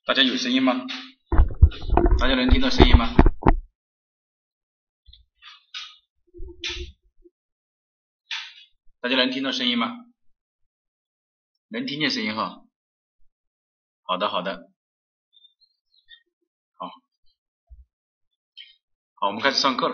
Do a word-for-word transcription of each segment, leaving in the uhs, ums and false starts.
大家有声音吗？大家能听到声音吗？大家能听到声音吗？能听见声音哈。好的好的，好，好，我们开始上课了。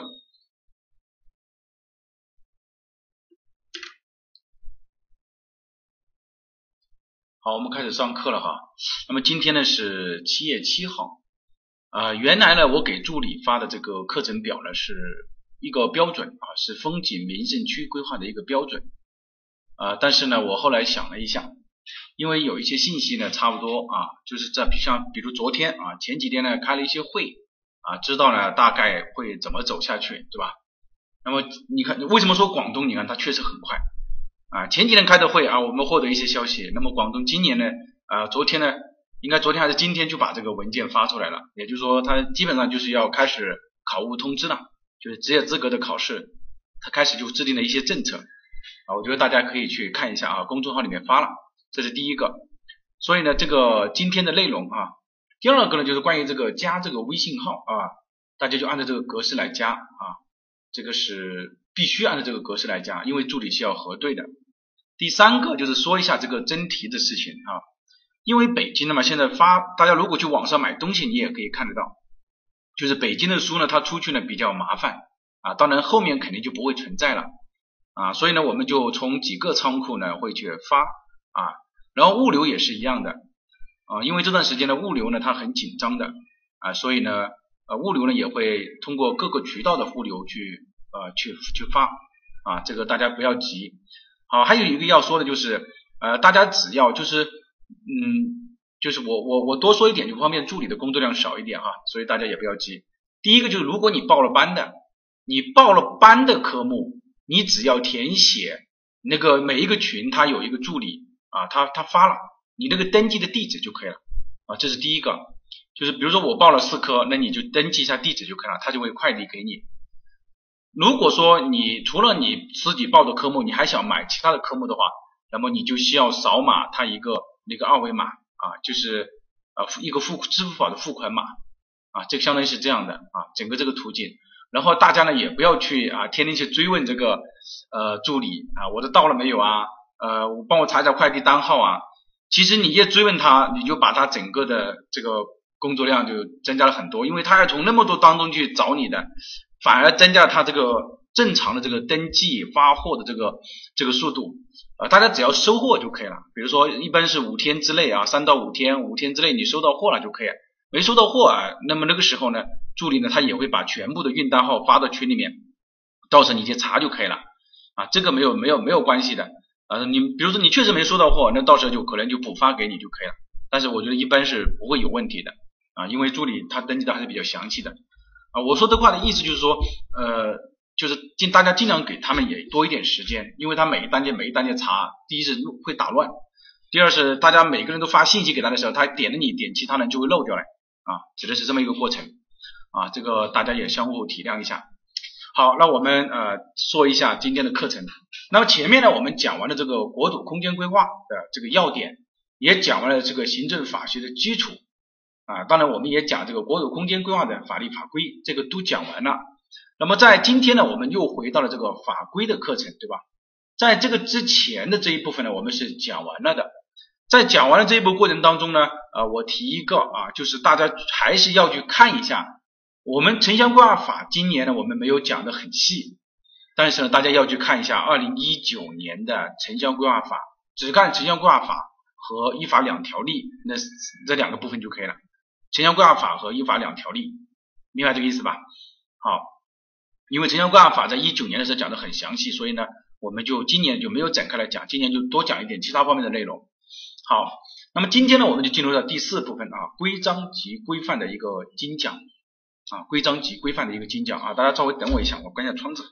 好，我们开始上课了哈。那么今天呢是七月七号，呃，原来呢我给助理发的这个课程表呢是一个标准啊，是风景名胜区规划的一个标准，啊，但是呢我后来想了一下，因为有一些信息呢差不多啊，就是在像比如昨天啊，前几天呢开了一些会啊，知道呢大概会怎么走下去，对吧？那么你看为什么说广东你看它确实很快啊，前几天开的会啊，我们获得一些消息，那么广东今年呢啊，昨天呢应该昨天还是今天就把这个文件发出来了，也就是说它基本上就是要开始考务通知了，就是职业资格的考试，它开始就制定了一些政策啊，我觉得大家可以去看一下啊，公众号里面发了，这是第一个。所以呢这个今天的内容啊，第二个呢就是关于这个加这个微信号啊，大家就按照这个格式来加啊，这个是必须按照这个格式来加，因为助理是要核对的。第三个就是说一下这个真题的事情啊，因为北京的嘛，现在发大家如果去网上买东西你也可以看得到，就是北京的书呢它出去呢比较麻烦啊，当然后面肯定就不会存在了啊，所以呢我们就从几个仓库呢会去发啊，然后物流也是一样的啊，因为这段时间的物流呢它很紧张的啊，所以呢呃物流呢也会通过各个渠道的物流去呃去去发啊，这个大家不要急。好，还有一个要说的就是呃大家只要就是嗯就是我我我多说一点就方便助理的工作量少一点哈，所以大家也不要急。第一个就是如果你报了班的，你报了班的科目，你只要填写那个每一个群它有一个助理啊，他他发了你那个登记的地址就可以了啊，这是第一个。就是比如说我报了四科，那你就登记一下地址就可以了，他就会快递给你。如果说你除了你自己报的科目你还想买其他的科目的话，那么你就需要扫码它一个那个二维码啊，就是呃一个付支付宝的付款码啊，这个相当于是这样的啊，整个这个途径。然后大家呢也不要去啊天天去追问这个呃助理啊，我的到了没有啊，呃我帮我查一下快递单号啊，其实你越追问他，你就把他整个的这个工作量就增加了很多，因为他要从那么多当中去找你的，反而增加了他这个正常的这个登记发货的这个这个速度啊、呃，大家只要收货就可以了，比如说一般是五天之内啊，三到五天，五天之内你收到货了就可以了，没收到货啊，那么那个时候呢，助理呢他也会把全部的运单号发到群里面，到时候你去查就可以了啊，这个没有没有没有关系的啊、呃，你比如说你确实没收到货，那到时候就可能就补发给你就可以了，但是我觉得一般是不会有问题的啊，因为助理他登记的还是比较详细的啊。我说这话的意思就是说呃就是尽大家尽量给他们也多一点时间，因为他每一单件每一单件查，第一是会打乱，第二是大家每个人都发信息给他的时候，他点了你点其他人就会漏掉来啊，指的是这么一个过程啊，这个大家也相互体谅一下。好，那我们呃说一下今天的课程。那么前面呢我们讲完了这个国土空间规划的这个要点，也讲完了这个行政法学的基础啊，当然我们也讲这个国土空间规划的法律法规，这个都讲完了。那么在今天呢我们又回到了这个法规的课程，对吧？在这个之前的这一部分呢我们是讲完了的，在讲完了这一步过程当中呢呃我提一个啊，就是大家还是要去看一下我们城乡规划法，今年呢我们没有讲得很细，但是呢大家要去看一下二零一九年的城乡规划法，只看城乡规划法和依法两条例，那这两个部分就可以了，城乡规划法和依法两条例，明白这个意思吧？好，因为城乡规划法在一九年的时候讲得很详细，所以呢我们就今年就没有展开来讲，今年就多讲一点其他方面的内容。好，那么今天呢我们就进入到第四部分啊，规章及规范的一个精讲啊，规章及规范的一个精讲啊，大家稍微等我一下，我关一下窗子。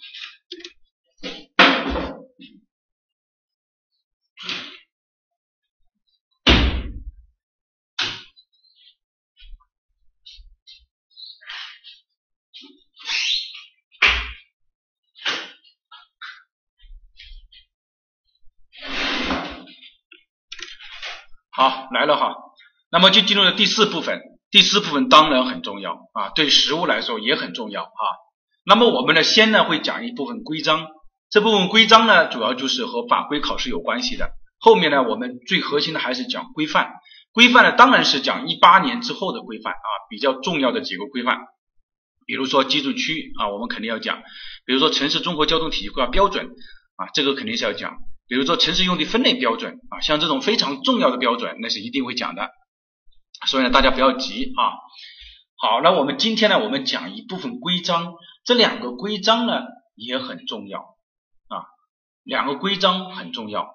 好，来了哈。 那么就进入了第四部分，第四部分当然很重要啊，对实务来说也很重要啊。那么我们呢先呢会讲一部分规章，这部分规章呢主要就是和法规考试有关系的，后面呢我们最核心的还是讲规范。规范呢当然是讲一八年之后的规范啊，比较重要的几个规范，比如说居住区啊，我们肯定要讲，比如说城市综合交通体系规划标准啊，这个肯定是要讲，比如说城市用地分类标准啊，像这种非常重要的标准那是一定会讲的，所以呢大家不要急啊。好，那我们今天呢我们讲一部分规章，这两个规章呢也很重要啊，两个规章很重要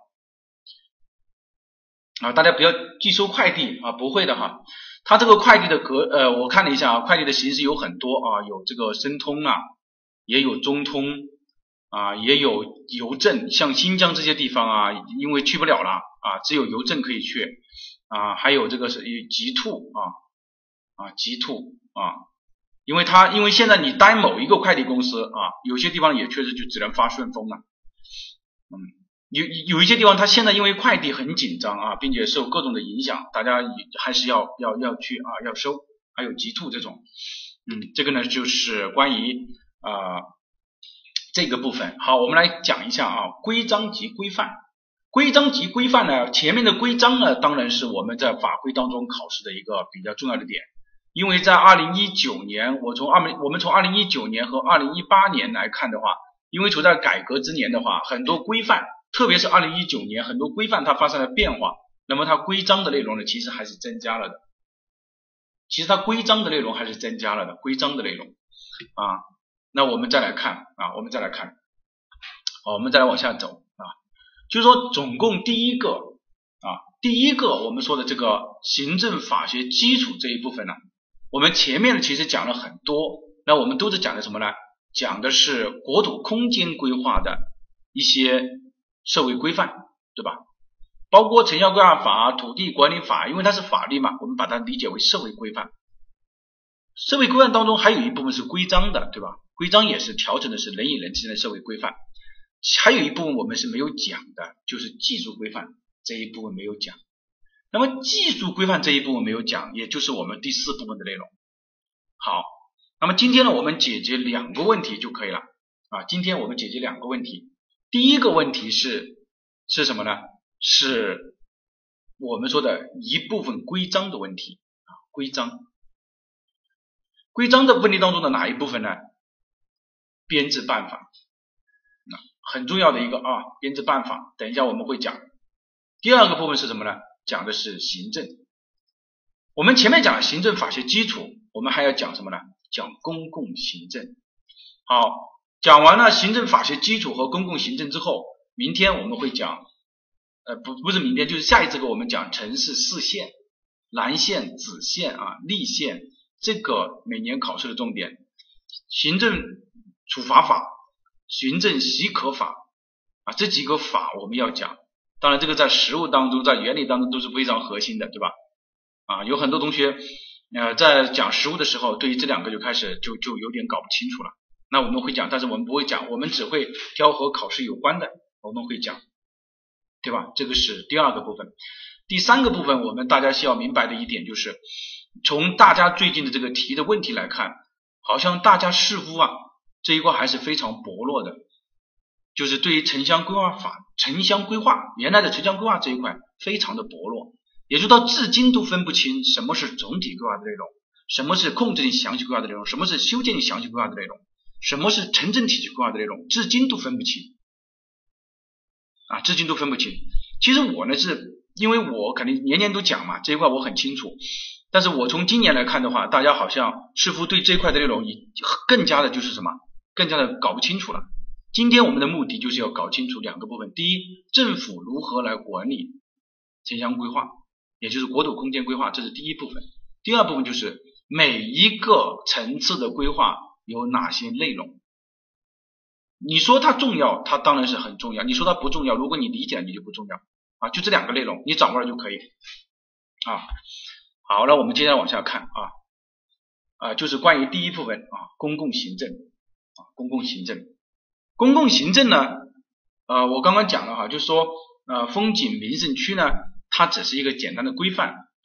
啊，大家不要寄收快递啊，不会的哈。它这个快递的格呃，我看了一下啊，快递的形式有很多啊，有这个申通啊，也有中通啊，也有邮政，像新疆这些地方啊，因为去不了了啊，只有邮政可以去啊，还有这个是极兔啊啊极兔啊，因为它因为现在你单某一个快递公司啊，有些地方也确实就只能发顺丰了，嗯。有有一些地方，它现在因为快递很紧张啊，并且受各种的影响，大家还是要要要去啊要收，还有极兔这种，嗯，这个呢就是关于啊、呃、这个部分。好，我们来讲一下啊规章及规范。规章及规范呢，前面的规章呢，当然是我们在法规当中考试的一个比较重要的点，因为在二零一九年，我从二我们从二零一九年和二零一八年来看的话，因为处在改革之年的话，很多规范。特别是二零一九年很多规范它发生了变化，那么它规章的内容呢其实还是增加了的，其实它规章的内容还是增加了的，规章的内容啊。那我们再来看啊，我们再来看，好，我们再来往下走啊，就是说总共第一个啊，第一个我们说的这个行政法学基础这一部分呢，我们前面其实讲了很多，那我们都是讲的什么呢？讲的是国土空间规划的一些社会规范，对吧？包括城乡规划法、土地管理法，因为它是法律嘛，我们把它理解为社会规范。社会规范当中还有一部分是规章的，对吧？规章也是调整的是人与人之间的社会规范。还有一部分我们是没有讲的，就是技术规范这一部分没有讲。那么技术规范这一部分没有讲，也就是我们第四部分的内容。好，那么今天呢，我们解决两个问题就可以了啊。今天我们解决两个问题。第一个问题是是什么呢？是我们说的一部分规章的问题啊，规章。规章的问题当中的哪一部分呢？编制办法，那很重要的一个啊，编制办法，等一下我们会讲。第二个部分是什么呢？讲的是行政。我们前面讲了行政法学基础，我们还要讲什么呢？讲公共行政。好。讲完了行政法学基础和公共行政之后，明天我们会讲，呃，不不是明天，就是下一次给我们讲城市四线，蓝线、紫线啊、绿线，这个每年考试的重点，行政处罚法、行政许可法啊，这几个法我们要讲。当然，这个在实务当中，在原理当中都是非常核心的，对吧？啊，有很多同学呃在讲实务的时候，对于这两个就开始就就有点搞不清楚了。那我们会讲，但是我们不会讲，我们只会挑和考试有关的，我们会讲，对吧？这个是第二个部分。第三个部分，我们大家需要明白的一点就是，从大家最近的这个题的问题来看，好像大家似乎啊这一块还是非常薄弱的，就是对于城乡规划法、城乡规划原来的城乡规划这一块非常的薄弱，也就是到至今都分不清什么是总体规划的内容，什么是控制性详细规划的内容，什么是修建性详细规划的内容。什么是城镇体系规划的内容，至今都分不清啊，至今都分不清。其实我呢是因为我肯定年年都讲嘛，这一块我很清楚，但是我从今年来看的话，大家好像似乎对这一块的内容更加的就是什么，更加的搞不清楚了。今天我们的目的就是要搞清楚两个部分，第一，政府如何来管理城乡规划，也就是国土空间规划，这是第一部分。第二部分就是每一个层次的规划有哪些内容？你说它重要，它当然是很重要；你说它不重要，如果你理解了，你就不重要啊。就这两个内容，你掌握了就可以啊。好，那我们接下来往下看啊啊，就是关于第一部分啊，公共行政啊，公共行政，公共行政呢，呃，我刚刚讲了哈，就是说呃，风景名胜区呢，它只是一个简单的规范，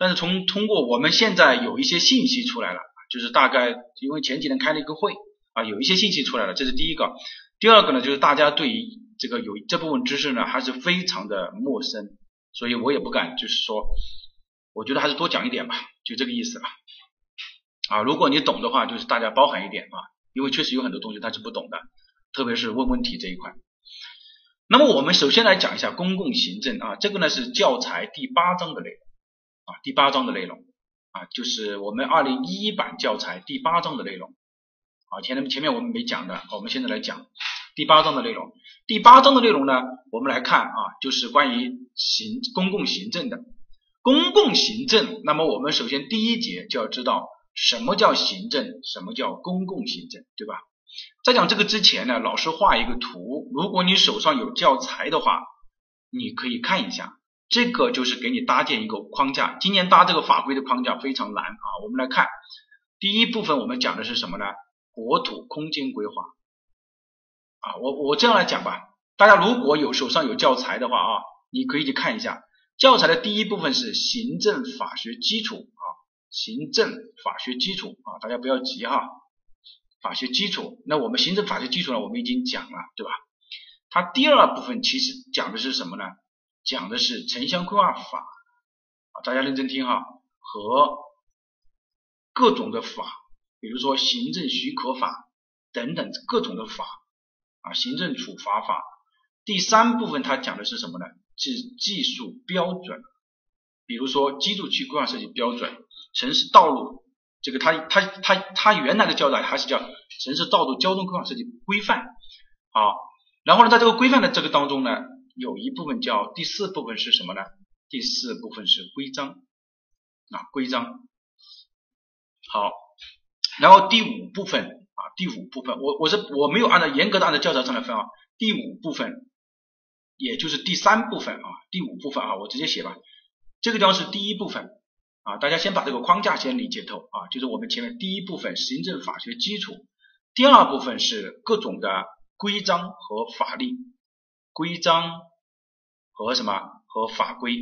但是从通过我们现在有一些信息出来了，就是大概因为前几天开了一个会啊，有一些信息出来了，这是第一个。第二个呢，就是大家对于这个有这部分知识呢还是非常的陌生，所以我也不敢就是说，我觉得还是多讲一点吧，就这个意思吧。啊，如果你懂的话，就是大家包涵一点啊，因为确实有很多东西他是不懂的，特别是问问题这一块。那么我们首先来讲一下公共行政啊，这个呢是教材第八章的内容啊，第八章的内容啊，就是我们二零一一版教材第八章的内容啊，前面前面我们没讲的，我们现在来讲第八章的内容。第八章的内容呢，我们来看啊，就是关于行公共行政的。公共行政，那么我们首先第一节就要知道什么叫行政，什么叫公共行政，对吧？在讲这个之前呢，老师画一个图，如果你手上有教材的话，你可以看一下，这个就是给你搭建一个框架。今年搭这个法规的框架非常难啊，我们来看第一部分，我们讲的是什么呢？国土空间规划啊，我我这样来讲吧，大家如果有手上有教材的话啊，你可以去看一下，教材的第一部分是行政法学基础啊，行政法学基础啊，大家不要急哈，法学基础。那我们行政法学基础呢，我们已经讲了，对吧？它第二部分其实讲的是什么呢？讲的是城乡规划法啊，大家认真听哈，和各种的法，比如说行政许可法等等各种的法啊，行政处罚法。第三部分它讲的是什么呢？是技术标准，比如说居住区规划设计标准、城市道路，这个它它它它原来的教材还是叫城市道路交通规划设计规范啊。然后呢，在这个规范的这个当中呢，有一部分叫第四部分是什么呢？第四部分是规章啊，规章。好，然后第五部分啊，第五部分我我是我没有按照严格的按照教材上来分啊，第五部分也就是第三部分啊，第五部分啊，我直接写吧。这个地方是第一部分啊，大家先把这个框架先理解透啊，就是我们前面第一部分行政法学基础，第二部分是各种的规章和法律，规章和什么和法规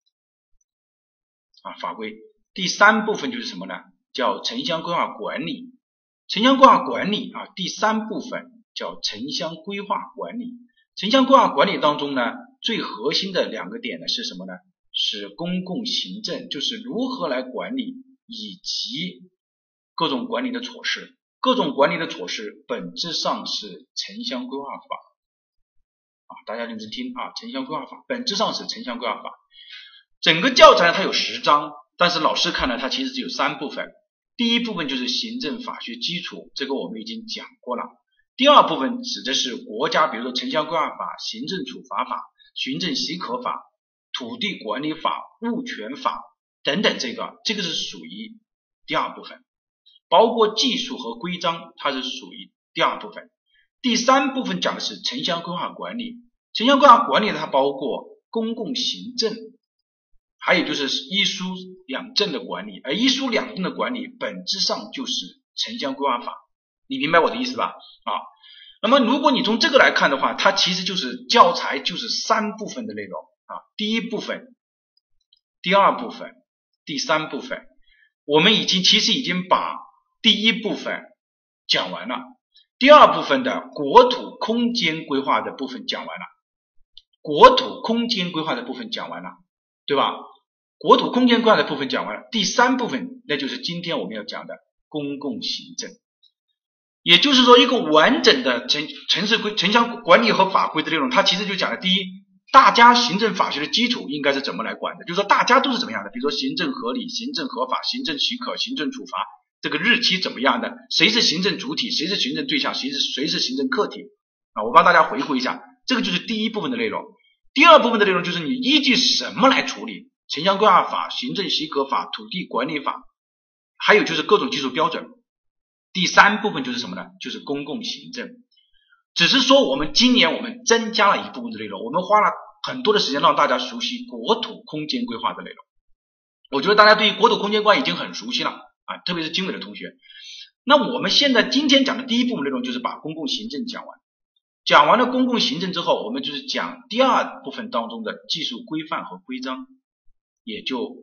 啊法规。第三部分就是什么呢？叫城乡规划管理，城乡规划管理啊，第三部分叫城乡规划管理。城乡规划管理当中呢，最核心的两个点呢是什么呢？是公共行政，就是如何来管理以及各种管理的措施。各种管理的措施本质上是城乡规划法啊，大家认真听啊，城乡规划法本质上是城乡规划法。整个教材它有十章，但是老师看呢，它其实只有三部分。第一部分就是行政法学基础，这个我们已经讲过了。第二部分指的是国家，比如说城乡规划法、行政处罚法、行政许可法、土地管理法、物权法等等，这个这个是属于第二部分，包括技术和规章，它是属于第二部分。第三部分讲的是城乡规划管理，城乡规划管理它包括公共行政，还有就是一书两证的管理，而一书两证的管理本质上就是城乡规划法，你明白我的意思吧？啊，那么如果你从这个来看的话，它其实就是教材就是三部分的内容啊，第一部分、第二部分、第三部分，我们已经其实已经把第一部分讲完了，第二部分的国土空间规划的部分讲完了，国土空间规划的部分讲完了，对吧？国土空间规划的部分讲完了，第三部分那就是今天我们要讲的公共行政，也就是说一个完整的城城市规城乡管理和法规的内容，它其实就讲了第一，大家行政法学的基础应该是怎么来管的，就是说大家都是怎么样的，比如说行政合理、行政合法、行政许可、行政处罚，这个日期怎么样的，谁是行政主体，谁是行政对象，谁是谁是行政客体啊，我帮大家回顾一下，这个就是第一部分的内容。第二部分的内容就是你依据什么来处理，城乡规划法、行政许可法、土地管理法，还有就是各种技术标准。第三部分就是什么呢？就是公共行政。只是说我们今年我们增加了一部分的内容，我们花了很多的时间让大家熟悉国土空间规划的内容。我觉得大家对于国土空间规划已经很熟悉了啊，特别是经纬的同学。那我们现在今天讲的第一部分内容就是把公共行政讲完。讲完了公共行政之后，我们就是讲第二部分当中的技术规范和规章，也就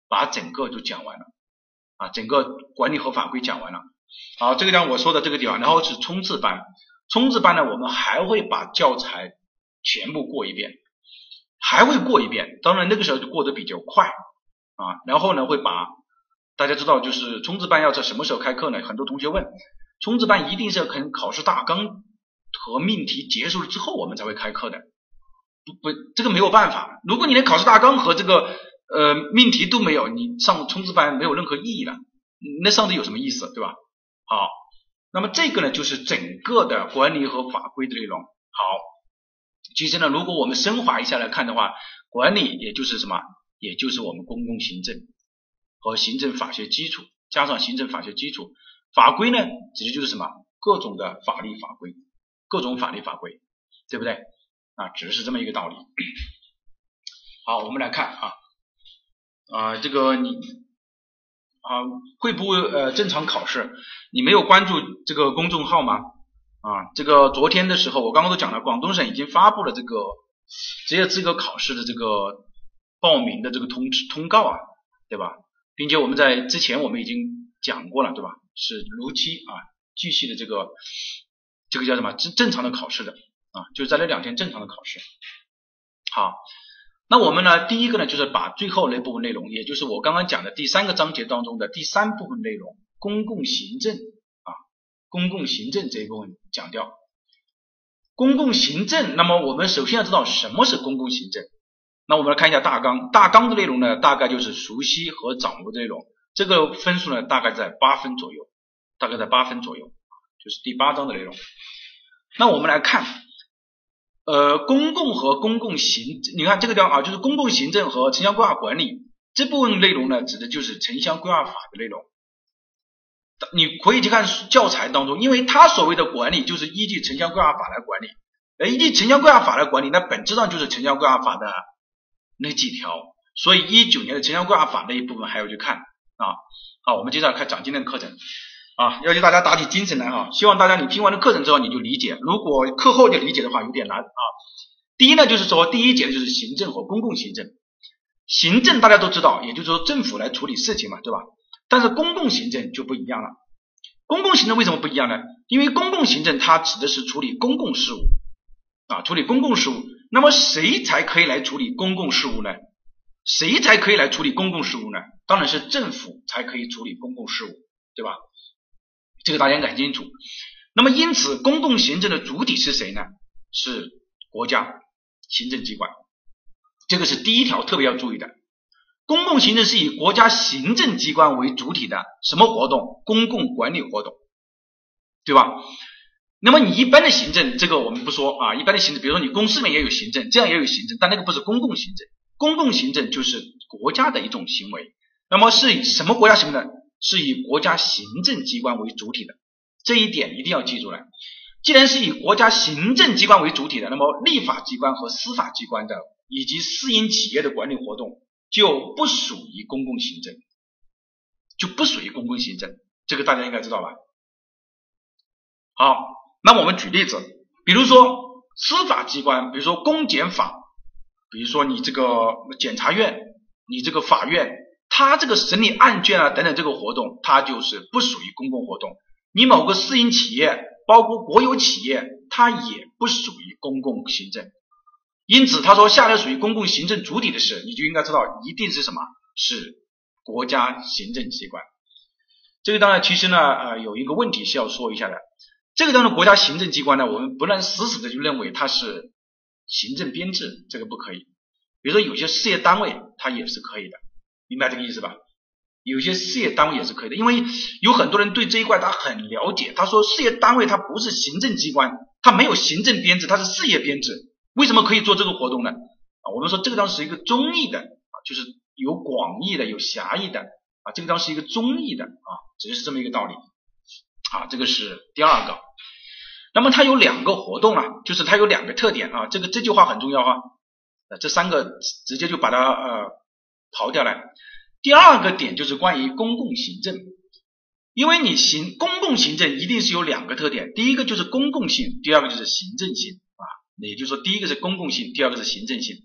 把整个就讲完了啊，整个管理和法规讲完了。好，这个讲我说的这个地方，然后是冲刺班，冲刺班呢，我们还会把教材全部过一遍，还会过一遍，当然那个时候就过得比较快啊，然后呢会把大家知道就是冲刺班要在什么时候开课呢？很多同学问，冲刺班一定是要跟考试大纲和命题结束了之后我们才会开课的，不不，这个没有办法，如果你连考试大纲和这个呃命题都没有，你上冲刺班没有任何意义了，那上的有什么意思，对吧？好，那么这个呢就是整个的管理和法规的内容。好，其实呢如果我们升华一下来看的话，管理也就是什么，也就是我们公共行政和行政法学基础，加上行政法学基础，法规呢其实就是什么，各种的法律法规，各种法律法规，对不对啊？只是这么一个道理。好，我们来看啊啊这个你啊，会不会呃正常考试？你没有关注这个公众号吗？啊，这个昨天的时候我刚刚都讲了，广东省已经发布了这个职业资格考试的这个报名的这个通知通告啊，对吧？并且我们在之前我们已经讲过了，对吧？是如期啊继续的这个这个叫什么正正常的考试的啊，就是在那两天正常的考试。好。那我们呢，第一个呢，就是把最后那部分内容，也就是我刚刚讲的第三个章节当中的第三部分内容，公共行政啊，公共行政这一部分讲掉。公共行政，那么我们首先要知道什么是公共行政。那我们来看一下大纲，大纲的内容呢，大概就是熟悉和掌握的内容，这个分数呢，大概在八分左右，大概在八分左右，就是第八章的内容。那我们来看。呃，公共和公共行，你看这个地方啊，就是公共行政和城乡规划管理这部分内容呢，指的就是城乡规划法的内容。你可以去看教材当中，因为它所谓的管理就是依据城乡规划法来管理，而依据城乡规划法来管理，那本质上就是城乡规划法的那几条，所以一九年的城乡规划法那一部分还要去看啊。好，我们接下来看讲今天的课程。啊，要求大家打起精神来哈！希望大家你听完了课程之后你就理解，如果课后就理解的话有点难啊。第一呢，就是说第一节就是行政和公共行政。行政大家都知道，也就是说政府来处理事情嘛，对吧？但是公共行政就不一样了。公共行政为什么不一样呢？因为公共行政它指的是处理公共事务啊，处理公共事务。那么谁才可以来处理公共事务呢？谁才可以来处理公共事务呢？当然是政府才可以处理公共事务，对吧？这个大家应该很清楚。那么因此公共行政的主体是谁呢？是国家行政机关，这个是第一条特别要注意的。公共行政是以国家行政机关为主体的什么活动？公共管理活动，对吧？那么你一般的行政这个我们不说啊，一般的行政比如说你公司里面也有行政，这样也有行政，但那个不是公共行政。公共行政就是国家的一种行为，那么是以什么国家行为呢？是以国家行政机关为主体的，这一点一定要记住了。既然是以国家行政机关为主体的，那么立法机关和司法机关的以及私营企业的管理活动就不属于公共行政，就不属于公共行政，这个大家应该知道吧？好，那我们举例子，比如说司法机关，比如说公检法，比如说你这个检察院，你这个法院，它这个审理案件啊等等这个活动，它就是不属于公共活动。你某个私营企业，包括国有企业，它也不属于公共行政。因此他说下列属于公共行政主体的事，你就应该知道一定是什么？是国家行政机关。这个当然其实呢呃有一个问题是要说一下的，这个当然国家行政机关呢，我们不能死死的就认为它是行政编制，这个不可以。比如说有些事业单位它也是可以的，明白这个意思吧？有些事业单位也是可以的，因为有很多人对这一块他很了解，他说事业单位它不是行政机关，它没有行政编制，它是事业编制，为什么可以做这个活动呢？啊，我们说这个当然是一个中义的啊，就是有广义的有狭义的啊，这个当然是一个中义的啊，只是这么一个道理啊，这个是第二个。那么它有两个活动啊，就是它有两个特点啊，这个这句话很重要啊，这三个直接就把它呃刨掉来。第二个点就是关于公共行政，因为你行公共行政一定是有两个特点，第一个就是公共性，第二个就是行政性啊，也就是说第一个是公共性，第二个是行政性。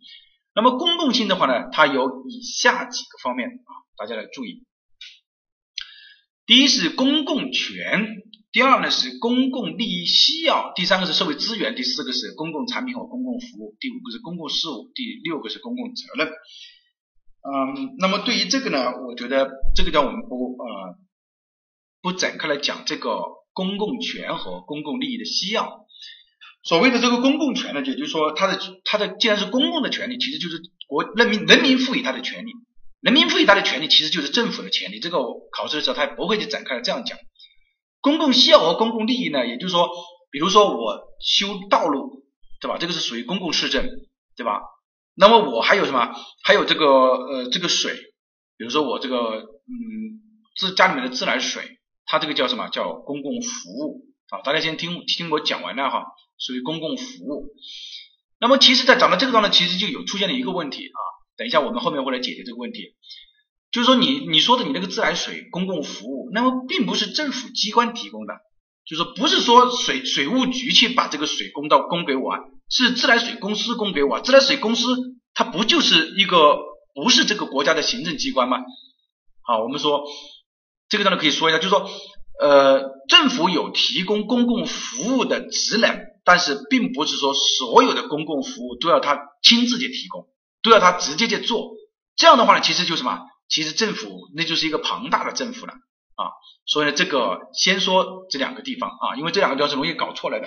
那么公共性的话呢，它有以下几个方面啊，大家来注意。第一是公共权，第二呢是公共利益需要，第三个是社会资源，第四个是公共产品和公共服务，第五个是公共事务，第六个是公共责任。嗯，那么对于这个呢，我觉得这个叫我们不呃不展开来讲这个公共权和公共利益的需要。所谓的这个公共权呢，也就是说它的它的既然是公共的权利，其实就是国人民人民赋予它的权利，人民赋予它的权利其实就是政府的权利。这个考试的时候他也不会去展开这样讲。公共需要和公共利益呢，也就是说，比如说我修道路，对吧？这个是属于公共市政，对吧？那么我还有什么？还有这个呃这个水，比如说我这个嗯自家里面的自来水，它这个叫什么？叫公共服务啊。大家先听听我讲完了哈，属于公共服务。那么其实在讲到这个地方呢，其实就有出现了一个问题啊。等一下我们后面会来解决这个问题。就是说你你说的你那个自来水公共服务，那么并不是政府机关提供的，就是说不是说水水务局去把这个水供到供给我，是自来水公司供给我。自来水公司它不就是一个不是这个国家的行政机关吗？好，我们说这个当然可以说一下，就是说呃政府有提供公共服务的职能，但是并不是说所有的公共服务都要他亲自去提供，都要他直接去做。这样的话呢，其实就是什么？其实政府那就是一个庞大的政府了啊，所以呢，这个先说这两个地方啊，因为这两个地方是容易搞错来的。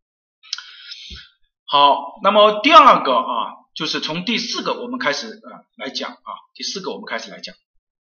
好，那么第二个啊，就是从第四个我们开始啊来讲啊，第四个我们开始来讲，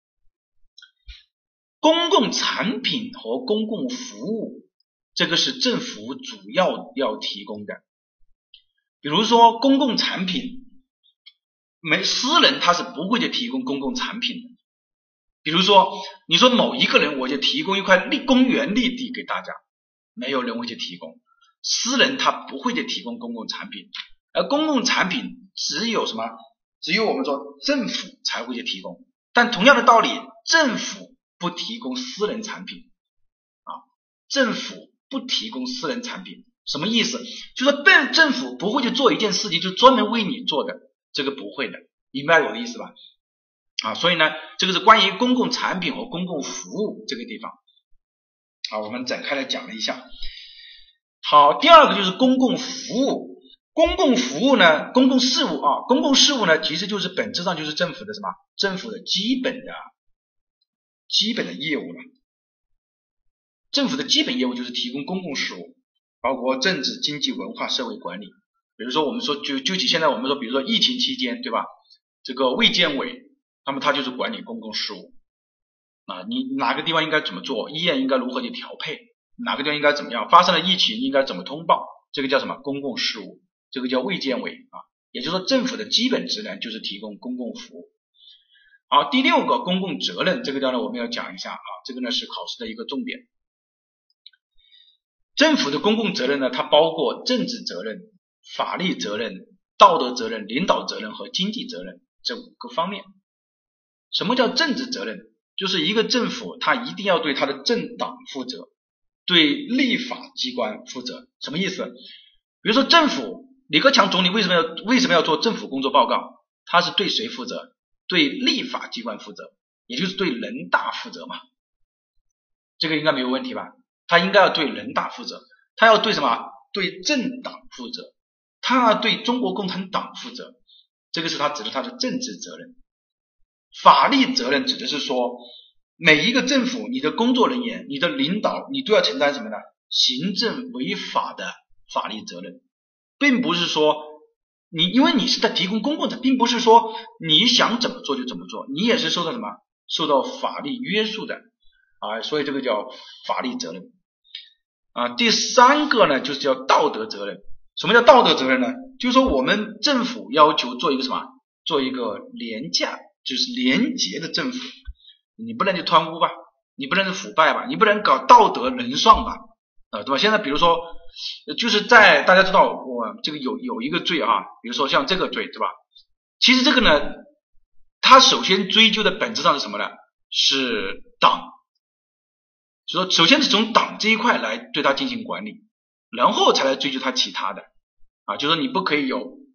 公共产品和公共服务，这个是政府主要要提供的。比如说公共产品。没私人他是不会去提供公共产品的，比如说你说某一个人我就提供一块立公园绿地给大家，没有人会去提供，私人他不会去提供公共产品，而公共产品只有什么？只有我们说政府才会去提供，但同样的道理，政府不提供私人产品啊，政府不提供私人产品，什么意思？就是说政府不会去做一件事情就专门为你做的。这个不会的，明白我的意思吧？啊，所以呢，这个是关于公共产品和公共服务这个地方，好，我们展开来讲了一下。好，第二个就是公共服务，公共服务呢，公共事务啊，公共事务呢，其实就是本质上就是政府的什么？政府的基本的基本的业务了。政府的基本业务就是提供公共事务，包括政治、经济、文化、社会管理。比如说我们说就就起现在我们说比如说疫情期间，对吧？这个卫健委那么它就是管理公共事务啊，你哪个地方应该怎么做，医院应该如何去调配，哪个地方应该怎么样，发生了疫情应该怎么通报，这个叫什么？公共事务，这个叫卫健委啊。也就是说政府的基本职能就是提供公共服务。好，第六个公共责任，这个地方呢我们要讲一下啊，这个呢是考试的一个重点。政府的公共责任呢，它包括政治责任、法律责任、道德责任、领导责任和经济责任这五个方面。什么叫政治责任？就是一个政府它一定要对它的政党负责，对立法机关负责。什么意思？比如说政府，李克强总理为什么要为什么要做政府工作报告？他是对谁负责？对立法机关负责，也就是对人大负责嘛。这个应该没有问题吧？他应该要对人大负责，他要对什么？对政党负责，他要对中国共产党负责，这个是他指的他的政治责任。法律责任指的是说，每一个政府你的工作人员、你的领导，你都要承担什么呢？行政违法的法律责任，并不是说你因为你是在提供公共的，并不是说你想怎么做就怎么做，你也是受到什么？受到法律约束的啊，所以这个叫法律责任啊。第三个呢，就是叫道德责任。什么叫道德责任呢？就是说我们政府要求做一个什么？做一个廉价，就是廉洁的政府。你不能去贪污吧，你不能去腐败吧，你不能搞道德沦丧吧，啊，对吧？现在比如说，就是在大家知道我这个有有一个罪啊，比如说像这个罪，对吧？其实这个呢，它首先追究的本质上是什么呢？是党，就说首先是从党这一块来对它进行管理，然后才来追究它其他的啊，就是说你不可以有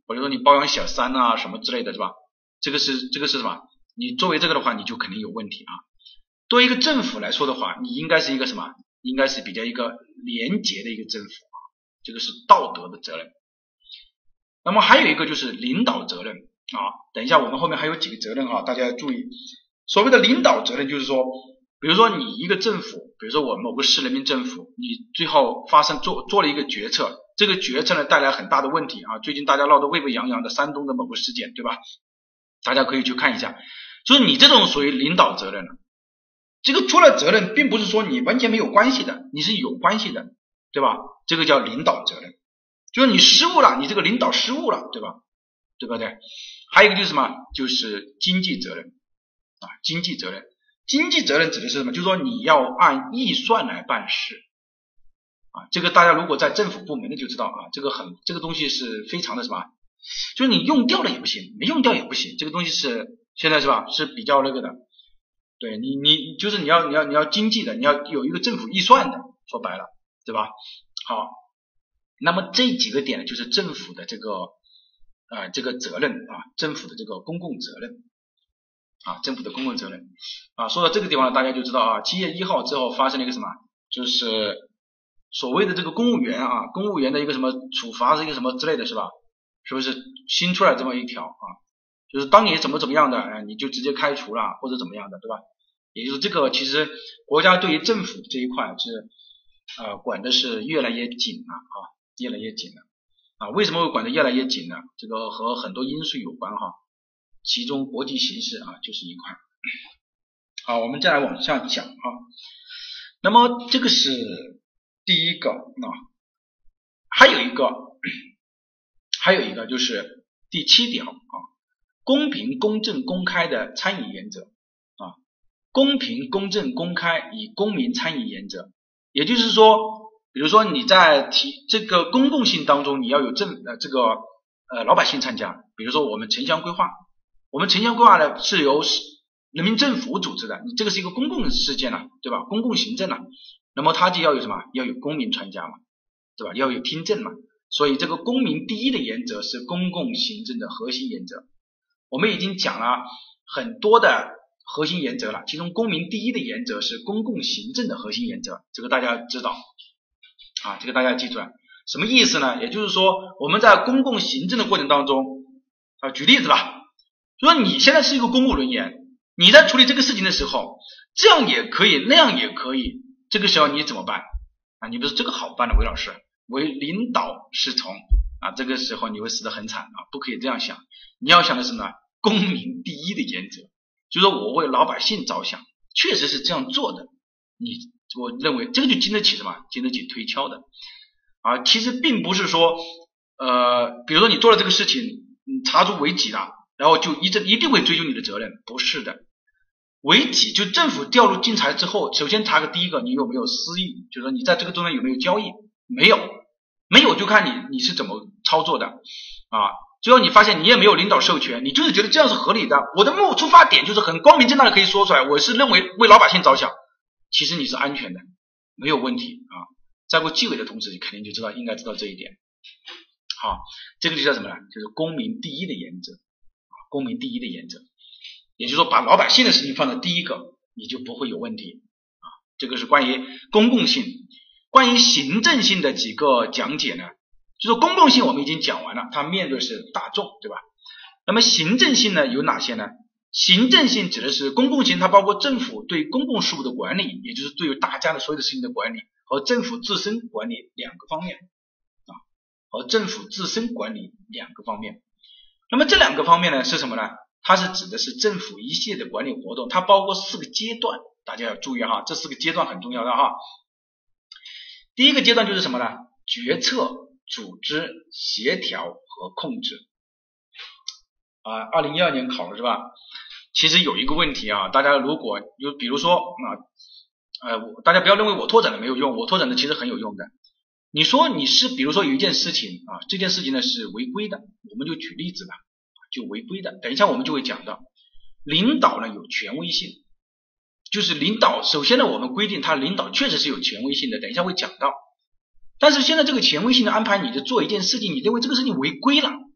或者说你包养小三啊什么之类的，是吧？这个是这个是什么？你作为这个的话，你就肯定有问题啊。作为一个政府来说的话，你应该是一个什么？应该是比较一个廉洁的一个政府啊，这个是道德的责任。那么还有一个就是领导责任啊，等一下我们后面还有几个责任啊，大家要注意。所谓的领导责任就是说，比如说你一个政府，比如说我某个市人民政府，你最后发生做做了一个决策，这个决策呢带来很大的问题啊，最近大家闹得沸沸扬扬的山东的某个事件，对吧？大家可以去看一下，就是你这种属于领导责任了。这个出了责任并不是说你完全没有关系的，你是有关系的，对吧？这个叫领导责任，就是你失误了，你这个领导失误了，对吧？对不对？还有一个就是什么？就是经济责任啊，经济责任。经济责任指的是什么？就是说你要按预算来办事啊，这个大家如果在政府部门的就知道啊，这个很这个东西是非常的什么？就是你用掉了也不行，没用掉也不行，这个东西是现在是吧？是比较那个的。对你，你就是你要你要你要经济的，你要有一个政府预算的，说白了，对吧？好，那么这几个点呢，就是政府的这个呃这个责任啊，政府的这个公共责任啊，政府的公共责任啊。说到这个地方，大家就知道啊，七月一号之后发生了一个什么，就是所谓的这个公务员啊，公务员的一个什么处罚是一个什么之类的是吧？是不是新出来这么一条啊？就是当你怎么怎么样的，哎，你就直接开除了或者怎么样的，对吧？也就是这个，其实国家对于政府这一块是呃管的是越来越紧了啊，越来越紧了啊。为什么会管得越来越紧呢？这个和很多因素有关哈，其中国际形势啊就是一块。好，我们再来往下讲啊。那么这个是第一个啊，还有一个，还有一个就是第七条啊，公平、公正、公开的参与原则。公平、公正、公开以公民参与原则，也就是说，比如说你在提这个公共性当中，你要有政呃这个呃老百姓参加。比如说我们城乡规划，我们城乡规划呢是由人民政府组织的，你这个是一个公共事件了，对吧？公共行政了，那么它就要有什么？要有公民参加嘛，对吧？要有听证嘛。所以这个公民第一的原则是公共行政的核心原则。我们已经讲了很多的核心原则了，其中公民第一的原则是公共行政的核心原则，这个大家知道啊，这个大家记住了。什么意思呢？也就是说我们在公共行政的过程当中啊，举例子吧，就说你现在是一个公务人员，你在处理这个事情的时候，这样也可以，那样也可以，这个时候你怎么办啊？你不是这个好办的，韦老师，为领导是从啊，这个时候你会死得很惨啊，不可以这样想。你要想的是呢，公民第一的原则，就是说我为老百姓着想，确实是这样做的。你我认为这个就经得起什么？经得起推敲的啊。其实并不是说呃，比如说你做了这个事情，你查出违纪了，然后就一定一定会追究你的责任，不是的。违纪就政府调入进财之后，首先查个第一个，你有没有私益，就是说你在这个中间有没有交易，没有，没有就看你你是怎么操作的啊。最后你发现你也没有领导授权，你就是觉得这样是合理的，我的目出发点就是很光明正大的可以说出来，我是认为为老百姓着想，其实你是安全的，没有问题啊。在过纪委的同时，你肯定就知道，应该知道这一点。好，这个就叫什么呢？就是公民第一的原则，公民第一的原则，也就是说把老百姓的事情放在第一个，你就不会有问题啊。这个是关于公共性。关于行政性的几个讲解呢，就是公共性我们已经讲完了，它面对是大众，对吧？那么行政性呢有哪些呢？行政性指的是公共性，它包括政府对公共事务的管理，也就是对于大家的所有的事情的管理，和政府自身管理两个方面啊，和政府自身管理两个方面。那么这两个方面呢是什么呢？它是指的是政府一系列的管理活动，它包括四个阶段，大家要注意哈，这四个阶段很重要的哈。第一个阶段就是什么呢？决策、组织、协调和控制啊。二零一二年考了是吧？其实有一个问题啊，大家如果有比如说啊，呃，大家不要认为我拓展的没有用，我拓展的其实很有用的。你说你是比如说有一件事情啊，这件事情呢是违规的，我们就举例子吧，就违规的。等一下我们就会讲到，领导呢有权威性，就是领导首先呢我们规定他领导确实是有权威性的，等一下会讲到。但是现在这个权威性的安排，你就做一件事情，你认为这个事情违规了，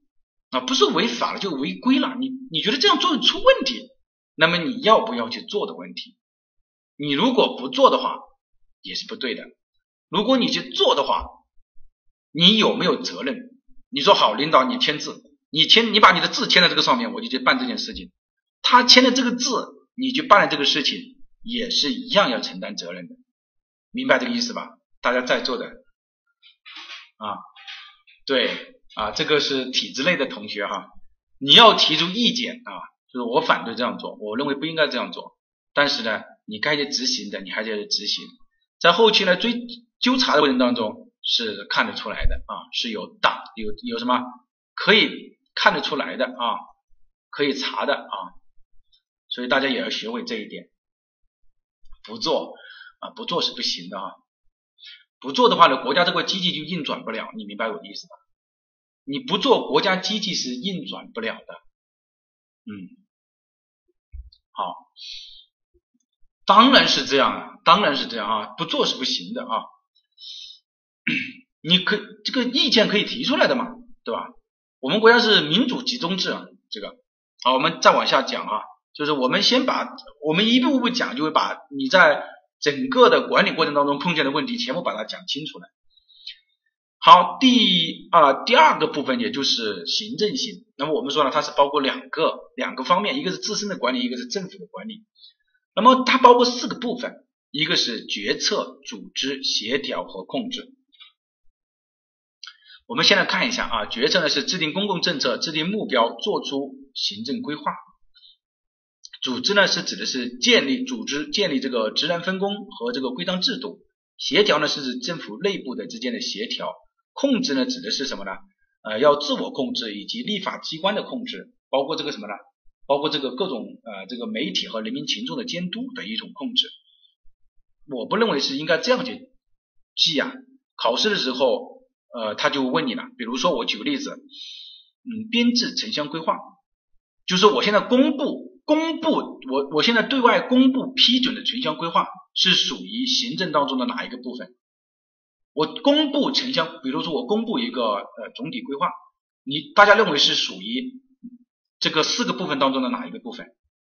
啊，不是违法了就违规了，你你觉得这样做出问题，那么你要不要去做的问题。你如果不做的话也是不对的，如果你去做的话，你有没有责任？你说好，领导你签字，你签你把你的字签在这个上面，我就去办这件事情，他签的这个字你去办了这个事情也是一样要承担责任的，明白这个意思吧？大家在座的啊，对啊，这个是体制内的同学哈，你要提出意见啊，就是我反对这样做，我认为不应该这样做，但是呢你该去执行的你还是要去执行，在后期呢追纠察的过程当中是看得出来的啊，是有党有有什么可以看得出来的啊，可以查的啊，所以大家也要学会这一点，不做啊不做是不行的啊，不做的话呢国家这个机器就运转不了，你明白我的意思吧？你不做国家机器是运转不了的。嗯，好，当然是这样，当然是这样啊，不做是不行的啊。你可这个意见可以提出来的嘛，对吧？我们国家是民主集中制啊，这个好，我们再往下讲啊，就是我们先把我们一步步讲，就会把你在整个的管理过程当中碰见的问题全部把它讲清楚了。好，第啊第二个部分也就是行政型，那么我们说呢，它是包括两个两个方面，一个是自身的管理，一个是政府的管理。那么它包括四个部分，一个是决策、组织、协调和控制。我们先来看一下啊，决策呢是制定公共政策、制定目标、做出行政规划。组织呢是指的是建立组织、建立这个职能分工和这个规章制度。协调呢是指政府内部的之间的协调。控制呢指的是什么呢？呃，要自我控制以及立法机关的控制，包括这个什么呢？包括这个各种呃这个媒体和人民群众的监督的一种控制。我不认为是应该这样去记啊。考试的时候，呃，他就问你了，比如说我举个例子，嗯，编制城乡规划，就是我现在公布公布我我现在对外公布批准的城乡规划是属于行政当中的哪一个部分？我公布城乡，比如说我公布一个呃总体规划，你大家认为是属于这个四个部分当中的哪一个部分？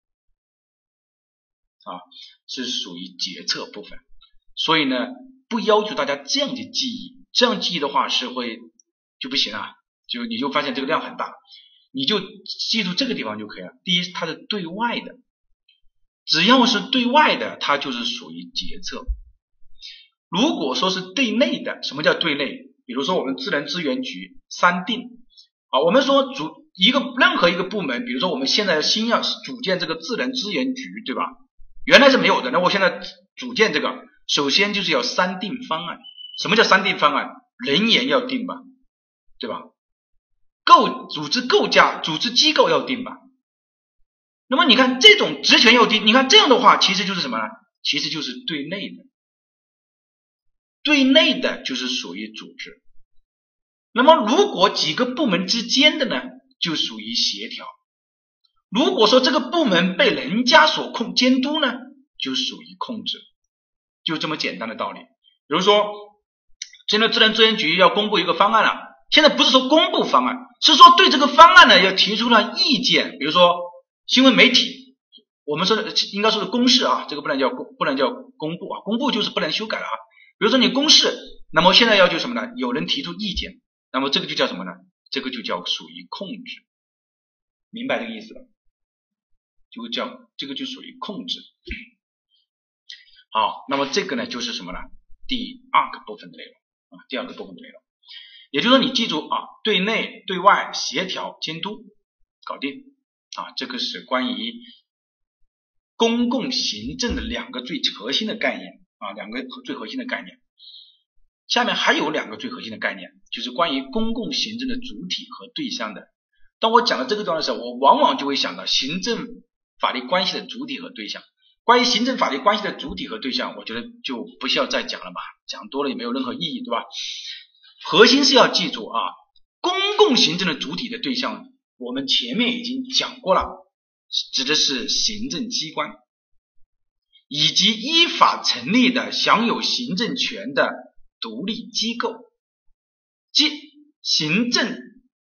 啊，是属于决策部分。所以呢，不要求大家这样去记忆，这样记忆的话是会就不行啊，就你就发现这个量很大，你就记住这个地方就可以了。第一，它是对外的，只要是对外的，它就是属于决策。如果说是对内的，什么叫对内？比如说我们自然资源局三定啊，我们说组一个任何一个部门，比如说我们现在新要组建这个自然资源局，对吧？原来是没有的，那我现在组建这个，首先就是要三定方案。什么叫三定方案？人员要定吧，对吧？构组织构架、组织机构要定吧。那么你看这种职权要定，你看这样的话，其实就是什么呢？其实就是对内的。对内的就是属于组织，那么如果几个部门之间的呢，就属于协调。如果说这个部门被人家所控监督呢，就属于控制，就这么简单的道理。比如说现在自然资源局要公布一个方案了，现在不是说公布方案，是说对这个方案呢要提出了意见。比如说新闻媒体，我们说的应该说是公示啊，这个不能叫不能叫公布啊，公布就是不能修改了啊。比如说你公示，那么现在要求什么呢？有人提出意见，那么这个就叫什么呢？这个就叫属于控制，明白这个意思了？就叫这个就属于控制。好，那么这个呢就是什么呢？第二个部分的内容啊，第二个部分的内容，也就是说你记住啊，对内对外协调监督搞定啊，这个是关于公共行政的两个最核心的概念。啊，两个最核心的概念，下面还有两个最核心的概念，就是关于公共行政的主体和对象的。当我讲到这个段的时候，我往往就会想到行政法律关系的主体和对象。关于行政法律关系的主体和对象，我觉得就不需要再讲了吧，讲多了也没有任何意义，对吧？核心是要记住啊，公共行政的主体的对象，我们前面已经讲过了，指的是行政机关。以及依法成立的享有行政权的独立机构，即行政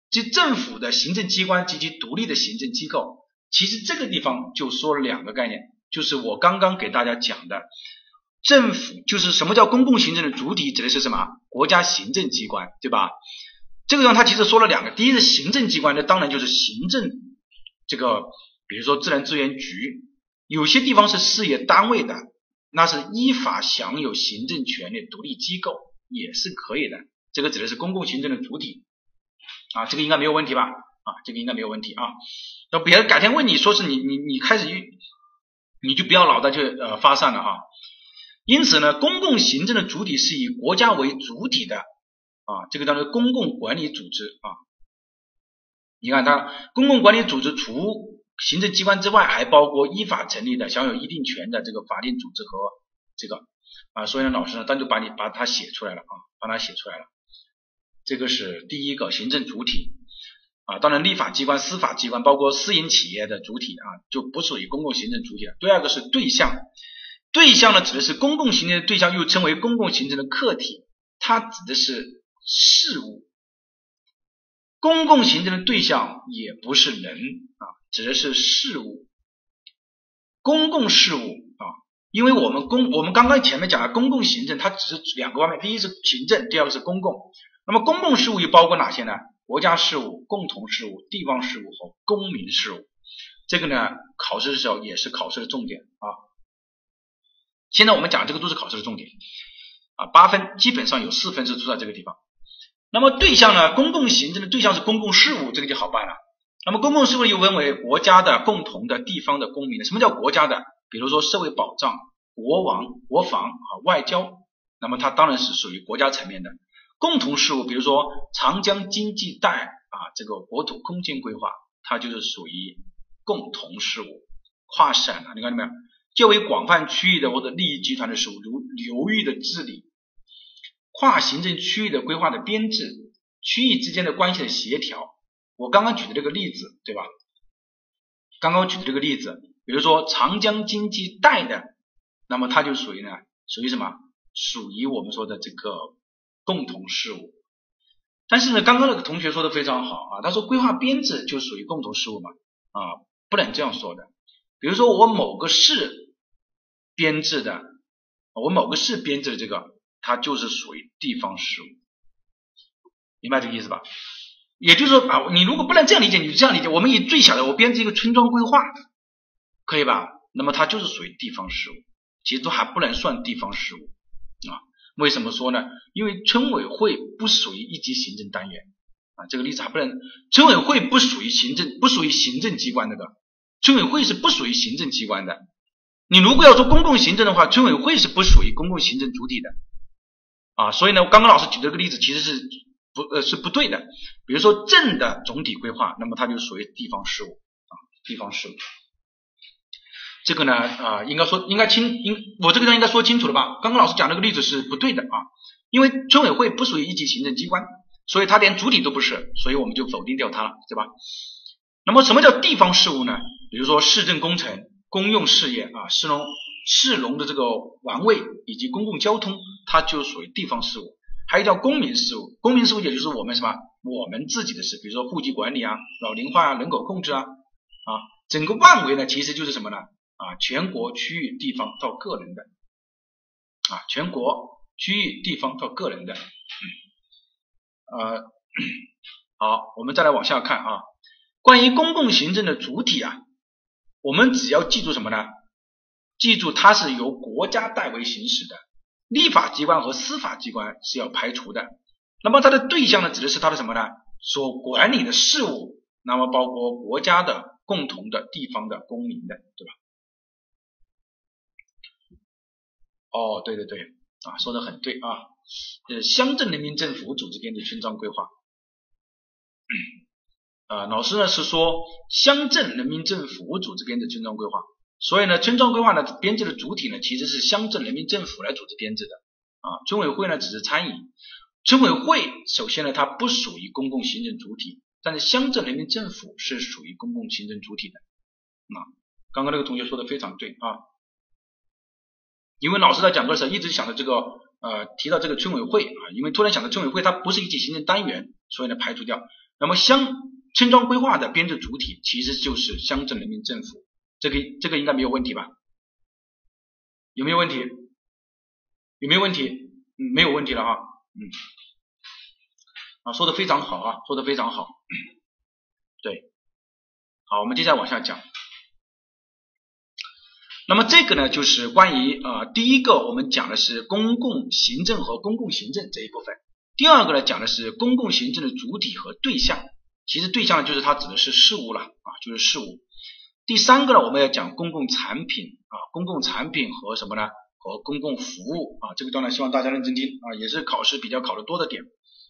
即政府的行政机关及其独立的行政机构。其实这个地方就说了两个概念，就是我刚刚给大家讲的，政府就是什么叫公共行政的主体，指的是什么？国家行政机关，对吧？这个地方他其实说了两个，第一是行政机关，那当然就是行政这个，比如说自然资源局，有些地方是事业单位的，那是依法享有行政权的独立机构，也是可以的。这个指的是公共行政的主体啊，这个应该没有问题吧？啊，这个应该没有问题啊。那别人改天问你说是你你你开始你就不要脑袋就呃发散了哈。因此呢，公共行政的主体是以国家为主体的啊，这个叫做公共管理组织啊。你看它公共管理组织除行政机关之外，还包括依法成立的、享有一定权的这个法定组织和这个啊，所以呢，老师呢单独把你把它写出来了啊，把它写出来了。这个是第一个行政主体啊，当然立法机关、司法机关，包括私营企业的主体啊，就不属于公共行政主体了。第二个是对象，对象呢指的是公共行政的对象，又称为公共行政的客体，它指的是事物。公共行政的对象也不是人啊，指的是事物，公共事务啊。因为我们公我们刚刚前面讲的公共行政，它只是两个方面，第一是行政，第二个是公共。那么公共事务又包括哪些呢？国家事务、共同事务、地方事务和公民事务。这个呢，考试的时候也是考试的重点啊。现在我们讲这个都是考试的重点啊，八分基本上有四分是出在这个地方。那么对象呢，公共行政的对象是公共事务，这个就好办了。那么公共事务又分为国家的、共同的、地方的、公民的。什么叫国家的？比如说社会保障、国防、国防啊、外交，那么它当然是属于国家层面的。共同事务，比如说长江经济带啊，这个国土空间规划，它就是属于共同事务。跨省啊，你看到没有？较为广泛区域的或者利益集团的事务，如流域的治理、跨行政区域的规划的编制、区域之间的关系的协调。我刚刚举的这个例子，对吧？刚刚举的这个例子，比如说长江经济带的，那么它就属于呢，属于什么？属于我们说的这个共同事务。但是呢，刚刚那个同学说的非常好啊，他说规划编制就属于共同事务嘛，啊，不能这样说的。比如说我某个市编制的，我某个市编制的这个，它就是属于地方事务，明白这个意思吧？也就是说啊，你如果不能这样理解，你就这样理解，我们以最小的我编制一个村庄规划，可以吧？那么它就是属于地方事务，其实都还不能算地方事务啊。为什么说呢？因为村委会不属于一级行政单元啊，这个例子还不能，村委会不属于行政，不属于行政机关那个，村委会是不属于行政机关的。你如果要说公共行政的话，村委会是不属于公共行政主体的啊，所以呢，刚刚老师举这个例子其实是不呃是不对的。比如说镇的总体规划，那么它就属于地方事务啊，地方事务。这个呢啊、呃，应该说应该清应我这个地方应该说清楚了吧？刚刚老师讲这个例子是不对的啊，因为村委会不属于一级行政机关，所以它连主体都不是，所以我们就否定掉它了，对吧？那么什么叫地方事务呢？比如说市政工程、公用事业啊，市农市农的这个环卫以及公共交通，它就属于地方事务。还有叫公民事务，公民事务也就是我们什么我们自己的事，比如说户籍管理啊、老龄化啊、人口控制啊啊，整个范围呢其实就是什么呢？啊，全国、区域、地方到个人的啊，全国、区域、地方到个人的。呃，好，我们再来往下看啊。关于公共行政的主体啊，我们只要记住什么呢？记住它是由国家代为行使的，立法机关和司法机关是要排除的。那么它的对象呢，指的是它的什么呢？所管理的事务，那么包括国家的、共同的、地方的、公民的，对吧？哦，对对对啊，说的很对啊。呃，乡镇人民政府组织编制村庄规划。呃，老师呢是说乡镇人民政府组织编制村庄规划，所以呢，村庄规划呢编制的主体呢其实是乡镇人民政府来组织编制的啊，村委会呢只是参与。村委会首先呢它不属于公共行政主体，但是乡镇人民政府是属于公共行政主体的啊。刚刚那个同学说的非常对啊，因为老师在讲课的时候一直想着这个呃提到这个村委会啊，因为突然想到村委会它不是一级行政单元，所以呢排除掉。 那么乡村庄规划的编制主体其实就是乡镇人民政府，这个这个应该没有问题吧？有没有问题？有没有问题？嗯，没有问题了哈。嗯，啊，说的非常好啊，说的非常好。对，好，我们接下来往下讲。那么这个呢，就是关于呃第一个我们讲的是公共行政和公共行政这一部分。第二个呢，讲的是公共行政的主体和对象，其实对象就是它指的是事物了啊，就是事物。第三个呢，我们要讲公共产品啊，公共产品和什么呢？和公共服务啊，这个段呢希望大家认真听啊，也是考试比较考得多的点。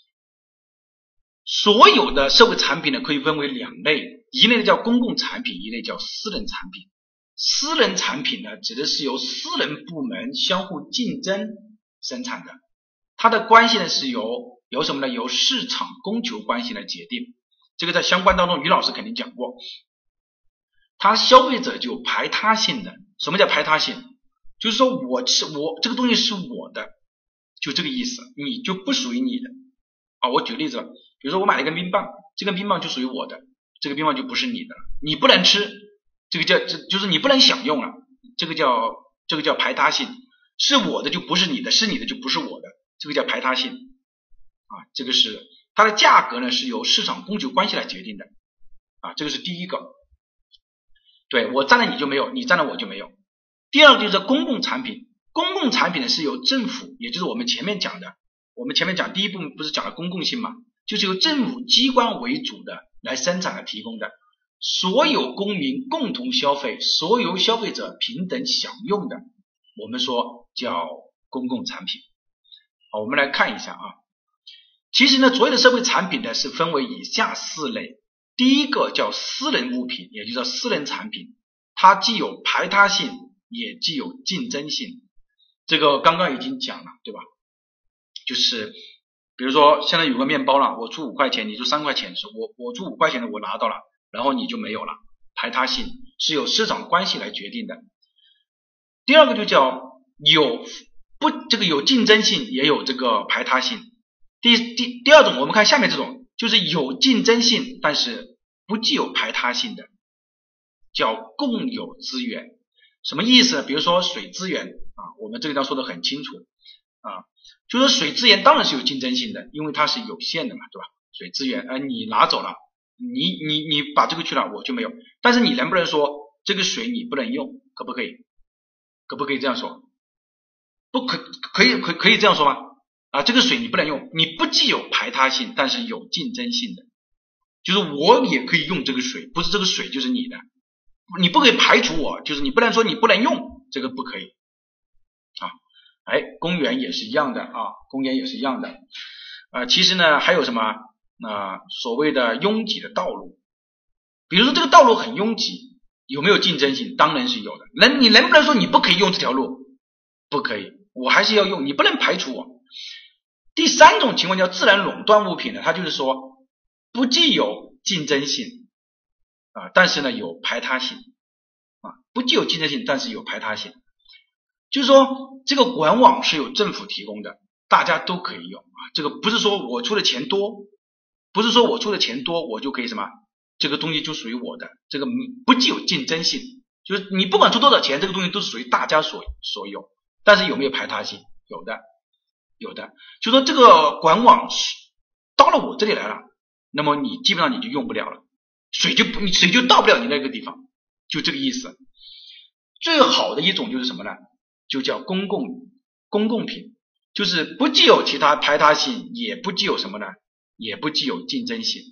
所有的社会产品呢可以分为两类，一类叫公共产品，一类叫私人产品。私人产品呢指的是由私人部门相互竞争生产的，它的关系呢是由由什么呢？由市场供求关系来决定。这个在相关当中于老师肯定讲过。它消费者就有排他性的。什么叫排他性？就是说我是我这个东西是我的，就这个意思，你就不属于你的啊。我举例子，比如说我买了一根冰棒，这根冰棒就属于我的，这个冰棒就不是你的，你不能吃，这个叫这就是你不能享用了，这个叫这个叫排他性，是我的就不是你的，是你的就不是我的，这个叫排他性啊。这个是它的价格呢是由市场供求关系来决定的啊，这个是第一个。对，我占了你就没有，你占了我就没有。第二个就是公共产品，公共产品呢是由政府，也就是我们前面讲的，我们前面讲第一部分不是讲了公共性嘛，就是由政府机关为主的来生产和提供的，所有公民共同消费，所有消费者平等享用的，我们说叫公共产品。好，我们来看一下啊，其实呢所有的社会产品呢是分为以下四类。第一个叫私人物品，也就叫私人产品，它既有排他性也既有竞争性，这个刚刚已经讲了对吧？就是比如说现在有个面包了，我出五块钱你出三块钱，我我出五块钱的我拿到了，然后你就没有了，排他性是由市场关系来决定的。第二个就叫有不这个有竞争性也有这个排他性。第第第二种我们看下面这种，就是有竞争性但是不具有排他性的，叫共有资源。什么意思呢？比如说水资源啊，我们这个地方说的很清楚啊，就是说水资源当然是有竞争性的，因为它是有限的嘛，对吧？水资源呃你拿走了，你你你把这个去了我就没有，但是你能不能说这个水你不能用，可不可以？可不可以这样说？不可可以可可以这样说吗？啊，这个水你不能用，你不既有排他性但是有竞争性的，就是我也可以用这个水，不是这个水就是你的，你不可以排除我，就是你不能说你不能用，这个不可以啊。哎，公园也是一样的啊，公园也是一样的。呃，其实呢还有什么啊、呃、所谓的拥挤的道路，比如说这个道路很拥挤，有没有竞争性？当然是有的。能你能不能说你不可以用这条路？不可以，我还是要用，你不能排除我。第三种情况叫自然垄断物品呢，它就是说不既有竞争性啊，但是呢有排他性啊，不既有竞争性但是有排他性，就是说这个管网是由政府提供的，大家都可以用啊，这个不是说我出的钱多，不是说我出的钱多我就可以什么，这个东西就属于我的，这个不既有竞争性，就是你不管出多少钱，这个东西都是属于大家所所有，但是有没有排他性？有的。有的，就说这个管网到了我这里来了，那么你基本上你就用不了了，水就不你水就到不了你那个地方，就这个意思。最好的一种就是什么呢？就叫公共公共品，就是不既有其他排他性，也不既有什么呢？也不既有竞争性。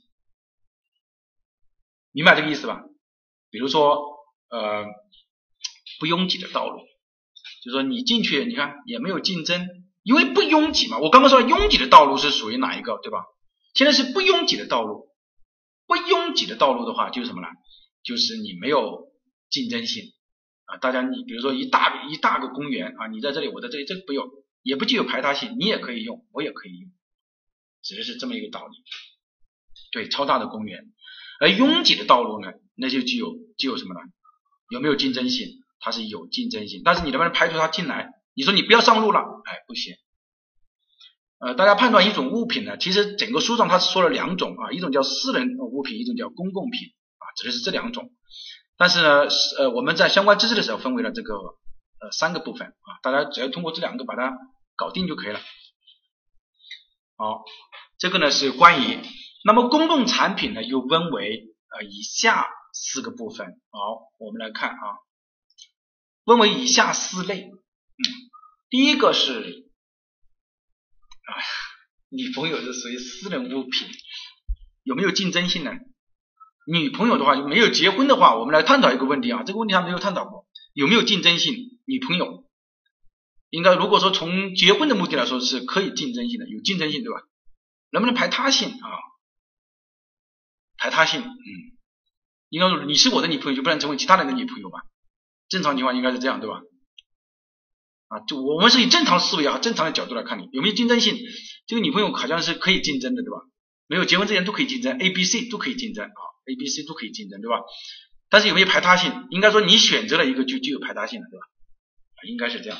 明白这个意思吧？比如说呃不拥挤的道路，就是说你进去你看也没有竞争。因为不拥挤嘛，我刚刚说拥挤的道路是属于哪一个，对吧？现在是不拥挤的道路，不拥挤的道路的话就是什么呢？就是你没有竞争性啊。大家你比如说一大一大个公园啊，你在这里我在这里，这个不用，也不具有排他性，你也可以用，我也可以用，指的是这么一个道理。对，超大的公园。而拥挤的道路呢，那就具有具有什么呢？有没有竞争性？它是有竞争性，但是你能不能排除它进来？你说你不要上路了，哎，不行。 呃，大家判断一种物品呢，其实整个书上它说了两种啊，一种叫私人物品，一种叫公共品啊，指的是这两种。但是呢，呃，我们在相关知识的时候分为了这个呃三个部分啊，大家只要通过这两个把它搞定就可以了。好，这个呢是关于，那么公共产品呢又分为呃以下四个部分。好，我们来看啊，分为以下四类。嗯，第一个是啊，女朋友是属于私人物品，有没有竞争性呢？女朋友的话，没有结婚的话，我们来探讨一个问题啊，这个问题还没有探讨过，有没有竞争性？女朋友应该如果说从结婚的目的来说是可以竞争性的，有竞争性，对吧？能不能排他性啊？排他性，嗯，应该说你是我的女朋友就不能成为其他人的女朋友吧？正常情况应该是这样，对吧？啊，就我们是以正常思维啊，正常的角度来看你有没有竞争性，这个女朋友好像是可以竞争的，对吧？没有结婚之前都可以竞争 ，A、B、C 都可以竞争啊 ，A、B、C 都可以竞争，对吧？但是有没有排他性？应该说你选择了一个就就有排他性了，对吧？啊，应该是这样，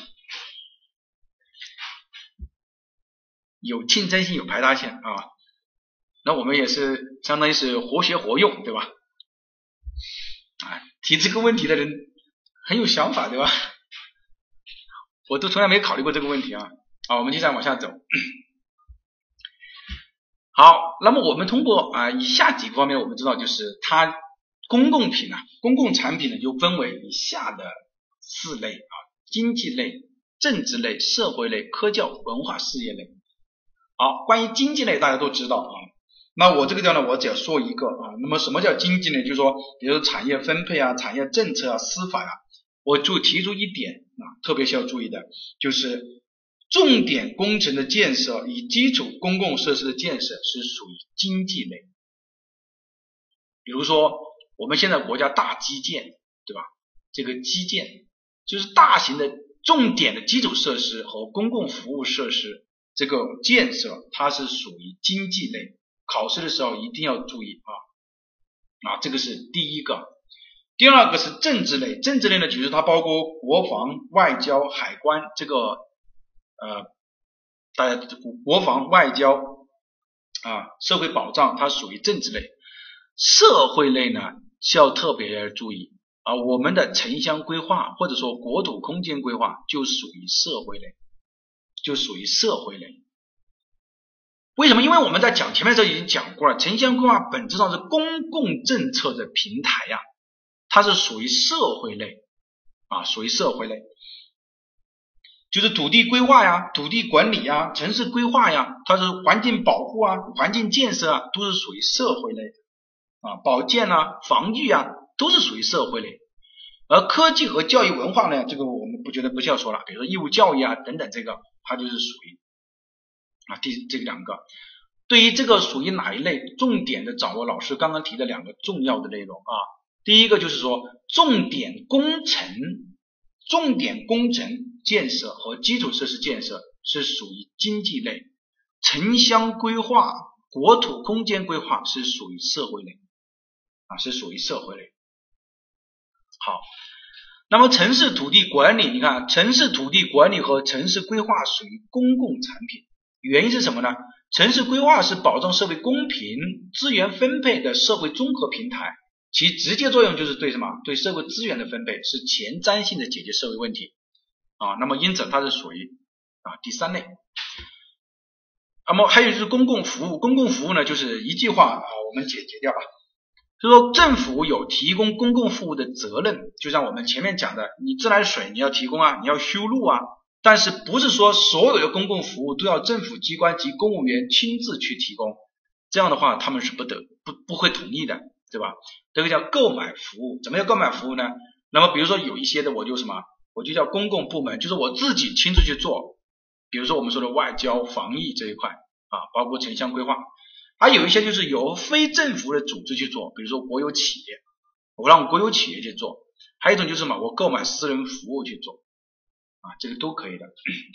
有竞争性，有排他性啊。那我们也是相当于是活学活用，对吧？啊，提这个问题的人很有想法，对吧？我都从来没考虑过这个问题啊。好，我们接下来往下走。好，那么我们通过啊以下几个方面，我们知道就是它公共品啊，公共产品呢又分为以下的四类啊：经济类、政治类、社会类、科教文化事业类。好，关于经济类大家都知道啊，那我这个地方呢，我只要说一个啊。那么什么叫经济呢？就是说，比如产业分配啊、产业政策啊、司法呀、啊，我就提出一点啊，特别需要注意的，就是重点工程的建设与基础公共设施的建设是属于经济类。比如说我们现在国家大基建，对吧？这个基建就是大型的重点的基础设施和公共服务设施这个建设，它是属于经济类。考试的时候一定要注意啊啊，这个是第一个。第二个是政治类，政治类呢，就是它包括国防、外交、海关这个呃，大家国防、外交啊、社会保障，它属于政治类。社会类呢，需要特别注意啊，我们的城乡规划或者说国土空间规划就属于社会类，就属于社会类。为什么？因为我们在讲前面的时候已经讲过了，城乡规划本质上是公共政策的平台呀、啊，它是属于社会类啊，属于社会类，就是土地规划呀、土地管理呀、城市规划呀，它是环境保护啊、环境建设啊，都是属于社会类的啊，保健啊、防御啊，都是属于社会类。而科技和教育文化呢，这个我们不觉得不需要说了，比如说义务教育啊等等，这个它就是属于啊，第这两个。对于这个属于哪一类，重点的掌握老师刚刚提的两个重要的内容啊。第一个就是说重点工程重点工程建设和基础设施建设是属于经济类，城乡规划、国土空间规划是属于社会类啊，是属于社会类。好，那么城市土地管理，你看城市土地管理和城市规划属于公共产品，原因是什么呢？城市规划是保障社会公平资源分配的社会综合平台，其直接作用就是对什么？对社会资源的分配，是前瞻性的解决社会问题啊。那么因此它是属于啊第三类。那么还有就是公共服务，公共服务呢就是一句话啊，我们解决掉啊，就是说政府有提供公共服务的责任，就像我们前面讲的，你自来水你要提供啊，你要修路啊。但是不是说所有的公共服务都要政府机关及公务员亲自去提供，这样的话他们是不得不不会同意的，对吧？这个叫购买服务。怎么叫购买服务呢？那么比如说有一些的我就什么，我就叫公共部门，就是我自己亲自去做，比如说我们说的外交、防疫这一块啊，包括城乡规划。还有一些就是由非政府的组织去做，比如说国有企业，我让国有企业去做。还有一种就是什么，我购买私人服务去做啊，这个都可以的。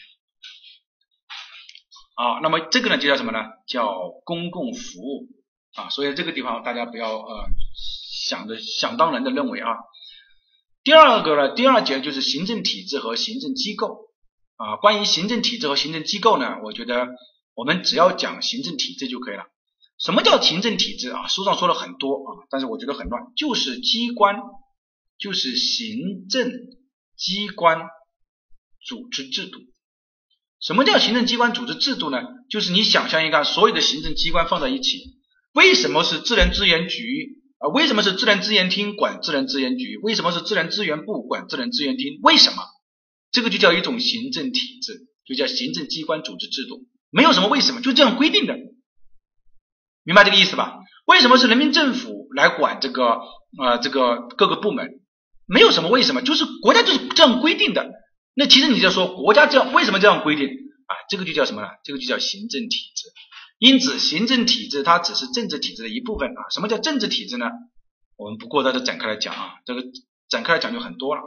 啊，那么这个呢就叫什么呢？叫公共服务啊。所以这个地方大家不要呃想着想当然的认为啊。第二个呢，第二节就是行政体制和行政机构啊。关于行政体制和行政机构呢，我觉得我们只要讲行政体制就可以了。什么叫行政体制啊？书上说了很多啊，但是我觉得很乱，就是机关，就是行政机关组织制度。什么叫行政机关组织制度呢？就是你想象一个所有的行政机关放在一起，为什么是自然资源局啊？为什么是自然资源厅管自然资源局？为什么是自然资源部管自然资源厅？为什么？这个就叫一种行政体制，就叫行政机关组织制度，没有什么为什么，就这样规定的，明白这个意思吧？为什么是人民政府来管这个呃这个各个部门？没有什么为什么，就是国家就是这样规定的。那其实你就说国家这样为什么这样规定啊？这个就叫什么呢？这个就叫行政体制。因此行政体制它只是政治体制的一部分啊。什么叫政治体制呢？我们不过在这展开来讲啊，这个展开来讲就很多了。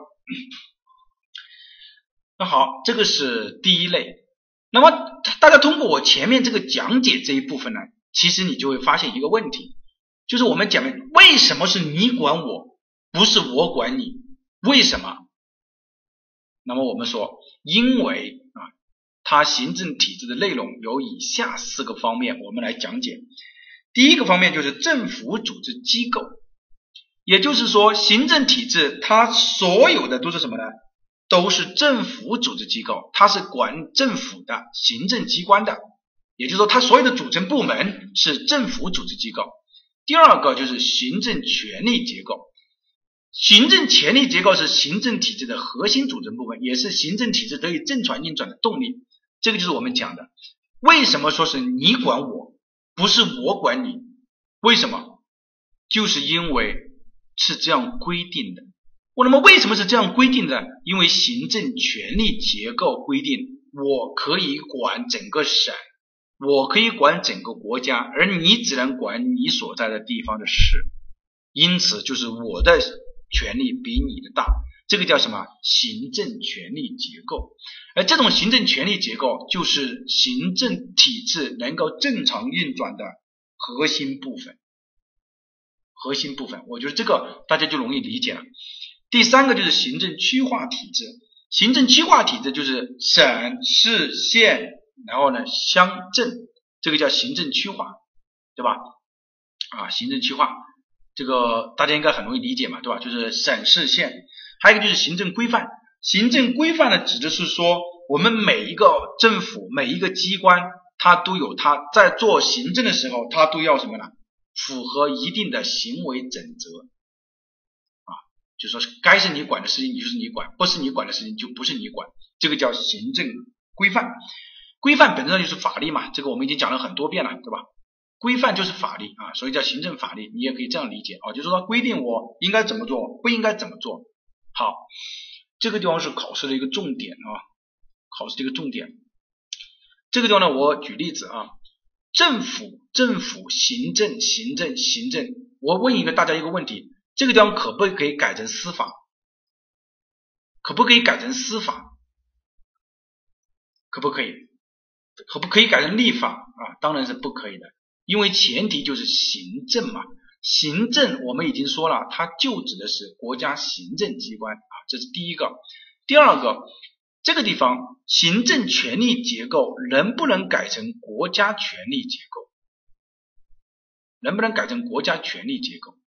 那好，这个是第一类。那么大家通过我前面这个讲解这一部分呢，其实你就会发现一个问题，就是我们讲的为什么是你管我，不是我管你？为什么？那么我们说，因为啊，它行政体制的内容有以下四个方面，我们来讲解。第一个方面就是政府组织机构，也就是说，行政体制它所有的都是什么呢？都是政府组织机构，它是管政府的行政机关的，也就是说，它所有的组成部门是政府组织机构。第二个就是行政权力结构。行政权力结构是行政体制的核心组成部分，也是行政体制得以正常运转的动力。这个就是我们讲的，为什么说是你管我，不是我管你？为什么？就是因为是这样规定的。那么为什么是这样规定的？因为行政权力结构规定，我可以管整个省，我可以管整个国家，而你只能管你所在的地方的事。因此就是我的权力比你的大，这个叫什么？行政权力结构。而这种行政权力结构就是行政体制能够正常运转的核心部分。核心部分，我觉得这个大家就容易理解了。第三个就是行政区划体制。行政区划体制就是省、市、县，然后呢乡镇，这个叫行政区划，对吧？啊，行政区划。这个大家应该很容易理解嘛，对吧？就是省市县。还有一个就是行政规范。行政规范呢，指的是说我们每一个政府每一个机关它都有它在做行政的时候，它都要什么呢？符合一定的行为准则啊，就说该是你管的事情就是你管，不是你管的事情就不是你管，这个叫行政规范。规范本质上就是法律嘛，这个我们已经讲了很多遍了，对吧？规范就是法律啊，所以叫行政法律，你也可以这样理解啊，就是说规定我应该怎么做，不应该怎么做。好，这个地方是考试的一个重点啊，考试的一个重点。这个地方呢，我举例子啊，政府、政府、行政、行政、行政，我问一个大家一个问题，这个地方可不可以改成司法？可不可以改成司法？可不可以？可不可以改成立法啊？当然是不可以的。因为前提就是行政嘛，行政我们已经说了，它就指的是国家行政机关啊，这是第一个。第二个，这个地方行政权力结构能不能改成国家权力结构？能不能改成国家权力结构？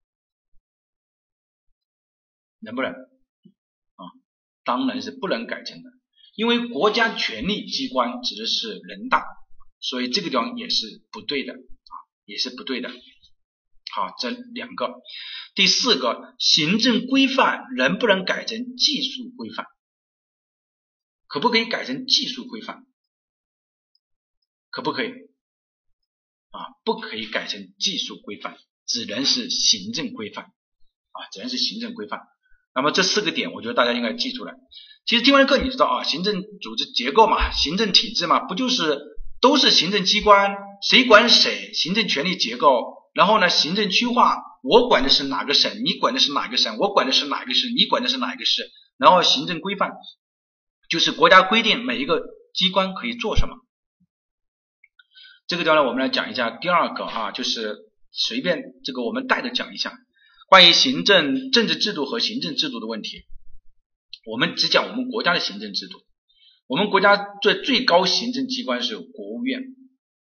能不能啊？当然是不能改成的，因为国家权力机关指的是人大，所以这个地方也是不对的。也是不对的。好，这两个。第四个，行政规范能不能改成技术规范？可不可以改成技术规范？可不可以？啊，不可以改成技术规范，只能是行政规范啊，只能是行政规范。那么这四个点，我觉得大家应该记出来。其实听完课你知道啊，行政组织结构嘛，行政体制嘛，不就是都是行政机关，谁管谁，行政权力结构，然后呢行政区划，我管的是哪个省，你管的是哪个省，我管的是哪个市，你管的是哪个市，然后行政规范就是国家规定每一个机关可以做什么。这个地方呢，我们来讲一下第二个啊，就是随便这个我们带着讲一下关于行政政治制度和行政制度的问题。我们只讲我们国家的行政制度。我们国家最最高行政机关是国务院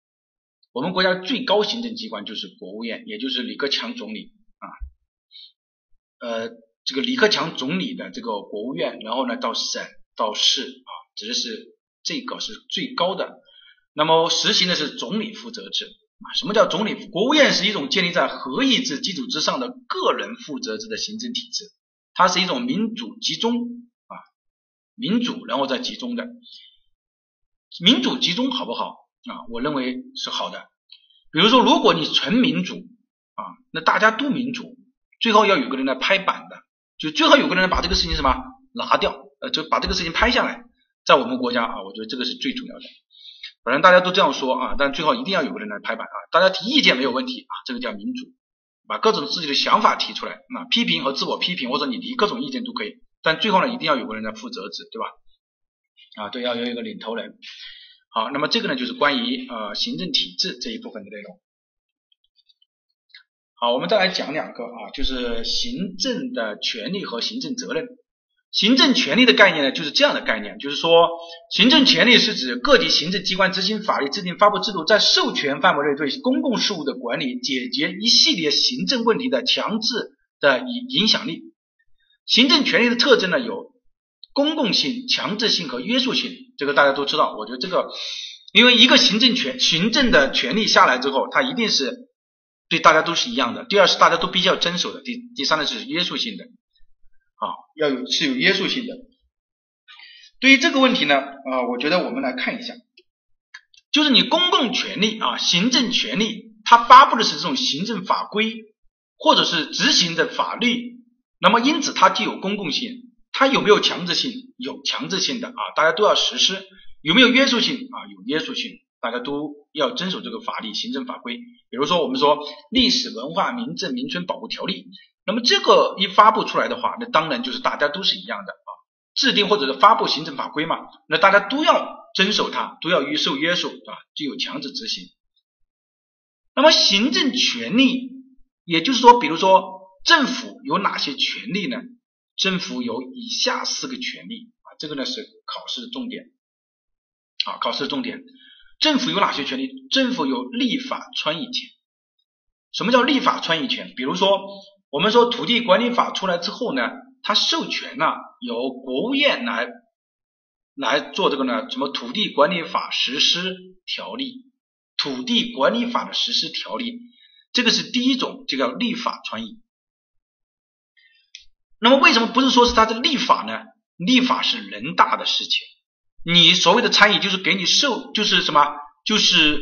我们国家最高行政机关就是国务院，也就是李克强总理啊，呃，这个李克强总理的这个国务院，然后呢到省到市啊，指的是这个是最高的。那么实行的是总理负责制啊。什么叫总理？国务院是一种建立在合议制基础之上的个人负责制的行政体制，它是一种民主集中啊，民主然后再集中的。民主集中好不好啊？我认为是好的。比如说，如果你纯民主啊，那大家都民主，最后要有个人来拍板的，就最好有个人把这个事情什么拿掉，呃，就把这个事情拍下来。在我们国家啊，我觉得这个是最主要的。反正大家都这样说啊，但最后一定要有个人来拍板啊，大家提意见没有问题啊，这个叫民主，把各种自己的想法提出来，啊，批评和自我批评或者你提各种意见都可以，但最后呢，一定要有个人来负责制，对吧？啊，对，要有一个领头人。好，那么这个呢就是关于呃行政体制这一部分的内容。好，我们再来讲两个啊，就是行政的权利和行政责任。行政权利的概念呢，就是这样的概念，就是说，行政权利是指各级行政机关执行法律、制定发布制度，在授权范围内对公共事务的管理，解决一系列行政问题的强制的影影响力。行政权利的特征呢，有公共性、强制性和约束性，这个大家都知道。我觉得这个，因为一个行政权、行政的权利下来之后，它一定是对大家都是一样的。第二是大家都必须要遵守的。第第三呢是约束性的。啊，要有是有约束性的。对于这个问题呢，啊，我觉得我们来看一下，就是你公共权利啊，行政权利，它发布的是这种行政法规或者是执行的法律，那么因此它具有公共性。它有没有强制性？有强制性的啊，大家都要实施。有没有约束性啊？有约束性，大家都要遵守这个法律、行政法规。比如说我们说历史文化民政民村保护条例。那么这个一发布出来的话，那当然就是大家都是一样的啊，制定或者是发布行政法规嘛，那大家都要遵守它，都要受约束啊，具有强制执行。那么行政权利，也就是说，比如说政府有哪些权利呢？政府有以下四个权利啊，这个呢是考试的重点啊，考试的重点。政府有哪些权利？政府有立法参议权。什么叫立法参议权？比如说我们说土地管理法出来之后呢，它授权呢由国务院来来做这个呢什么土地管理法实施条例，土地管理法的实施条例，这个是第一种，这叫立法参议。那么为什么不是说是它的立法呢？立法是人大的事情，你所谓的参议就是给你授，就是什么，就是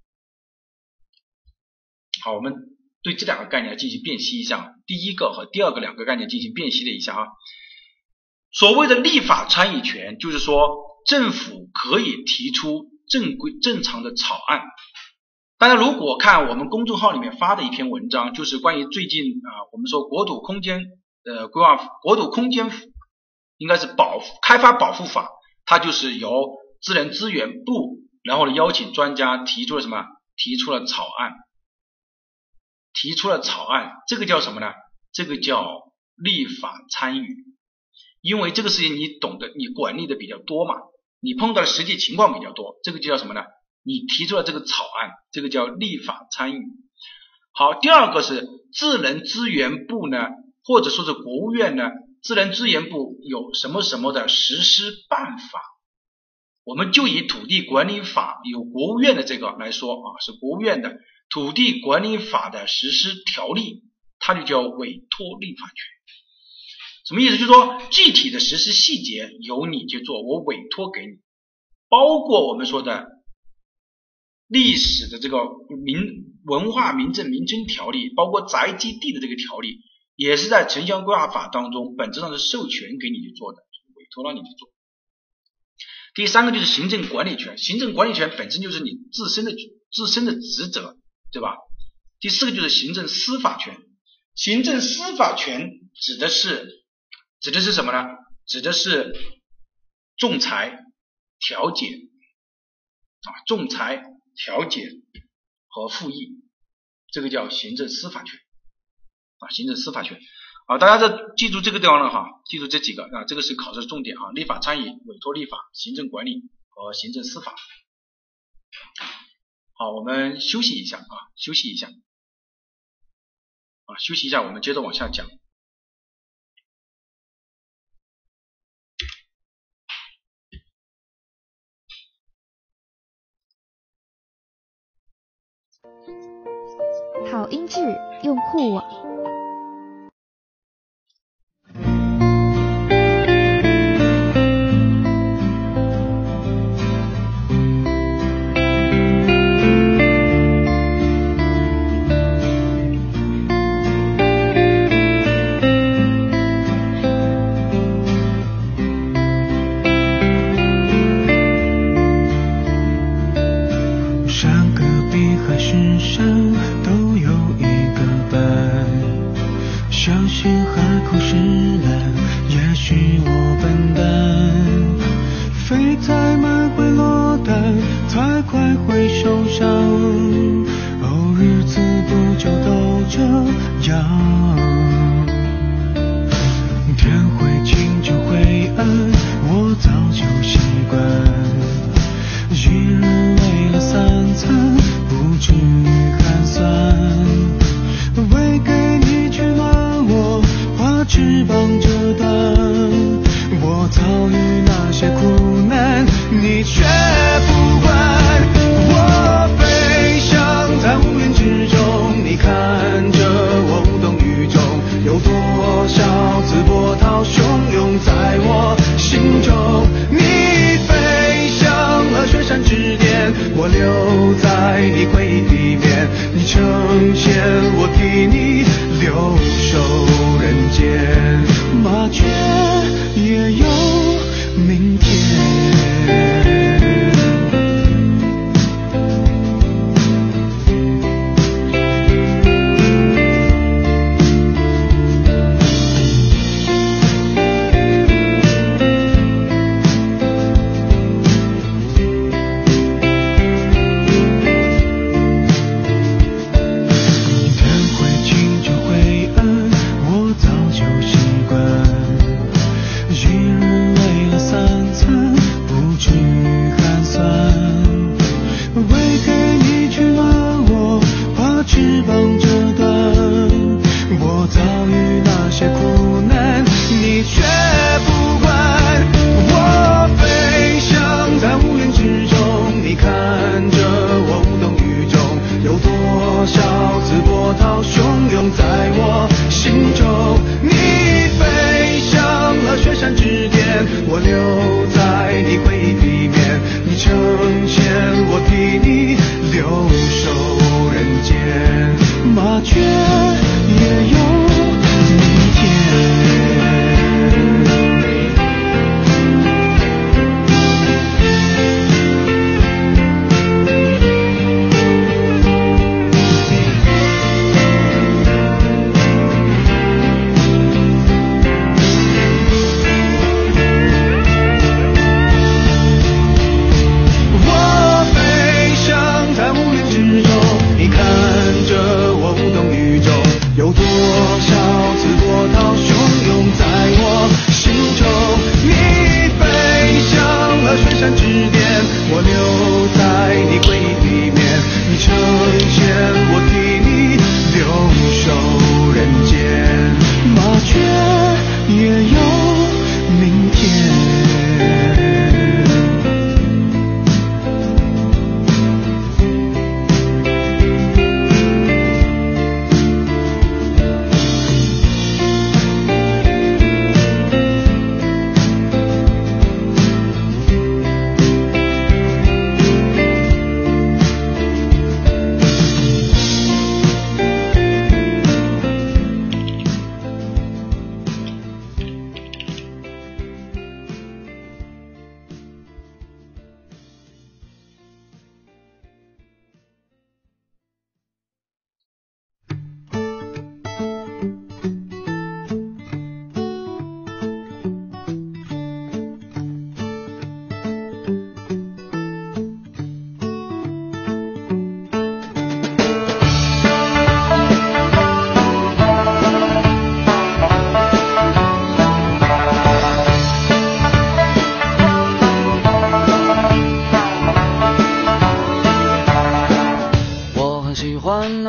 好，我们对这两个概念进行辨析一下，第一个和第二个两个概念进行辨析了一下啊。所谓的立法参议权，就是说政府可以提出正规正常的草案。大家如果看我们公众号里面发的一篇文章，就是关于最近啊、呃，我们说国土空间呃规划国土空间应该是保开发保护法，它就是由自然资源部，然后呢邀请专家提出了什么？提出了草案。提出了草案，这个叫什么呢？这个叫立法参与。因为这个事情你懂得，你管理的比较多嘛，你碰到的实际情况比较多，这个就叫什么呢？你提出了这个草案，这个叫立法参与。好，第二个是自然资源部呢，或者说是国务院呢，自然资源部有什么什么的实施办法。我们就以土地管理法有国务院的这个来说啊，是国务院的土地管理法的实施条例，它就叫委托立法权。什么意思？就是说具体的实施细节由你去做，我委托给你，包括我们说的历史的这个民文化民政民村条例，包括宅基地的这个条例，也是在城乡规划法当中本质上是授权给你去做的，委托让你去做。第三个就是行政管理权，行政管理权本身就是你自身的自身的职责，对吧？第四个就是行政司法权，行政司法权指的是指的是什么呢？指的是仲裁、调解啊，仲裁、调解和复议，这个叫行政司法权啊，行政司法权。好，大家再记住这个地方了哈，记住这几个啊，这个是考试重点啊，立法参与、委托立法、行政管理和行政司法。 好，我们休息一下啊，休息一下啊，休息一下，我们接着往下讲。 好音质用户网。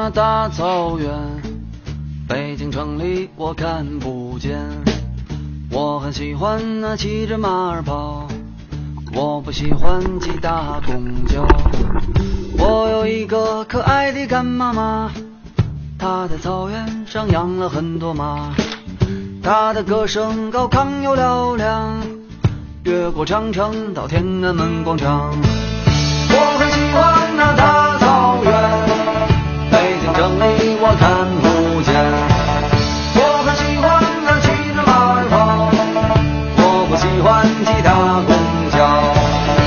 那大草原，北京城里我看不见。我很喜欢那骑着马儿跑，我不喜欢挤大公交。我有一个可爱的干妈妈，她在草原上养了很多马，她的歌声高亢又嘹亮，越过长城到天安门广场。我很喜欢那大草原，北京城里我看不见。我很喜欢那骑着马儿跑，我不喜欢挤大公交。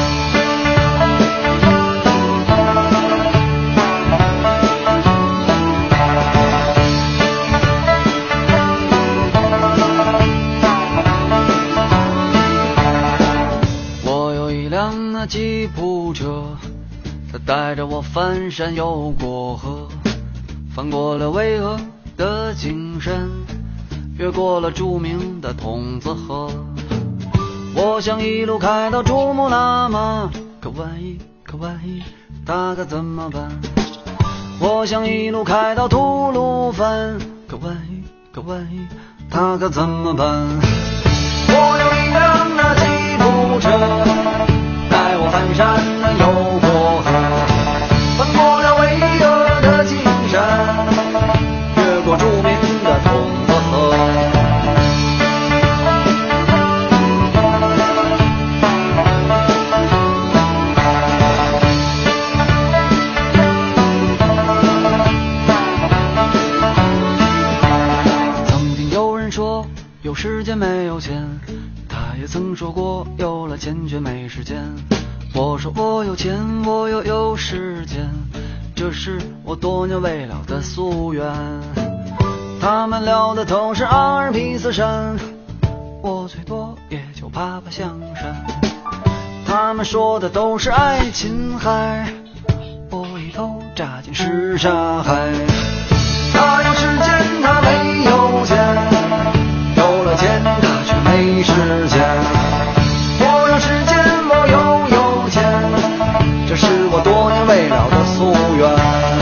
我有一辆那吉普车，它带着我翻山又过河，翻过了巍峨的景山，越过了著名的筒子河。我想一路开到珠穆朗玛，可万一可万一它可怎么办？我想一路开到吐鲁番，可万一可万一它可怎么办？我有一辆那吉普车，带我翻山又过河，翻过了巍峨的金山，越过著名的筒子河。曾经有人说有时间没有钱，他也曾说过有了钱却没时间。我说我有钱，我又有时间，这是我多年未了的夙愿。他们聊的都是阿尔卑斯山，我最多也就爬爬象山。他们说的都是爱琴海，我一头扎进什刹海。他有时间，他没有钱，有了钱他却没时间。我有时间，我又有钱，这是我多年未了的夙愿。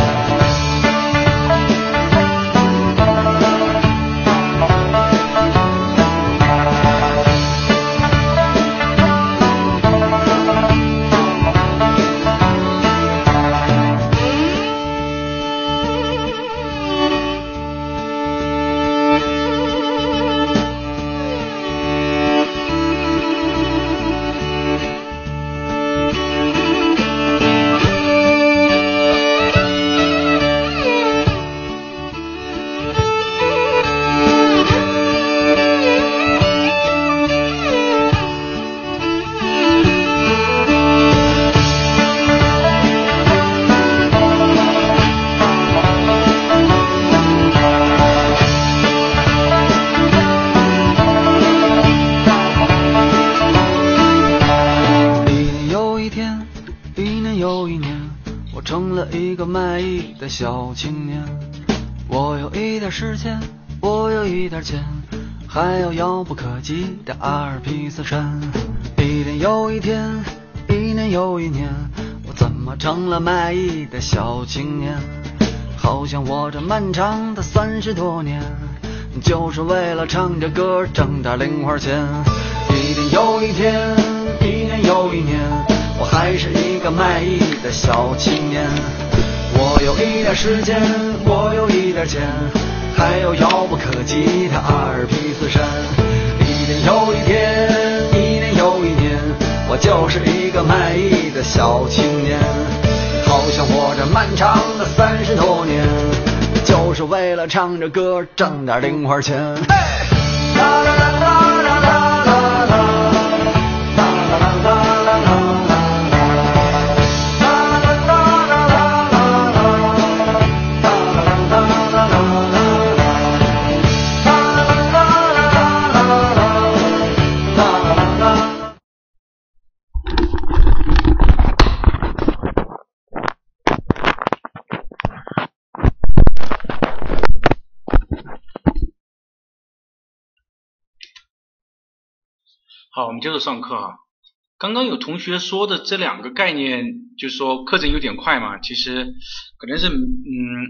小青年，我有一点时间，我有一点钱，还有遥不可及的阿尔卑斯山。一年又一天，一年又一年，我怎么成了卖艺的小青年？好像我这漫长的三十多年，就是为了唱着歌挣点零花钱。一年又一天，一年又一年，我还是一个卖艺的小青年。我有一点时间，我有一点钱，还有遥不可及的阿尔卑斯山。一年又一天，一年又一年，我就是一个卖艺的小青年。好像我这漫长的三十多年，就是为了唱着歌挣点零花钱。啦啦啦啦啦啦啦啦。 好，我们接着上课啊。刚刚有同学说的这两个概念，就是说课程有点快嘛，其实可能是嗯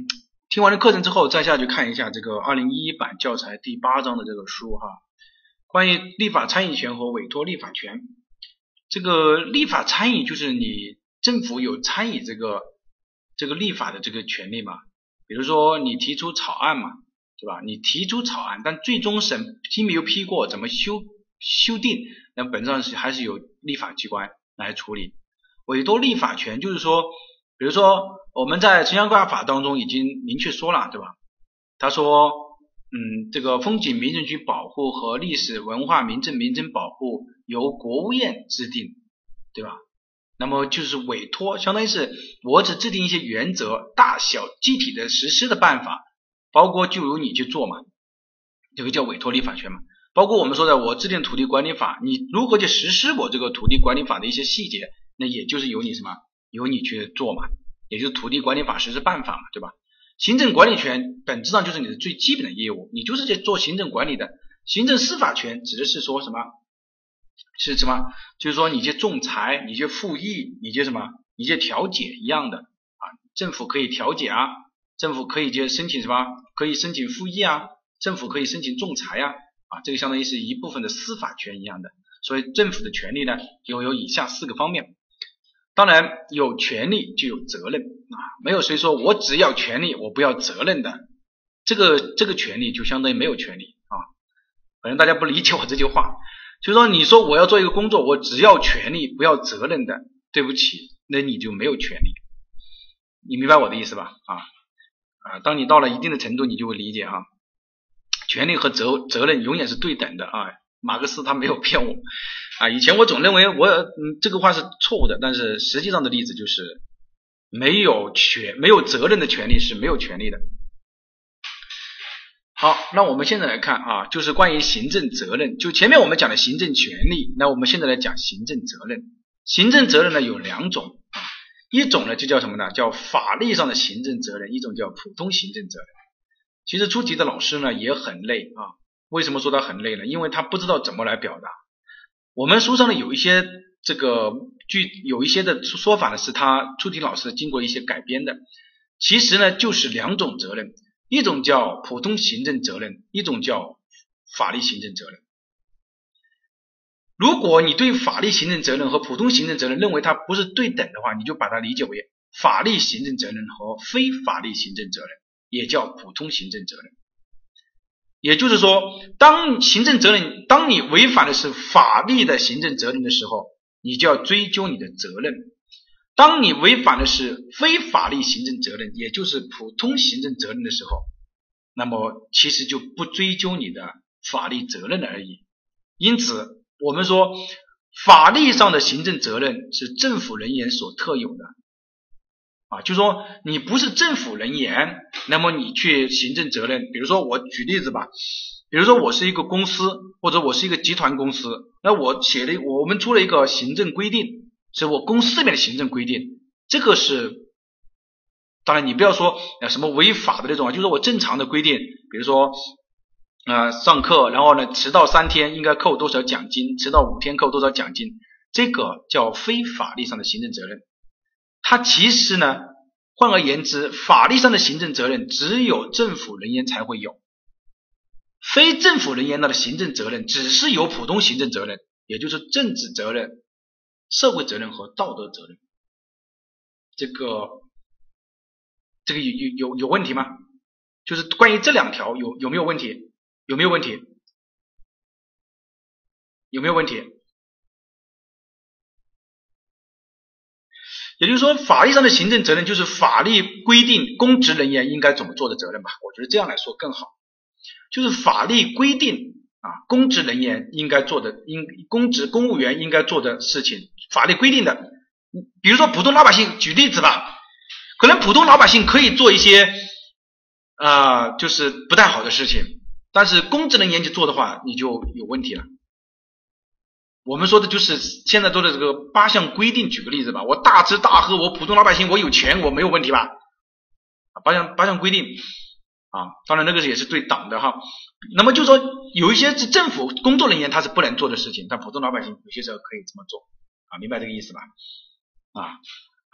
听完了课程之后，再下去看一下这个二零一一版教材第八章的这个书哈，关于立法参议权和委托立法权。这个立法参议就是你政府有参与这个这个立法的这个权利嘛，比如说你提出草案嘛，对吧？你提出草案，但最终审批没有批过，怎么修修订，那本质上是还是由立法机关来处理。委托立法权就是说，比如说我们在城乡规划法当中已经明确说了，对吧？他说嗯，这个风景名胜区保护和历史文化名胜名称保护由国务院制定，对吧？那么就是委托，相当于是我只制定一些原则，大小具体的实施的办法，包括就由你去做嘛，这个叫委托立法权嘛。包括我们说的我制定土地管理法，你如何去实施我这个土地管理法的一些细节，那也就是由你什么，由你去做嘛，也就是土地管理法实施办法嘛，对吧？行政管理权本质上就是你的最基本的业务，你就是在做行政管理的。行政司法权指的是说什么？是什么？就是说你去仲裁，你去复议，你去什么？你去调解一样的啊。政府可以调解啊，政府可以去申请什么？可以申请复议啊，政府可以申请仲裁啊，啊，这个相当于是一部分的司法权一样的。所以政府的权利呢，有有以下四个方面。当然有权利就有责任啊，没有谁说我只要权利我不要责任的，这个这个权利就相当于没有权利啊。反正大家不理解我这句话，就是说你说我要做一个工作，我只要权利不要责任的，对不起，那你就没有权利。你明白我的意思吧？啊啊，当你到了一定的程度，你就会理解啊，权利和责责任永远是对等的啊。马克思他没有骗我啊，以前我总认为我嗯这个话是错误的，但是实际上的例子就是没有权没有责任的权利是没有权利的。好，那我们现在来看啊，就是关于行政责任，就前面我们讲的行政权利，那我们现在来讲行政责任。行政责任呢有两种啊，一种呢就叫什么呢？叫法律上的行政责任，一种叫普通行政责任。其实出题的老师呢也很累啊。为什么说他很累呢？因为他不知道怎么来表达。我们书上呢有一些这个具有一些的说法呢是他出题老师经过一些改编的，其实呢就是两种责任，一种叫普通行政责任，一种叫法律行政责任。如果你对法律行政责任和普通行政责任认为它不是对等的话，你就把它理解为法律行政责任和非法律行政责任，也叫普通行政责任。也就是说，当行政责任，当你违反的是法律的行政责任的时候，你就要追究你的责任；当你违反的是非法律行政责任，也就是普通行政责任的时候，那么其实就不追究你的法律责任了而已。因此，我们说法律上的行政责任是政府人员所特有的。啊，就说你不是政府人员，那么你去行政责任，比如说我举例子吧，比如说我是一个公司，或者我是一个集团公司，那我写了我们出了一个行政规定，是我公司里面的行政规定，这个是当然你不要说呃什么违法的那种啊，就是我正常的规定，比如说呃上课然后呢迟到三天应该扣多少奖金，迟到五天扣多少奖金，这个叫非法律上的行政责任。它其实呢，换而言之，法律上的行政责任只有政府人员才会有，非政府人员的行政责任只是有普通行政责任，也就是政治责任、社会责任和道德责任。这个这个有有有有问题吗？就是关于这两条有有没有问题？有没有问题？有没有问题？也就是说，法律上的行政责任就是法律规定公职人员应该怎么做的责任吧，我觉得这样来说更好。就是法律规定啊，公职人员应该做的，应公职公务员应该做的事情，法律规定的。比如说普通老百姓，举例子吧，可能普通老百姓可以做一些啊、呃，就是不太好的事情，但是公职人员去做的话，你就有问题了。我们说的就是现在做的这个八项规定，举个例子吧，我大吃大喝，我普通老百姓，我有钱，我没有问题吧？八项八项规定啊，当然那个也是对党的哈。那么就说有一些是政府工作人员他是不能做的事情，但普通老百姓有些时候可以这么做啊，明白这个意思吧？啊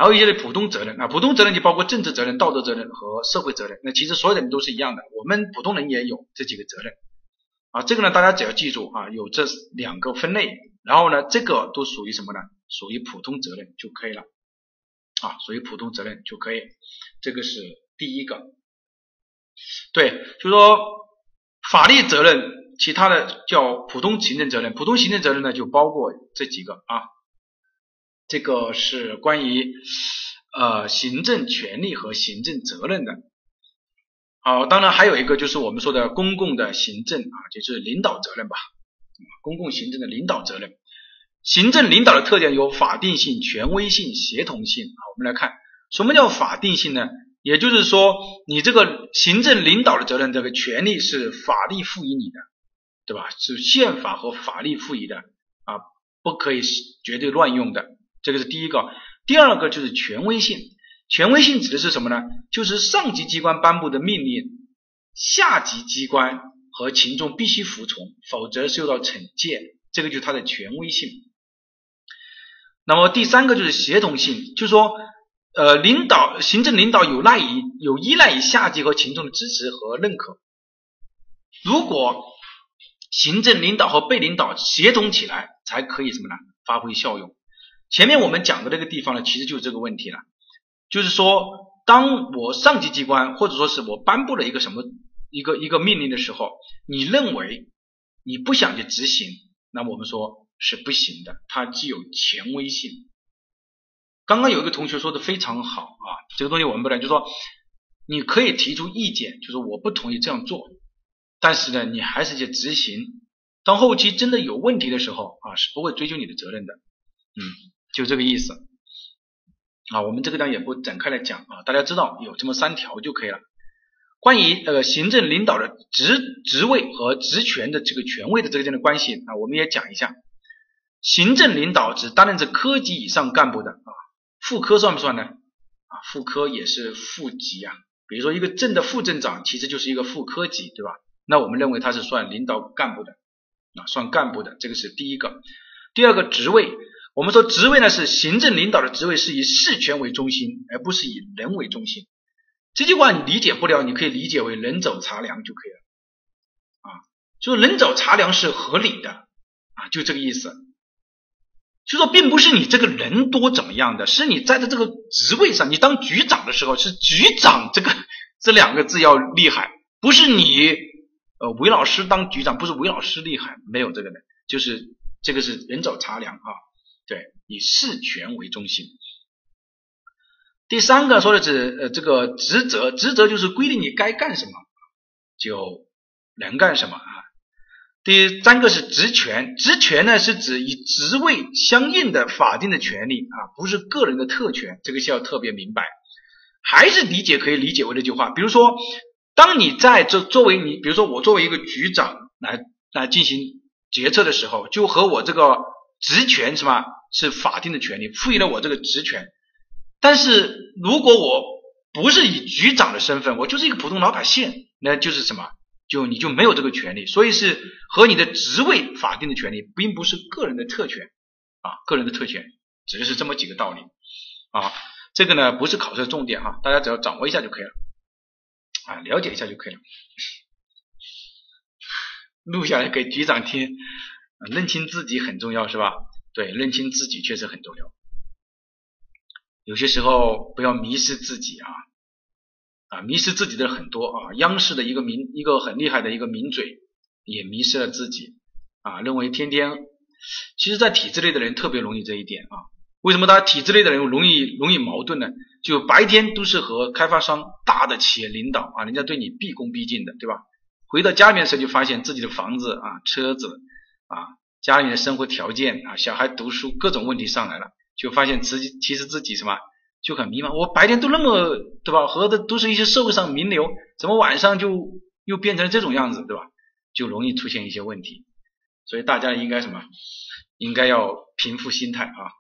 还有一些的普通责任啊，普通责任就包括政治责任、道德责任和社会责任。那其实所有的人都是一样的，我们普通人也有这几个责任啊。这个呢，大家只要记住啊，有这两个分类，然后呢，这个都属于什么呢？属于普通责任就可以了啊，属于普通责任就可以。这个是第一个。对，就是说法律责任，其他的叫普通行政责任。普通行政责任呢，就包括这几个啊。这个是关于呃行政权利和行政责任的。好，当然还有一个就是我们说的公共的行政啊，就是领导责任吧，公共行政的领导责任。行政领导的特点有法定性、权威性、协同性。好，我们来看什么叫法定性呢？也就是说你这个行政领导的责任，这个权利是法律赋予你的，对吧？是宪法和法律赋予的啊，不可以绝对乱用的。这个是第一个。第二个就是权威性。权威性指的是什么呢？就是上级机关颁布的命令，下级机关和群众必须服从，否则受到惩戒，这个就是它的权威性。那么第三个就是协同性，就是说呃，领导行政领导有赖于有依赖于下级和群众的支持和认可。如果行政领导和被领导协同起来，才可以什么呢？发挥效用。前面我们讲的这个地方呢，其实就是这个问题了，就是说当我上级机关或者说是我颁布了一个什么一个一个命令的时候，你认为你不想去执行，那么我们说是不行的，它具有权威性。刚刚有一个同学说的非常好啊，这个东西我们不能，就是说你可以提出意见，就是我不同意这样做，但是呢你还是去执行，当后期真的有问题的时候啊，是不会追究你的责任的。嗯，就这个意思啊。我们这个呢也不展开来讲啊，大家知道有这么三条就可以了。关于呃行政领导的职职位和职权的这个权威的这个间的关系啊，我们也讲一下。行政领导只担任着科级以上干部的啊，副科算不算呢？啊，副科也是副级啊。比如说一个镇的副镇长其实就是一个副科级，对吧？那我们认为他是算领导干部的啊，算干部的，这个是第一个。第二个职位，我们说职位呢是行政领导的职位是以事权为中心，而不是以人为中心。这句话你理解不了，你可以理解为人走茶凉就可以了啊，就是人走茶凉是合理的啊，就这个意思。就说并不是你这个人多怎么样的，是你在这个职位上，你当局长的时候是局长这个这两个字要厉害，不是你呃韦老师当局长，不是韦老师厉害，没有这个的，就是这个是人走茶凉啊，对，以事权为中心。第三个说的是呃这个职责，职责就是规定你该干什么就能干什么啊。第三个是职权，职权呢是指与职位相应的法定的权利啊，不是个人的特权，这个是要特别明白。还是理解可以理解为这句话，比如说当你在这作为你，比如说我作为一个局长来来进行决策的时候，就和我这个职权什么是法定的权利，赋予了我这个职权。但是如果我不是以局长的身份，我就是一个普通老百姓，那就是什么？就你就没有这个权利，所以是和你的职位法定的权利，并不是个人的特权啊，个人的特权，指的是这么几个道理啊。这个呢不是考试的重点哈，大家只要掌握一下就可以了啊，了解一下就可以了。录下来给局长听，啊，认清自己很重要是吧？对，认清自己确实很重要。有些时候不要迷失自己啊。啊，迷失自己的很多啊，央视的一个名一个很厉害的一个名嘴也迷失了自己啊，认为天天，其实在体制内的人特别容易这一点啊。为什么他体制内的人容易容易矛盾呢？就白天都是和开发商大的企业领导啊，人家对你毕恭毕敬的，对吧？回到家里面的时候就发现自己的房子啊、车子啊、家里面的生活条件啊、小孩读书各种问题上来了，就发现自己其实自己什么就很迷茫，我白天都那么对吧，和的都是一些社会上名流，怎么晚上就又变成这种样子，对吧？就容易出现一些问题。所以大家应该什么？应该要平复心态啊。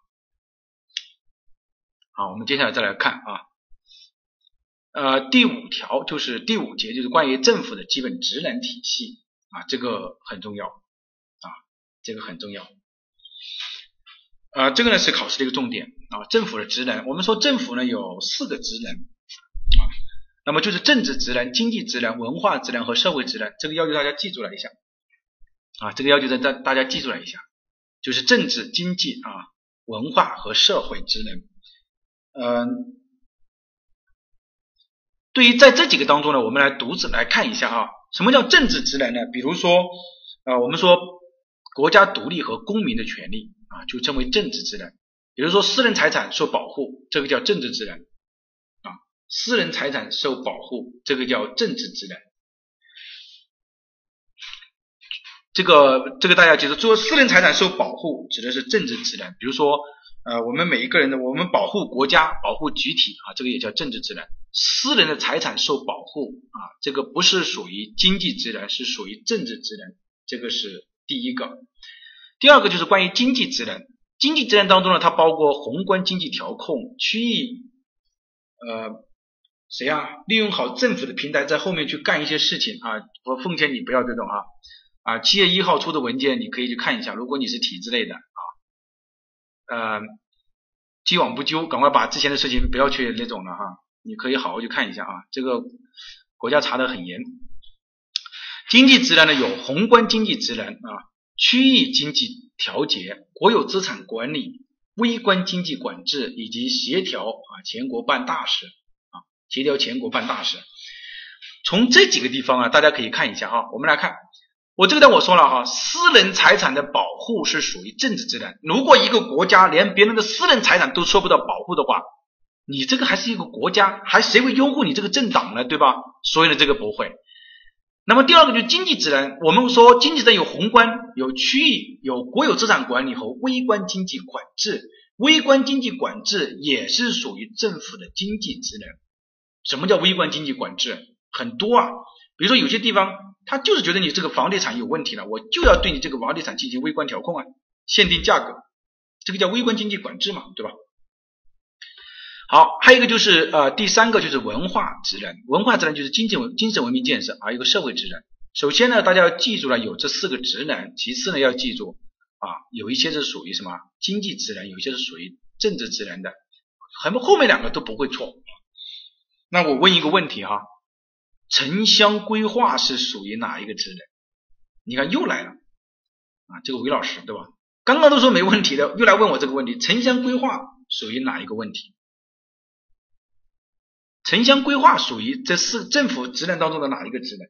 好，我们接下来再来看啊，呃，第五条就是第五节，就是关于政府的基本职能体系啊，这个很重要啊，这个很重要。啊，这个呢是考试的一个重点啊，政府的职能，我们说政府呢有四个职能啊，那么就是政治职能、经济职能、文化职能和社会职能，这个要求大家记住了一下啊，这个要求大大家记住了一下，就是政治、经济啊、文化和社会职能。嗯、呃，对于在这几个当中呢，我们来独自来看一下啊，什么叫政治职能呢？比如说呃，我们说国家独立和公民的权利啊，就称为政治职能。比如说私人财产受保护，这个叫政治职能啊，私人财产受保护，这个叫政治职能。这个这个大家记住，说私人财产受保护指的是政治职能。比如说呃，我们每一个人的，我们保护国家、保护集体啊，这个也叫政治职能。私人的财产受保护啊，这个不是属于经济职能，是属于政治职能，这个是第一个。第二个就是关于经济职能。经济职能当中呢，它包括宏观经济调控、区域呃谁啊，利用好政府的平台在后面去干一些事情啊。我奉劝你不要这种啊啊，七月一号出的文件你可以去看一下，如果你是体制类的啊，呃，既往不咎，赶快把之前的事情不要去那种了哈，你可以好好去看一下啊，这个国家查得很严。经济职能呢有宏观经济职能啊，区域经济调节、国有资产管理、微观经济管制以及协调啊全国办大事啊，协调全国办大事。从这几个地方啊，大家可以看一下啊，我们来看，我这个呢我说了啊，私人财产的保护是属于政治职能。如果一个国家连别人的私人财产都受不到保护的话，你这个还是一个国家，还谁会拥护你这个政党呢，对吧？所以呢这个不会。那么第二个就是经济职能，我们说经济职能有宏观、有区域、有国有资产管理和微观经济管制。微观经济管制也是属于政府的经济职能。什么叫微观经济管制？很多啊，比如说有些地方他就是觉得你这个房地产有问题了，我就要对你这个房地产进行微观调控啊，限定价格，这个叫微观经济管制嘛，对吧？好，还有一个就是呃，第三个就是文化职能。文化职能就是精神文精神文明建设，还有一个社会职能。首先呢，大家要记住了有这四个职能，其次呢要记住啊，有一些是属于什么经济职能，有一些是属于政治职能的，很后面两个都不会错。那我问一个问题哈，城乡规划是属于哪一个职能？你看又来了啊，这个韦老师对吧？刚刚都说没问题的，又来问我这个问题，城乡规划属于哪一个问题？城乡规划属于这四政府职能当中的哪一个职能？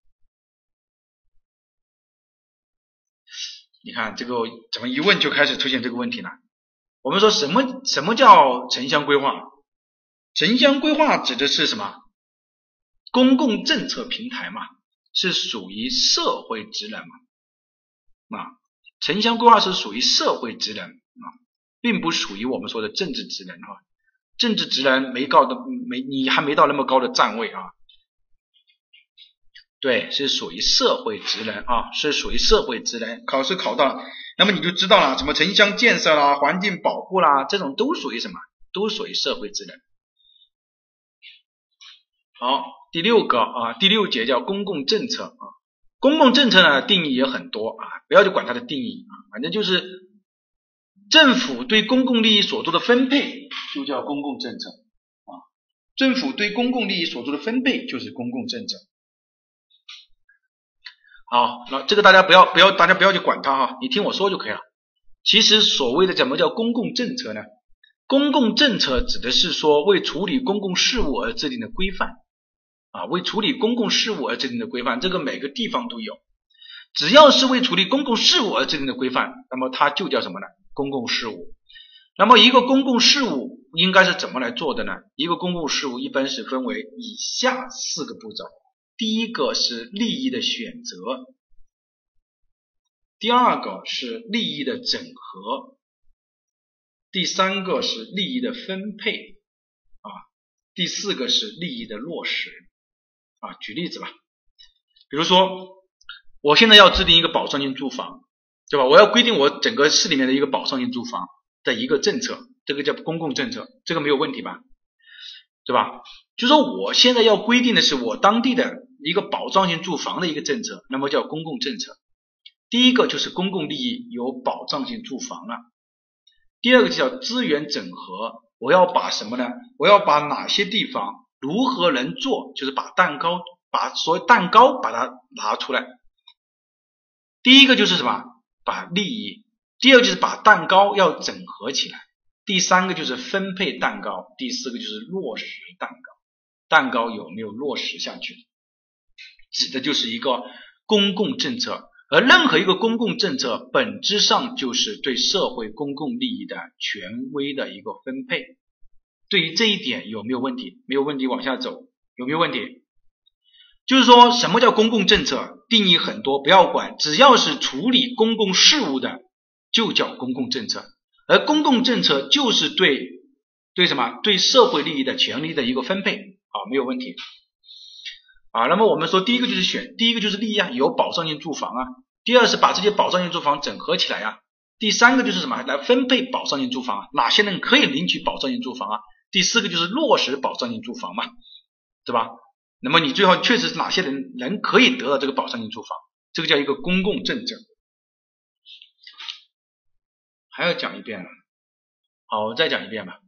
你看这个怎么一问就开始出现这个问题了？我们说什么什么叫城乡规划？城乡规划指的是什么？公共政策平台嘛，是属于社会职能嘛。啊，城乡规划是属于社会职能啊，并不属于我们说的政治职能哈。政治职能没高的没你还没到那么高的站位啊，对，是属于社会职能啊，是属于社会职能。考试考到了，那么你就知道了，什么城乡建设啦、环境保护啦，这种都属于什么？都属于社会职能。好，第六个啊，第六节叫公共政策啊。公共政策呢定义也很多啊，不要去管它的定义啊，反正就是政府对公共利益所做的分配就叫公共政策啊，政府对公共利益所做的分配就是公共政策。好，那这个大家不要不要大家不要去管它哈，你听我说就可以了。其实所谓的怎么叫公共政策呢？公共政策指的是说为处理公共事务而制定的规范啊，为处理公共事务而制定的规范，这个每个地方都有。只要是为处理公共事务而制定的规范，那么它就叫什么呢？公共事务。那么一个公共事务应该是怎么来做的呢？一个公共事务一般是分为以下四个步骤。第一个是利益的选择，第二个是利益的整合，第三个是利益的分配啊，第四个是利益的落实啊。举例子吧，比如说我现在要制定一个保障性住房，对吧？我要规定我整个市里面的一个保障性住房的一个政策，这个叫公共政策，这个没有问题吧？对吧？就说我现在要规定的是我当地的一个保障性住房的一个政策，那么叫公共政策。第一个就是公共利益有保障性住房了。 第二个就叫资源整合，我要把什么呢？我要把哪些地方如何能做，就是把蛋糕把所有蛋糕把它拿出来。第一个就是什么？把利益。第二个就是把蛋糕要整合起来。第三个就是分配蛋糕。第四个就是落实蛋糕。蛋糕有没有落实下去？指的就是一个公共政策，而任何一个公共政策本质上就是对社会公共利益的权威的一个分配。对于这一点有没有问题？没有问题，往下走。有没有问题？就是说什么叫公共政策？定义很多，不要管，只要是处理公共事务的就叫公共政策。而公共政策就是对对什么？对社会利益的权利的一个分配。好，没有问题。啊，那么我们说第一个就是选，第一个就是利益啊，有保障性住房啊。第二是把这些保障性住房整合起来啊。第三个就是什么？来分配保障性住房啊，哪些人可以领取保障性住房啊？第四个就是落实保障性住房嘛，对吧？那么你最后确实是哪些人人可以得到这个保障性住房，这个叫一个公共政策。还要讲一遍了，好，我再讲一遍吧。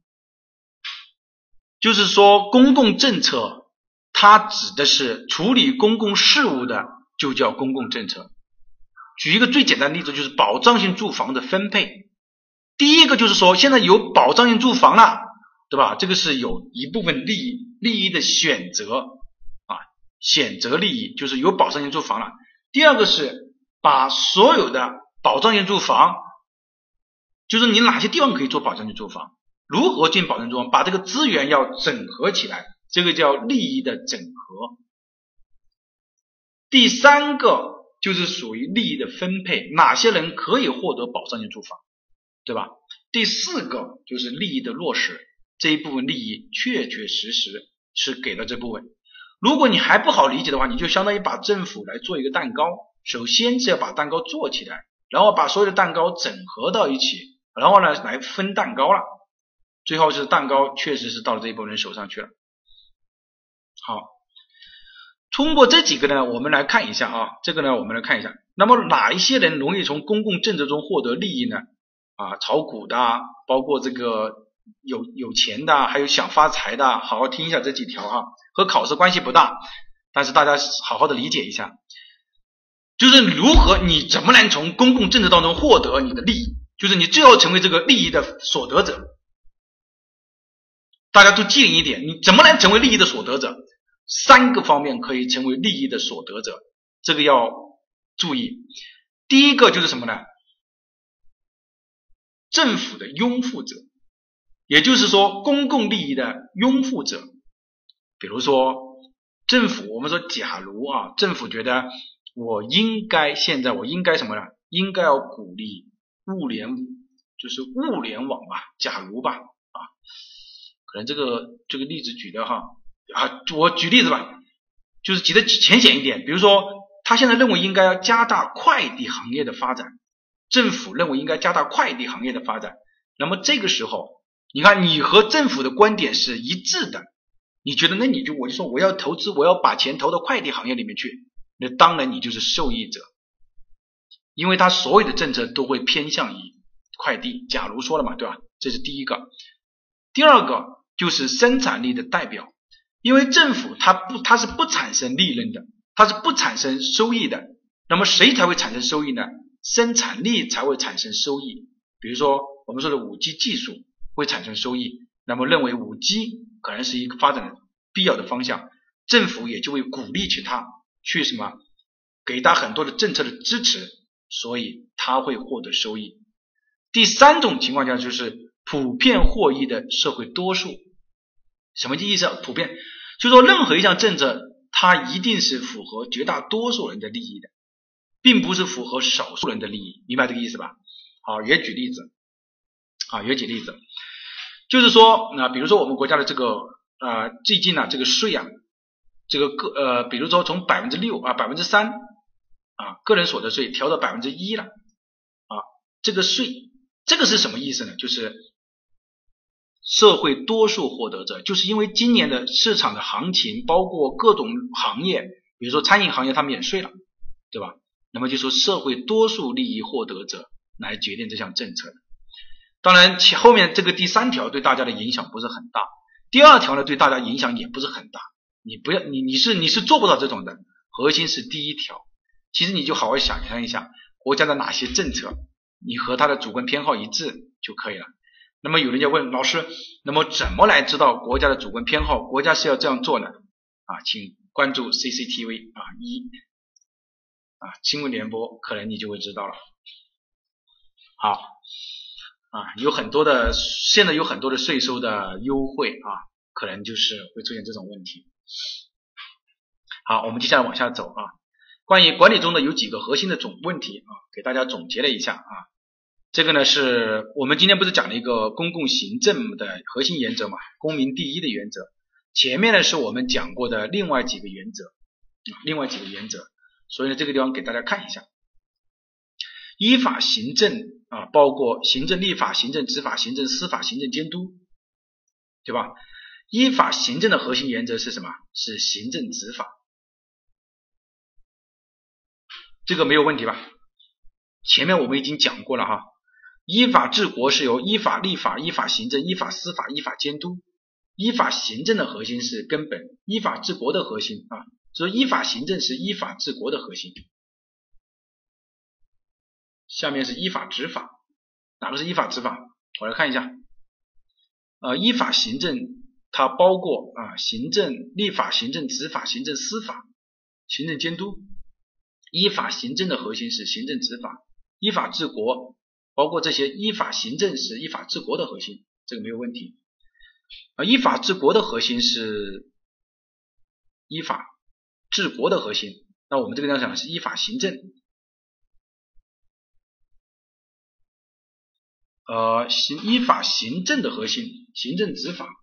就是说公共政策它指的是处理公共事务的就叫公共政策。举一个最简单的例子，就是保障性住房的分配。第一个就是说现在有保障性住房了，对吧？这个是有一部分利益利益的选择啊，选择利益就是有保障性住房了。第二个是把所有的保障性住房，就是你哪些地方可以做保障性住房，如何进保障住房，把这个资源要整合起来，这个叫利益的整合。第三个就是属于利益的分配，哪些人可以获得保障性住房，对吧？第四个就是利益的落实，这一部分利益确确实实是给了这部分。如果你还不好理解的话，你就相当于把政府来做一个蛋糕，首先是要把蛋糕做起来，然后把所有的蛋糕整合到一起，然后呢来分蛋糕了，最后是蛋糕确实是到了这一部分人手上去了。好，通过这几个呢我们来看一下啊，这个呢我们来看一下，那么哪一些人容易从公共政策中获得利益呢？啊，炒股的，包括这个有有钱的，还有想发财的，好好听一下这几条啊，和考试关系不大，但是大家好好的理解一下，就是如何你怎么能从公共政策当中获得你的利益，就是你最后成为这个利益的所得者。大家都记一点，你怎么能成为利益的所得者？三个方面可以成为利益的所得者，这个要注意。第一个就是什么呢？政府的拥护者，也就是说公共利益的拥护者。比如说政府，我们说假如啊，政府觉得我应该现在我应该什么呢？应该要鼓励物联，就是物联网吧，假如吧啊，可能这个这个例子举的哈啊，我举例子吧，就是举的浅显一点，比如说他现在认为应该要加大快递行业的发展，政府认为应该加大快递行业的发展，那么这个时候你看你和政府的观点是一致的，你觉得那你就我就说我要投资，我要把钱投到快递行业里面去，那当然你就是受益者，因为他所有的政策都会偏向于快递，假如说了嘛，对吧？这是第一个。第二个就是生产力的代表，因为政府它不它是不产生利润的，它是不产生收益的，那么谁才会产生收益呢？生产力才会产生收益。比如说我们说的 五 G 技术会产生收益，那么认为 五 G 可能是一个发展的必要的方向，政府也就会鼓励起它去什么，给它很多的政策的支持，所以它会获得收益。第三种情况下就是普遍获益的社会多数。什么意思？普遍就是说任何一项政策它一定是符合绝大多数人的利益的，并不是符合少数人的利益，明白这个意思吧？好，也举例子啊，也举例子，就是说那、呃、比如说我们国家的这个呃最近呢、啊、这个税啊，这个个呃比如说从百分之六啊百分之三啊个人所得税调到百分之一了啊，这个税这个是什么意思呢？就是社会多数获得者，就是因为今年的市场的行情，包括各种行业，比如说餐饮行业它免税了，对吧？那么就说社会多数利益获得者来决定这项政策。 当然其后面这个第三条对大家的影响不是很大，第二条呢对大家影响也不是很大，你不要你你是你是做不到这种的，核心是第一条。其实你就好好想象一下国家的哪些政策你和他的主观偏好一致就可以了。那么有人就问老师，那么怎么来知道国家的主观偏好，国家是要这样做呢？啊，请关注 C C T V 啊一啊新闻联播，可能你就会知道了。好啊，有很多的现在有很多的税收的优惠啊，可能就是会出现这种问题。好，我们接下来往下走啊。关于管理中的有几个核心的总问题啊，给大家总结了一下啊。这个呢是我们今天不是讲了一个公共行政的核心原则嘛，公民第一的原则。前面呢是我们讲过的另外几个原则，另外几个原则，所以呢这个地方给大家看一下。依法行政啊，包括行政立法、行政执法、行政司法、行政监督，对吧？依法行政的核心原则是什么？是行政执法。这个没有问题吧？前面我们已经讲过了哈。依法治国是由依法立法、依法行政、依法司法、依法监督。依法行政的核心是根本，依法治国的核心啊，所以依法行政是依法治国的核心。下面是依法执法，哪个是依法执法？我来看一下。呃，依法行政它包括啊行政、立法、行政执法、行政司法、行政监督。依法行政的核心是行政执法，依法治国包括这些，依法行政是依法治国的核心，这个没有问题。啊，依法治国的核心是依法治国的核心，那我们这个地方讲的是依法行政。呃，行依法行政的核心，行政执法。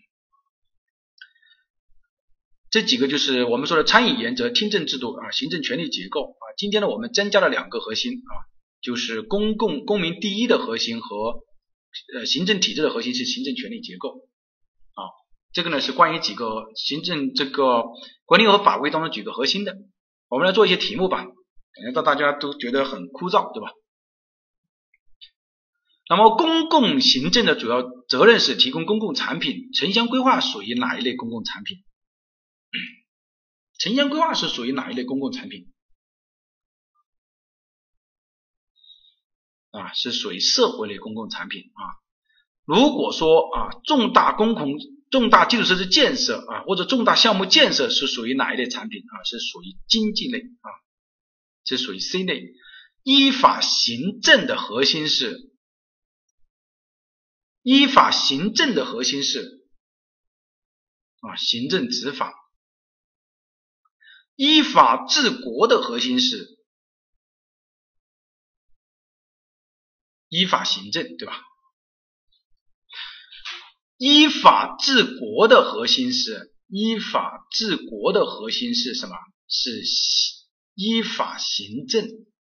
这几个就是我们说的参与原则、听证制度啊、行政权力结构啊。今天呢，我们增加了两个核心啊，就是公共公民第一的核心和呃行政体制的核心是行政权力结构啊。这个呢是关于几个行政这个管理和法规当中几个核心的。我们来做一些题目吧，感觉到大家都觉得很枯燥，对吧？那么公共行政的主要责任是提供公共产品，城乡规划属于哪一类公共产品？城乡规划是属于哪一类公共产品？啊，是属于社会类公共产品啊。如果说啊，重大公共、重大基础设施建设啊，或者重大项目建设是属于哪一类产品啊？是属于经济类啊，是属于 C 类。依法行政的核心是，依法行政的核心是啊，行政执法。依法治国的核心是依法行政，对吧？依法治国的核心是依法治国的核心是什么？是依法行政。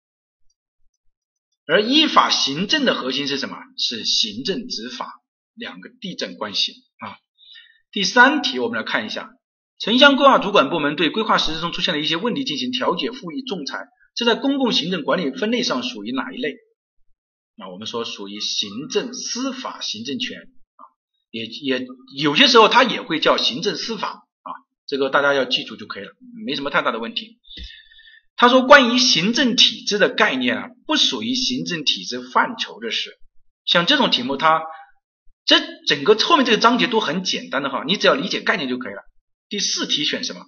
而依法行政的核心是什么？是行政执法，两个递增关系啊。第三题我们来看一下。城乡规划主管部门对规划实施中出现的一些问题进行调解、复议、仲裁，这在公共行政管理分类上属于哪一类？那我们说属于行政司法行政权啊，也也有些时候它也会叫行政司法啊，这个大家要记住就可以了，没什么太大的问题。他说关于行政体制的概念啊，不属于行政体制范畴的事。像这种题目，它这整个后面这个章节都很简单的话，你只要理解概念就可以了。第四题选什么？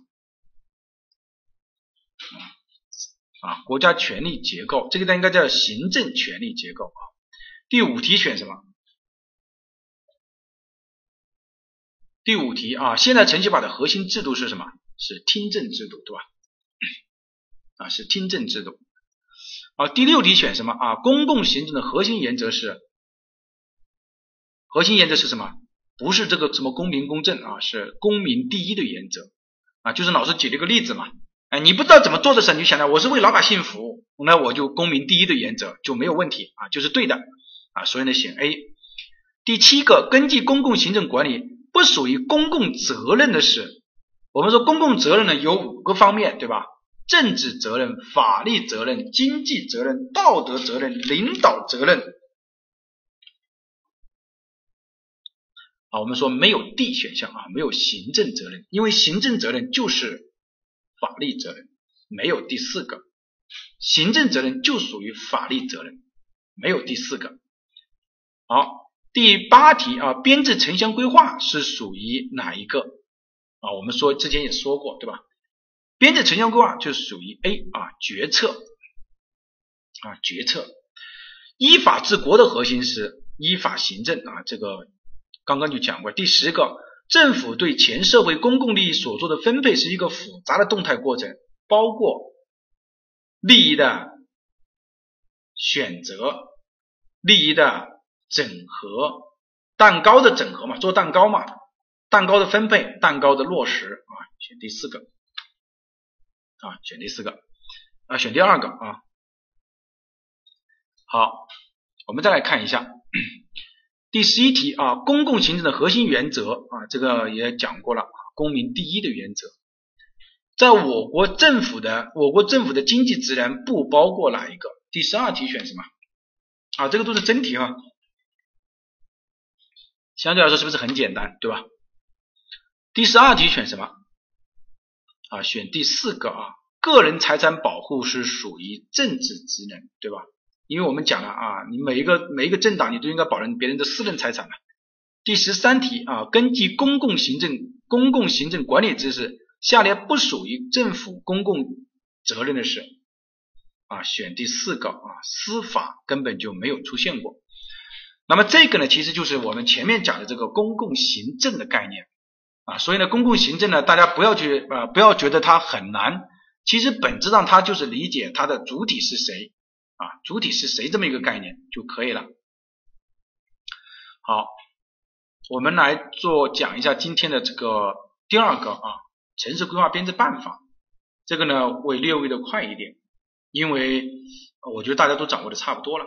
啊，国家权力结构，这个应该叫行政权力结构啊。第五题选什么？第五题啊，现在惩戒法的核心制度是什么？是听证制度，对吧？啊，是听证制度。啊，第六题选什么？啊，公共行政的核心原则是，核心原则是什么？不是这个什么公平公正啊，是公民第一的原则啊，就是老师举了一个例子嘛，哎，你不知道怎么做的时候，你就想着我是为老百姓服务，那我就公民第一的原则就没有问题啊，就是对的啊，所以呢选 A。第七个，根据公共行政管理不属于公共责任的事，我们说公共责任呢有五个方面，对吧？政治责任、法律责任、经济责任、道德责任、领导责任。 啊，我们说没有 D 选项啊，没有行政责任，因为行政责任就是法律责任，没有第四个，行政责任就属于法律责任，没有第四个。好，第八题啊，编制城乡规划是属于哪一个啊？我们说之前也说过，对吧？编制城乡规划就属于 A 啊，决策啊，决策。依法治国的核心是依法行政啊，这个刚刚就讲过。第十个，政府对全社会公共利益所做的分配是一个复杂的动态过程，包括利益的选择、利益的整合、蛋糕的整合嘛，做蛋糕嘛，蛋糕的分配、蛋糕的落实啊，选第四个啊，选第四个啊，选第二个啊。好，我们再来看一下第十一题啊，公共行政的核心原则啊，这个也讲过了，公民第一的原则。在我国政府的我国政府的经济职能不包括哪一个？第十二题选什么？啊，这个都是真题哈，相对来说是不是很简单，对吧？第十二题选什么？啊，选第四个啊，个人财产保护是属于政治职能，对吧？因为我们讲了啊，你每一个每一个政党你都应该保证别人的私人财产嘛。第十三题啊，根据公共行政公共行政管理知识，下列不属于政府公共责任的事啊，选第四个啊，司法根本就没有出现过。那么这个呢，其实就是我们前面讲的这个公共行政的概念啊，所以呢，公共行政呢，大家不要去啊，不要觉得它很难，其实本质上它就是理解它的主体是谁。啊，主体是谁这么一个概念就可以了。好，我们来做讲一下今天的这个第二个啊，城市规划编制办法。这个呢会略微的快一点，因为我觉得大家都掌握的差不多了。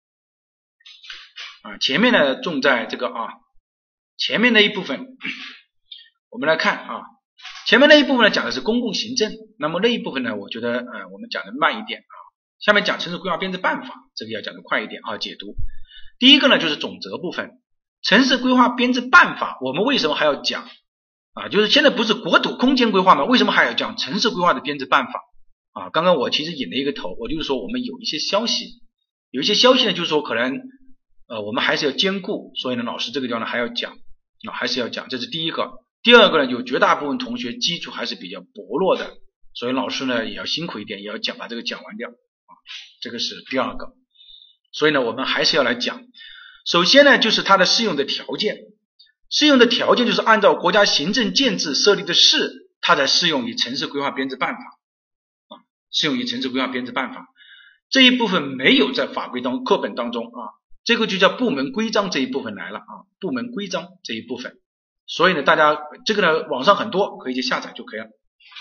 啊，前面呢重在这个啊，前面那一部分，我们来看啊，前面那一部分呢讲的是公共行政，那么那一部分呢，我觉得呃我们讲的慢一点啊。下面讲城市规划编制办法，这个要讲的快一点啊，解读。第一个呢就是总则部分，城市规划编制办法，我们为什么还要讲啊？就是现在不是国土空间规划吗？为什么还要讲城市规划的编制办法啊？刚刚我其实引了一个头，我就是说我们有一些消息，有一些消息呢，就是说可能呃我们还是要兼顾，所以呢老师这个地方呢还要讲啊，还是要讲，这是第一个。第二个呢，有绝大部分同学基础还是比较薄弱的，所以老师呢也要辛苦一点，也要讲把这个讲完掉。这个是第二个，所以呢我们还是要来讲。首先呢就是它的适用的条件，适用的条件就是按照国家行政建制设立的事，它才适用于城市规划编制办法啊，适用于城市规划编制办法。这一部分没有在法规当课本当中啊，这个就叫部门规章这一部分来了啊，部门规章这一部分。所以呢大家这个呢网上很多，可以去下载就可以了。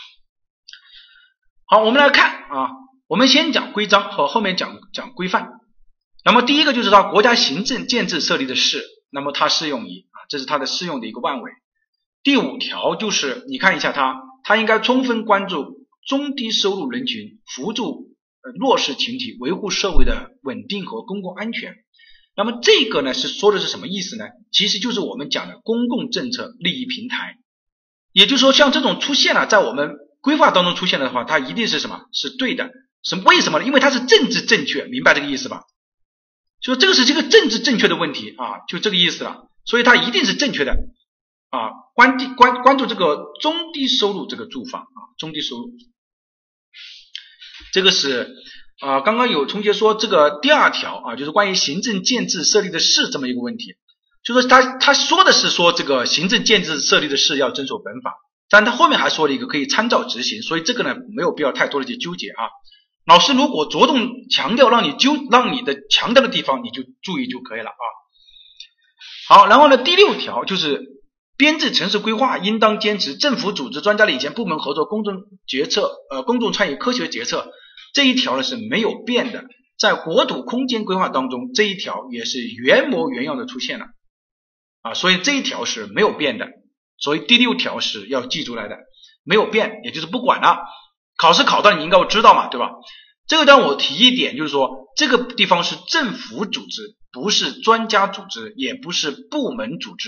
好，我们来看啊，我们先讲规章和后面讲讲规范。那么第一个就是它国家行政建制设立的事，那么它适用于啊，这是它的适用的一个范围。第五条就是你看一下它，它应该充分关注中低收入人群，扶助呃弱势群体，维护社会的稳定和公共安全。那么这个呢是说的是什么意思呢？其实就是我们讲的公共政策利益平台。也就是说像这种出现了在我们规划当中出现的话，它一定是什么？是对的。什么？为什么呢？因为它是政治正确，明白这个意思吧？就这个是这个政治正确的问题啊，就这个意思了。所以它一定是正确的啊。关低关关注这个中低收入这个住房啊，中低收入，这个是啊。刚刚有同学说这个第二条啊，就是关于行政建制设立的事这么一个问题，就是他他说的是说这个行政建制设立的事要遵守本法，但他后面还说了一个可以参照执行，所以这个呢没有必要太多的去纠结啊。老师如果着重强调让你纠让你的强调的地方，你就注意就可以了啊。好，然后呢第六条就是编制城市规划应当坚持政府组织专家领衔部门合作公众决策呃公众参与科学决策，这一条呢是没有变的，在国土空间规划当中这一条也是原模原样的出现了啊，所以这一条是没有变的，所以第六条是要记出来的，没有变，也就是不管了。考试考到你应该知道嘛，对吧？这个让我提一点，就是说这个地方是政府组织，不是专家组织，也不是部门组织，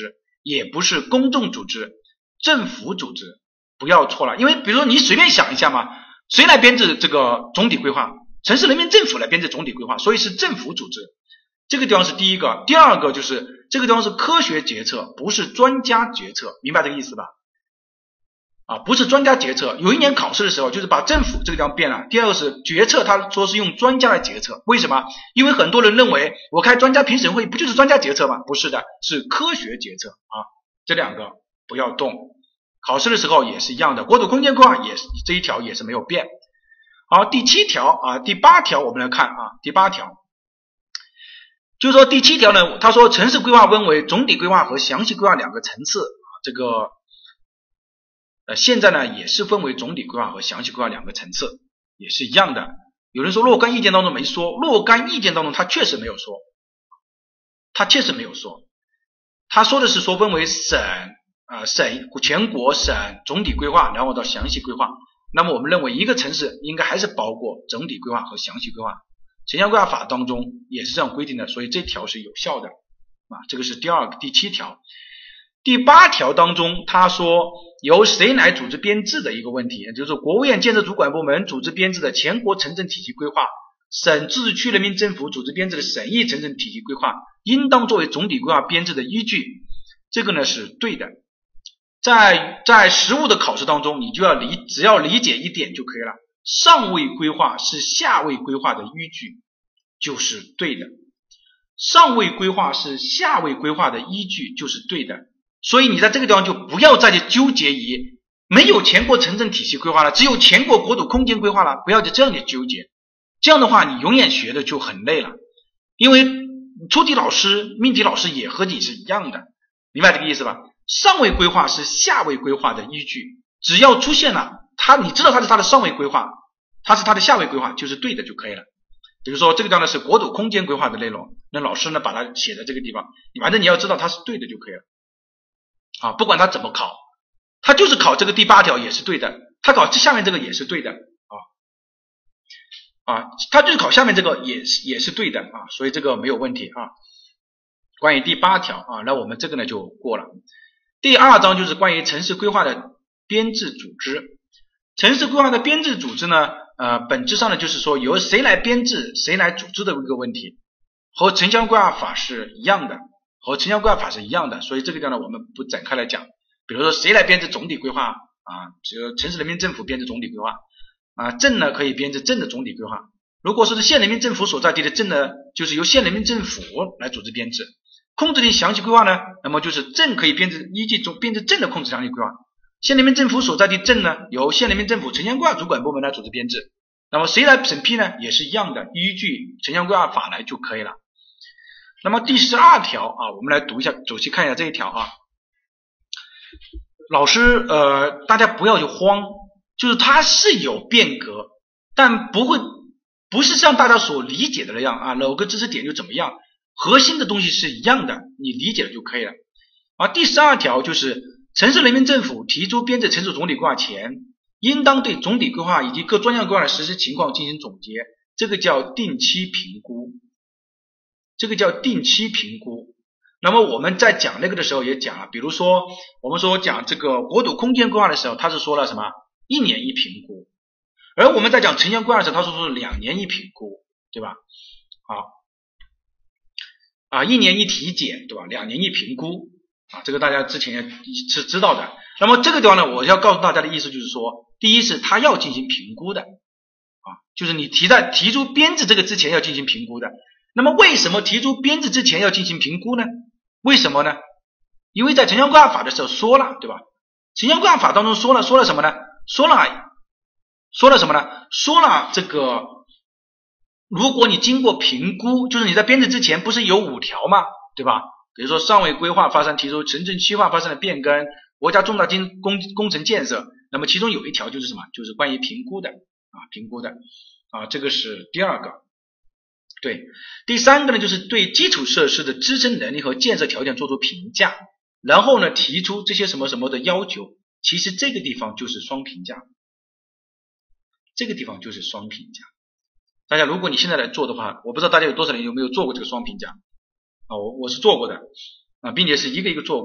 也不是公众组织、政府组织，不要错了。因为比如说你随便想一下嘛，谁来编制这个总体规划？城市人民政府来编制总体规划，所以是政府组织。这个地方是第一个。第二个就是这个地方是科学决策，不是专家决策，明白这个意思吧？啊，不是专家决策。有一年考试的时候，就是把政府这个地方变了。第二个是决策，他说是用专家来决策，为什么？因为很多人认为我开专家评审会不就是专家决策吗？不是的，是科学决策啊。这两个不要动。考试的时候也是一样的，国土空间规划也是这一条也是没有变。好，第七条啊，第八条我们来看啊，第八条就是说第七条呢，他说城市规划分为总体规划和详细规划两个层次，这个呃，现在呢也是分为总体规划和详细规划两个层次，也是一样的。有人说若干意见当中没说，若干意见当中他确实没有说，他确实没有说，他说的是说分为省呃省全国省总体规划，然后到详细规划。那么我们认为一个城市应该还是包括总体规划和详细规划，城乡规划法当中也是这样规定的，所以这条是有效的啊。这个是第二个第七条。第八条当中他说由谁来组织编制的一个问题，就是国务院建设主管部门组织编制的全国城镇体系规划，省自治区人民政府组织编制的省域城镇体系规划，应当作为总体规划编制的依据。这个呢是对的。在在实务的考试当中，你就要理只要理解一点就可以了，上位规划是下位规划的依据，就是对的。上位规划是下位规划的依据，就是对的。所以你在这个地方就不要再去纠结于没有全国城镇体系规划了，只有全国国土空间规划了，不要就这样去纠结。这样的话你永远学的就很累了，因为出题老师命题老师也和你是一样的，明白这个意思吧？上位规划是下位规划的依据，只要出现了它，你知道它是它的上位规划，它是它的下位规划，就是对的就可以了。比如说这个地方呢是国土空间规划的内容，那老师呢把它写在这个地方，反正你要知道它是对的就可以了啊，不管它怎么考，它就是考这个第八条也是对的，它考这下面这个也是对的啊啊，它就是考下面这个也是也是对的啊，所以这个没有问题啊。关于第八条啊，那我们这个呢就过了。第二章就是关于城市规划的编制组织。城市规划的编制组织呢，呃，本质上呢就是说由谁来编制、谁来组织的一个问题，和城乡规划法是一样的，和城乡规划法是一样的，所以这个地方呢我们不展开来讲。比如说谁来编制总体规划啊，只有城市人民政府编制总体规划啊，镇呢可以编制镇的总体规划。如果说是县人民政府所在地的镇呢，就是由县人民政府来组织编制。控制令详细规划呢，那么就是镇可以编制依据中编制镇的控制详细规划，县人民政府所在地镇呢，由县人民政府城乡规划主管部门来组织编制。那么谁来审批呢？也是一样的，依据城乡规划法来就可以了。那么第十二条啊，我们来读一下，仔细看一下这一条啊。老师呃，大家不要去慌，就是它是有变革，但不会不是像大家所理解的那样啊，某个知识点就怎么样。核心的东西是一样的，你理解了就可以了。而第十二条就是城市人民政府提出编制城市总体规划前，应当对总体规划以及各专项规划的实施情况进行总结，这个叫定期评估，这个叫定期评估。那么我们在讲那个的时候也讲了，比如说我们说讲这个国土空间规划的时候，他是说了什么一年一评估，而我们在讲城乡规划的时候，他说是两年一评估，对吧？好。啊，一年一体检，对吧？两年一评估啊，这个大家之前是知道的。那么这个地方呢，我要告诉大家的意思就是说，第一是它要进行评估的啊，就是你提在提出编制这个之前要进行评估的。那么为什么提出编制之前要进行评估呢？为什么呢？因为在城乡规划法的时候说了，对吧？城乡规划法当中说了说了什么呢？说了说了什么呢？说了这个。如果你经过评估，就是你在编制之前不是有五条吗？对吧？比如说上位规划发生提出城镇区划发生了变更，国家重大经工工程建设，那么其中有一条就是什么？就是关于评估的啊，评估的啊，这个是第二个。对，第三个呢，就是对基础设施的支撑能力和建设条件做出评价，然后呢提出这些什么什么的要求。其实这个地方就是双评价，这个地方就是双评价。大家如果你现在来做的话，我不知道大家有多少人有没有做过这个双评价啊？我我是做过的啊，并且是一个一个做过。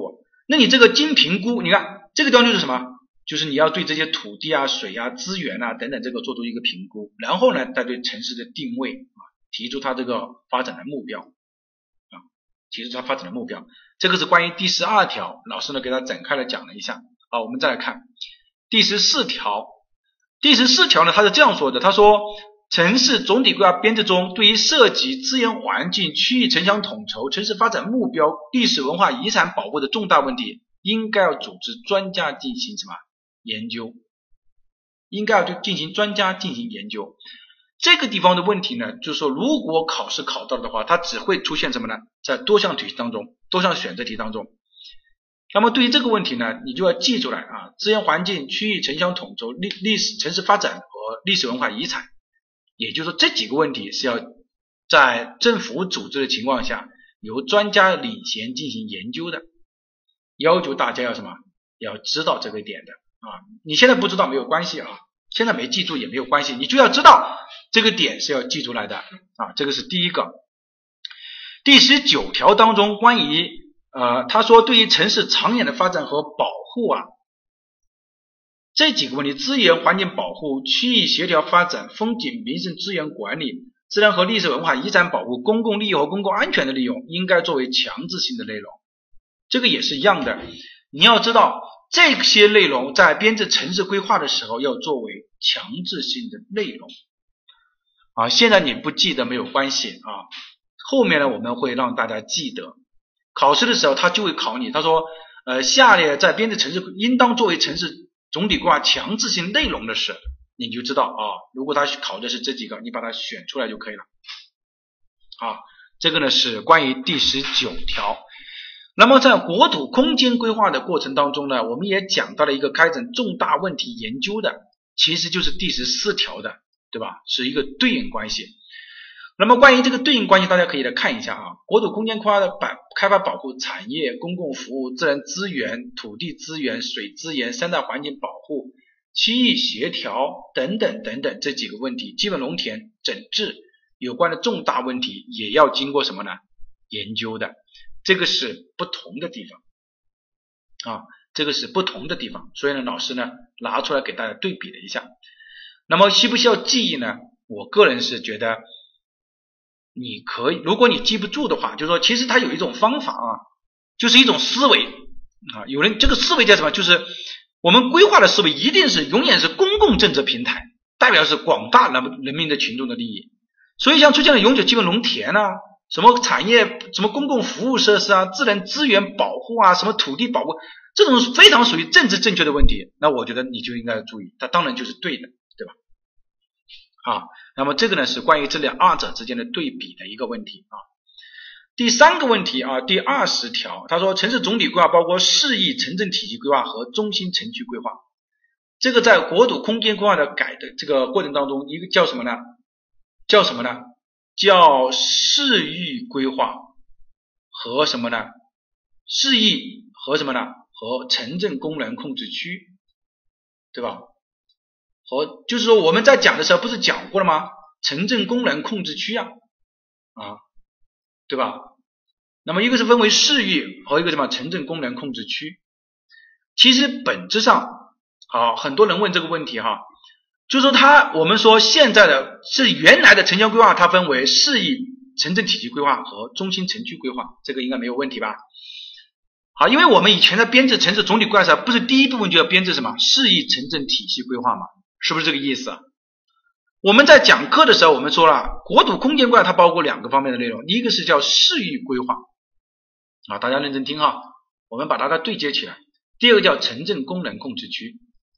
那你这个经评估，你看这个地方就是什么？就是你要对这些土地啊、水啊、资源啊等等这个做出一个评估，然后呢，再对城市的定位啊，提出它这个发展的目标啊，提出它发展的目标。这个是关于第十二条，老师呢给它展开了讲了一下。好，我们再来看第十四条。第十四条呢，它是这样说的，他说城市总体规划编制中对于涉及资源环境、区域城乡统筹、城市发展目标、历史文化遗产保护的重大问题，应该要组织专家进行什么研究，应该要就进行专家进行研究。这个地方的问题呢，就是说如果考试考到的话，它只会出现什么呢？在多项题当中，多项选择题当中。那么对于这个问题呢，你就要记出来啊，资源环境、区域城乡统筹、历历史城市发展和历史文化遗产，也就是说这几个问题是要在政府组织的情况下，由专家领衔进行研究的，要求大家要什么？要知道这个点的啊，你现在不知道没有关系啊，现在没记住也没有关系，你就要知道这个点是要记出来的啊，这个是第一个。第十九条当中关于呃，他说对于城市长远的发展和保护啊，这几个问题，资源环境保护、区域协调发展、风景名胜资源管理、自然和历史文化遗产保护、公共利益和公共安全的利用，应该作为强制性的内容。这个也是一样的，你要知道这些内容在编制城市规划的时候要作为强制性的内容啊。现在你不记得没有关系啊，后面呢我们会让大家记得。考试的时候他就会考你，他说呃，下列在编制城市应当作为城市总体规划强制性内容的事，你就知道啊，如果他考的是这几个，你把它选出来就可以了啊。这个呢是关于第十九条。那么在国土空间规划的过程当中呢，我们也讲到了一个开展重大问题研究的，其实就是第十四条的，对吧？是一个对应关系。那么关于这个对应关系，大家可以来看一下啊，国土空间规划的开发保护、产业、公共服务、自然资源、土地资源、水资源、生态环境保护、区域协调等等等等这几个问题，基本农田整治有关的重大问题也要经过什么呢？研究的，这个是不同的地方啊，这个是不同的地方，所以呢，老师呢拿出来给大家对比了一下。那么需不需要记忆呢？我个人是觉得你可以，如果你记不住的话，就是说其实它有一种方法啊，就是一种思维啊，有人这个思维叫什么？就是我们规划的思维一定是永远是公共政策平台，代表是广大人人民的群众的利益。所以像出现了永久基本农田啊，什么产业、什么公共服务设施啊、自然资源保护啊、什么土地保护，这种非常属于政治正确的问题，那我觉得你就应该注意，它当然就是对的，对吧？啊，那么这个呢是关于这两二者之间的对比的一个问题啊。第三个问题啊，第二十条，他说城市总体规划包括市域城镇体系规划和中心城区规划。这个在国土空间规划的改的这个过程当中，一个叫什么呢？叫什么呢？叫市域规划和什么呢？市域和什么呢？和城镇功能控制区，对吧？和就是说我们在讲的时候不是讲过了吗？城镇功能控制区啊，啊，对吧？那么一个是分为市域和一个什么城镇功能控制区。其实本质上啊，很多人问这个问题哈，就是说它我们说现在的是原来的城乡规划，它分为市域城镇体系规划和中心城区规划，这个应该没有问题吧？好，因为我们以前在编制城市总体规划时，不是第一部分就要编制什么市域城镇体系规划吗？是不是这个意思？我们在讲课的时候我们说了，国土空间规划它包括两个方面的内容，第一个是叫市域规划啊，大家认真听哈，我们把它对接起来。第二个叫城镇功能控制区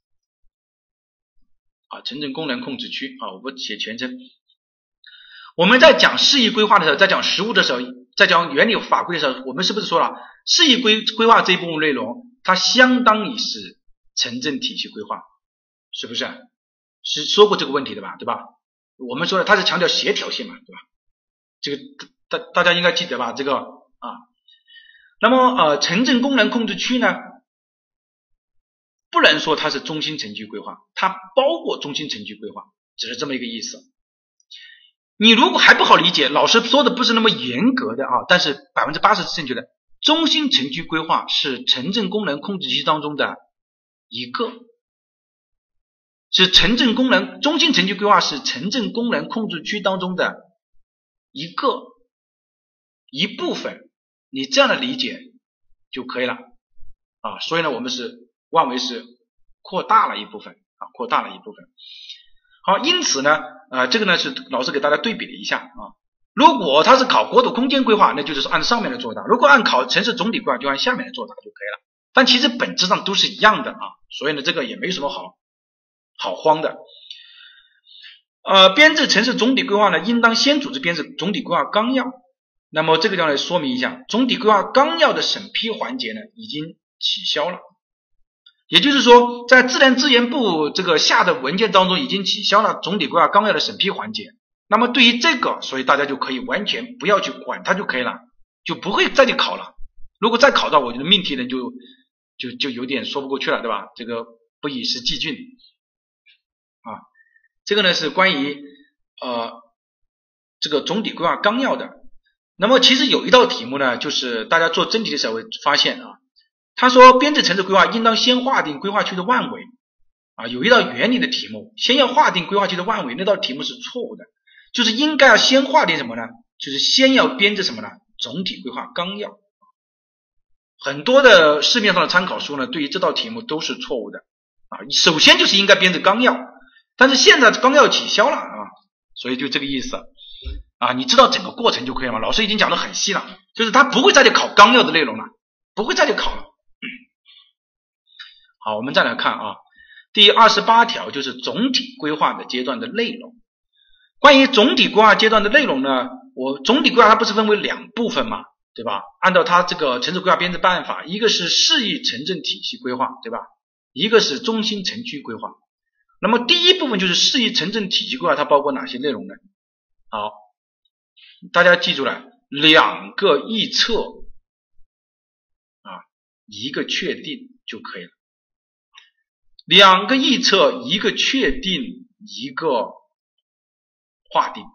啊，城镇功能控制区啊，我不写全称。我们在讲市域规划的时候，在讲实务的时候，在讲原理法规的时候，我们是不是说了市域规规划这一部分内容，它相当于是城镇体系规划，是不是？是说过这个问题的吧，对吧？我们说了，它是强调协调性嘛，对吧？这个大大家应该记得吧？这个啊，那么呃，城镇功能控制区呢，不能说它是中心城区规划，它包括中心城区规划，只是这么一个意思。你如果还不好理解，老师说的不是那么严格的啊，但是百分之八十是正确的， 中心城区规划是城镇功能控制区当中的一个，是城镇功能中心城区规划是城镇功能控制区当中的一个一部分，你这样的理解就可以了啊。所以呢，我们是万为是扩大了一部分啊，扩大了一部分。好，因此呢，呃，这个呢是老师给大家对比了一下啊。如果他是考国土空间规划，那就是按上面的做答；如果按考城市总体规划，就按下面的做答就可以了。但其实本质上都是一样的啊，所以呢，这个也没什么好好慌的。呃，编制城市总体规划呢，应当先组织编制总体规划纲要。那么这个地方来说明一下，总体规划纲要的审批环节呢，已经取消了。也就是说，在自然资源部这个下的文件当中，已经取消了总体规划纲要的审批环节。那么对于这个，所以大家就可以完全不要去管它就可以了，就不会再去考了。如果再考到，我觉得命题呢就就就有点说不过去了，对吧？这个不以时计俊啊，这个呢是关于呃这个总体规划纲要的。那么其实有一道题目呢，就是大家做真题的时候会发现啊，他说编制城市规划应当先划定规划区的万维啊，有一道原理的题目，先要划定规划区的万维，那道题目是错误的。就是应该要先划定什么呢？就是先要编制什么呢？总体规划纲要。很多的市面上的参考书呢，对于这道题目都是错误的啊。首先就是应该编制纲要，但是现在纲要取消了啊，所以就这个意思啊。你知道整个过程就可以了吗？老师已经讲得很细了，就是他不会再去考纲要的内容了，不会再去考了。好，我们再来看啊，第二十八条就是总体规划的阶段的内容。关于总体规划阶段的内容呢，我总体规划它不是分为两部分嘛，对吧？按照它这个城市规划编制办法，一个是市域城镇体系规划，对吧？一个是中心城区规划。那么第一部分就是市域城镇体系规划，它包括哪些内容呢？好，大家记住了，两个预测啊，一个确定就可以了。两个预测，一个确定，一个划定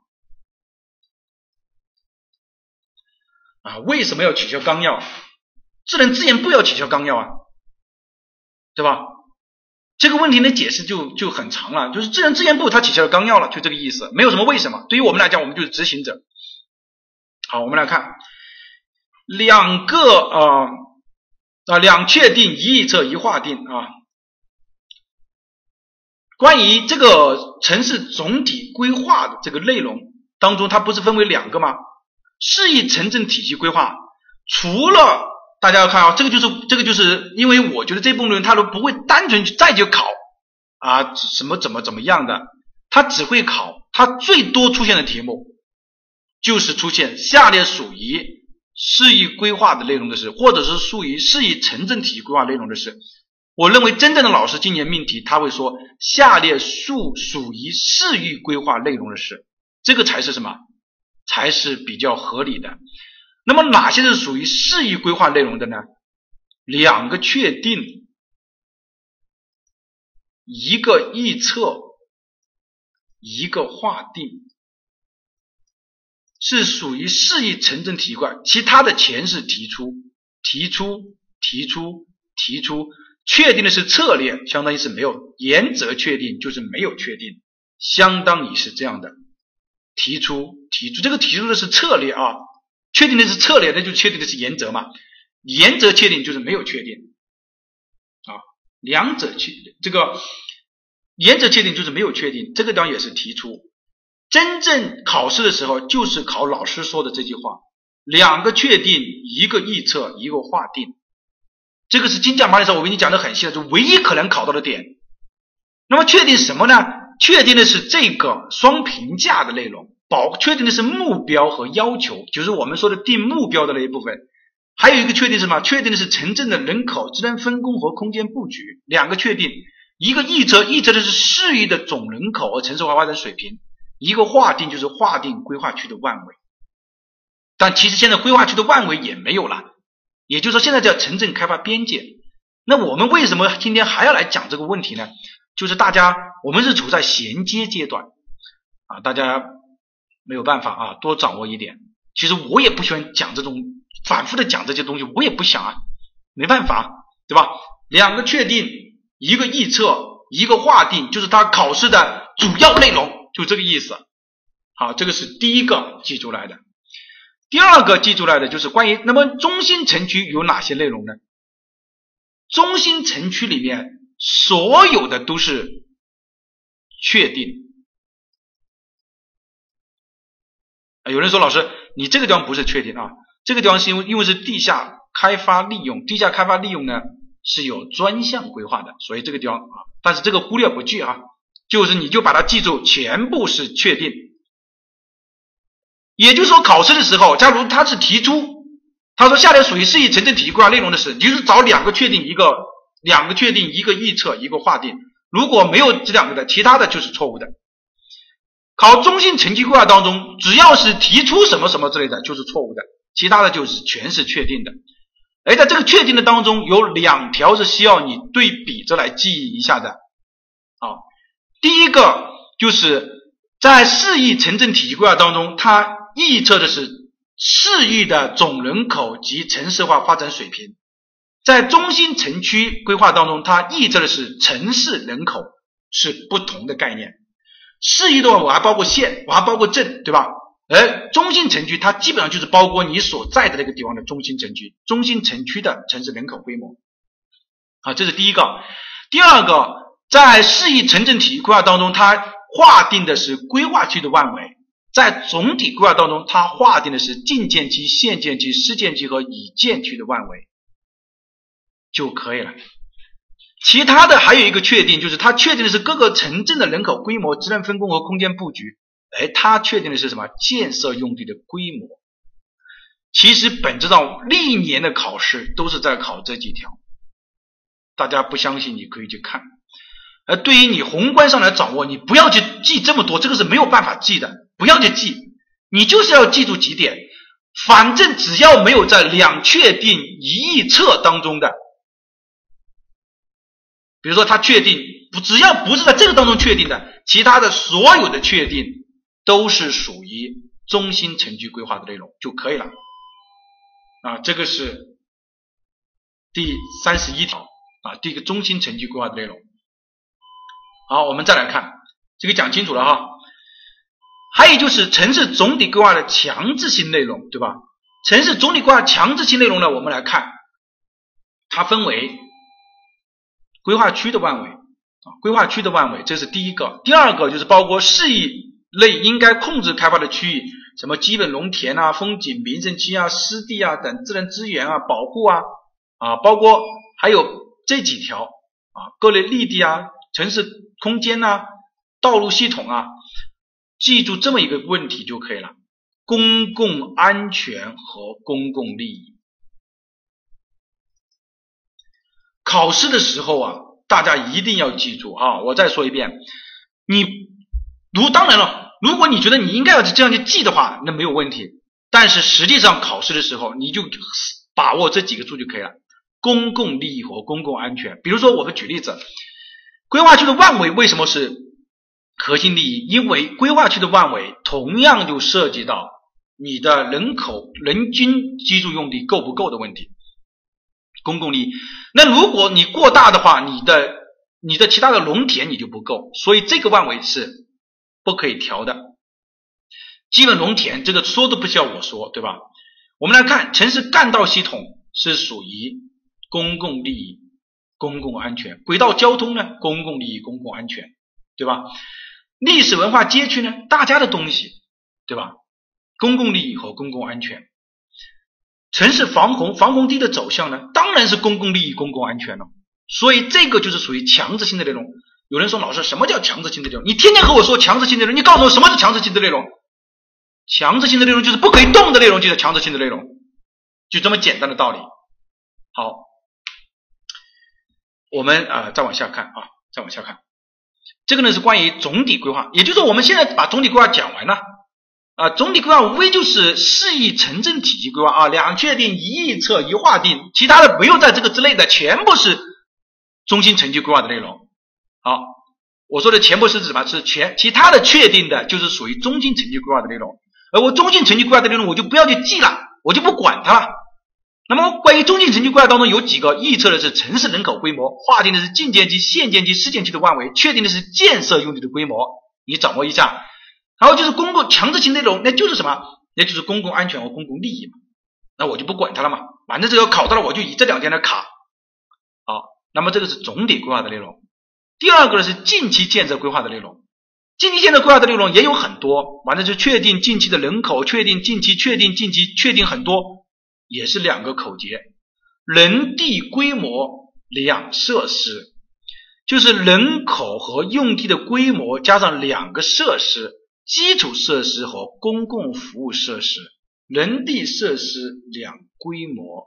啊，为什么要取消纲要？自然资源部要取消纲要啊，对吧？这个问题的解释就就很长了，就是自然资源部它取消了纲要了，就这个意思，没有什么为什么。对于我们来讲，我们就是执行者。好，我们来看两个呃啊两确定一预测一划定啊。关于这个城市总体规划的这个内容当中，它不是分为两个吗？市域城镇体系规划，除了大家要看啊，这个就是这个就是因为我觉得这部分内容它都不会单纯再去考啊什么怎么怎么样的，它只会考它最多出现的题目就是出现下列属于市域规划的内容的是，或者是属于市域城镇体系规划内容的是。我认为真正的老师今年命题他会说下列属属于市域规划内容的是，这个才是什么？才是比较合理的。那么哪些是属于市域规划内容的呢？两个确定，一个预测，一个划定，是属于市域城镇体系规划，其他的全是提出提出提出提出。确定的是策略，相当于是没有，原则确定就是没有确定，相当于是这样的。提出提出这个提出的是策略啊，确定的是策略，那就确定的是原则嘛，原则确定就是没有确定啊，两者确这个原则确定就是没有确定，这个地方也是提出。真正考试的时候就是考老师说的这句话，两个确定，一个预测，一个划定。这个是精讲班的时候我给你讲的很细了，就唯一可能考到的点。那么确定什么呢？确定的是这个双评价的内容，保确定的是目标和要求，就是我们说的定目标的那一部分。还有一个确定是什么？确定的是城镇的人口、职能分工和空间布局。两个确定，一个预测，预测的是市域的总人口和城市化发展水平；一个划定，就是划定规划区的万维。但其实现在规划区的万维也没有了。也就是说现在叫城镇开发边界。那我们为什么今天还要来讲这个问题呢？就是大家我们是处在衔接阶段啊，大家没有办法啊，多掌握一点。其实我也不喜欢讲这种反复的讲这些东西，我也不想啊，没办法，对吧？两个确定，一个预测，一个划定，就是他考试的主要内容，就这个意思。好，这个是第一个记出来的。第二个记出来的就是关于那么中心城区有哪些内容呢？中心城区里面所有的都是确定。有人说老师你这个地方不是确定啊，这个地方是因为因为是地下开发利用，地下开发利用呢是有专项规划的，所以这个地方啊，但是这个忽略不计啊，就是你就把它记住，全部是确定。也就是说考试的时候，假如他是提出他说下列属于适宜城镇体系规划内容的是，你就是找两个确定，一个两个确定，一个预测，一个划定，如果没有这两个的，其他的就是错误的。考中心城区规划当中，只要是提出什么什么之类的就是错误的，其他的就是全是确定的。而在这个确定的当中有两条是需要你对比着来记忆一下的。好，第一个就是在适宜城镇体系规划当中，它预测的是适宜的总人口及城市化发展水平。在中心城区规划当中，它预测的是城市人口，是不同的概念。适宜的话我还包括县，我还包括镇，对吧？而中心城区它基本上就是包括你所在的那个地方的中心城区，中心城区的城市人口规模。好，这是第一个。第二个，在适宜城镇体系规划当中，它划定的是规划区的范围。在总体规划当中，它划定的是禁建区、限建区、施建区和已建区的范围就可以了。其他的还有一个确定，就是它确定的是各个城镇的人口规模、职能分工和空间布局。哎，它确定的是什么？建设用地的规模。其实本质上历年的考试都是在考这几条，大家不相信你可以去看。而对于你宏观上来掌握，你不要去记这么多，这个是没有办法记的，不要去记，你就是要记住几点。反正只要没有在两确定一预测当中的，比如说他确定不，只要不是在这个当中确定的，其他的所有的确定都是属于中心城区规划的内容就可以了啊。这个是第三十一条啊，第一个中心城区规划的内容。好，我们再来看这个讲清楚了哈。还有就是城市总体规划的强制性内容，对吧？城市总体规划强制性内容呢，我们来看，它分为规划区的范围啊，规划区的范围，这是第一个。第二个就是包括市域内应该控制开发的区域，什么基本农田啊、风景名胜区啊、湿地啊等自然资源啊保护啊啊，包括还有这几条啊，各类绿地啊、城市空间啊、道路系统啊，记住这么一个问题就可以了：公共安全和公共利益。考试的时候啊，大家一定要记住啊！我再说一遍，你如当然了，如果你觉得你应该要这样去记的话，那没有问题。但是实际上考试的时候，你就把握这几个数就可以了：公共利益和公共安全。比如说，我们举例子，规划区的范围为什么是核心利益？因为规划区的范围同样就涉及到你的人口人均居住用地够不够的问题。公共利益，那如果你过大的话，你的你的其他的农田你就不够，所以这个范围是不可以调的。基本农田这个说都不需要我说，对吧？我们来看城市干道系统是属于公共利益、公共安全，轨道交通呢，公共利益、公共安全，对吧？历史文化街区呢，大家的东西，对吧？公共利益和公共安全。城市防洪防洪堤的走向呢，当然是公共利益、公共安全了。所以这个就是属于强制性的内容。有人说老师，什么叫强制性的内容？你天天和我说强制性的内容，你告诉我什么是强制性的内容？强制性的内容就是不可以动的内容，就是强制性的内容，就这么简单的道理。好，我们啊、呃、再往下看啊，再往下看，这个呢是关于总体规划，也就是说我们现在把总体规划讲完了。啊，总体规划无非就是适宜城镇体系规划啊，两确定一预测一划定，其他的没有在这个之内的全部是中心城区规划的内容。好，我说的全部是指什么？是全其他的确定的就是属于中心城区规划的内容。而我中心城区规划的内容我就不要去记了，我就不管它了， 那么关于中进城区规划当中有几个预测的是城市人口规模，划定的是近县区、县县区、市县区的范围，确定的是建设用地的规模，你掌握一下。然后就是公共强制性内容，那就是什么？那就是公共安全和公共利益嘛。那我就不管它了嘛，反正这个考到了我就以这两天来卡。好，那么这个是总体规划的内容。第二个呢是近期建设规划的内容。近期建设规划的内容也有很多，反正就确定近期的人口，确定近期，确定近期，确定很多，也是两个口诀。人地规模两设施，就是人口和用地的规模加上两个设施，基础设施和公共服务设施，人地设施两规模。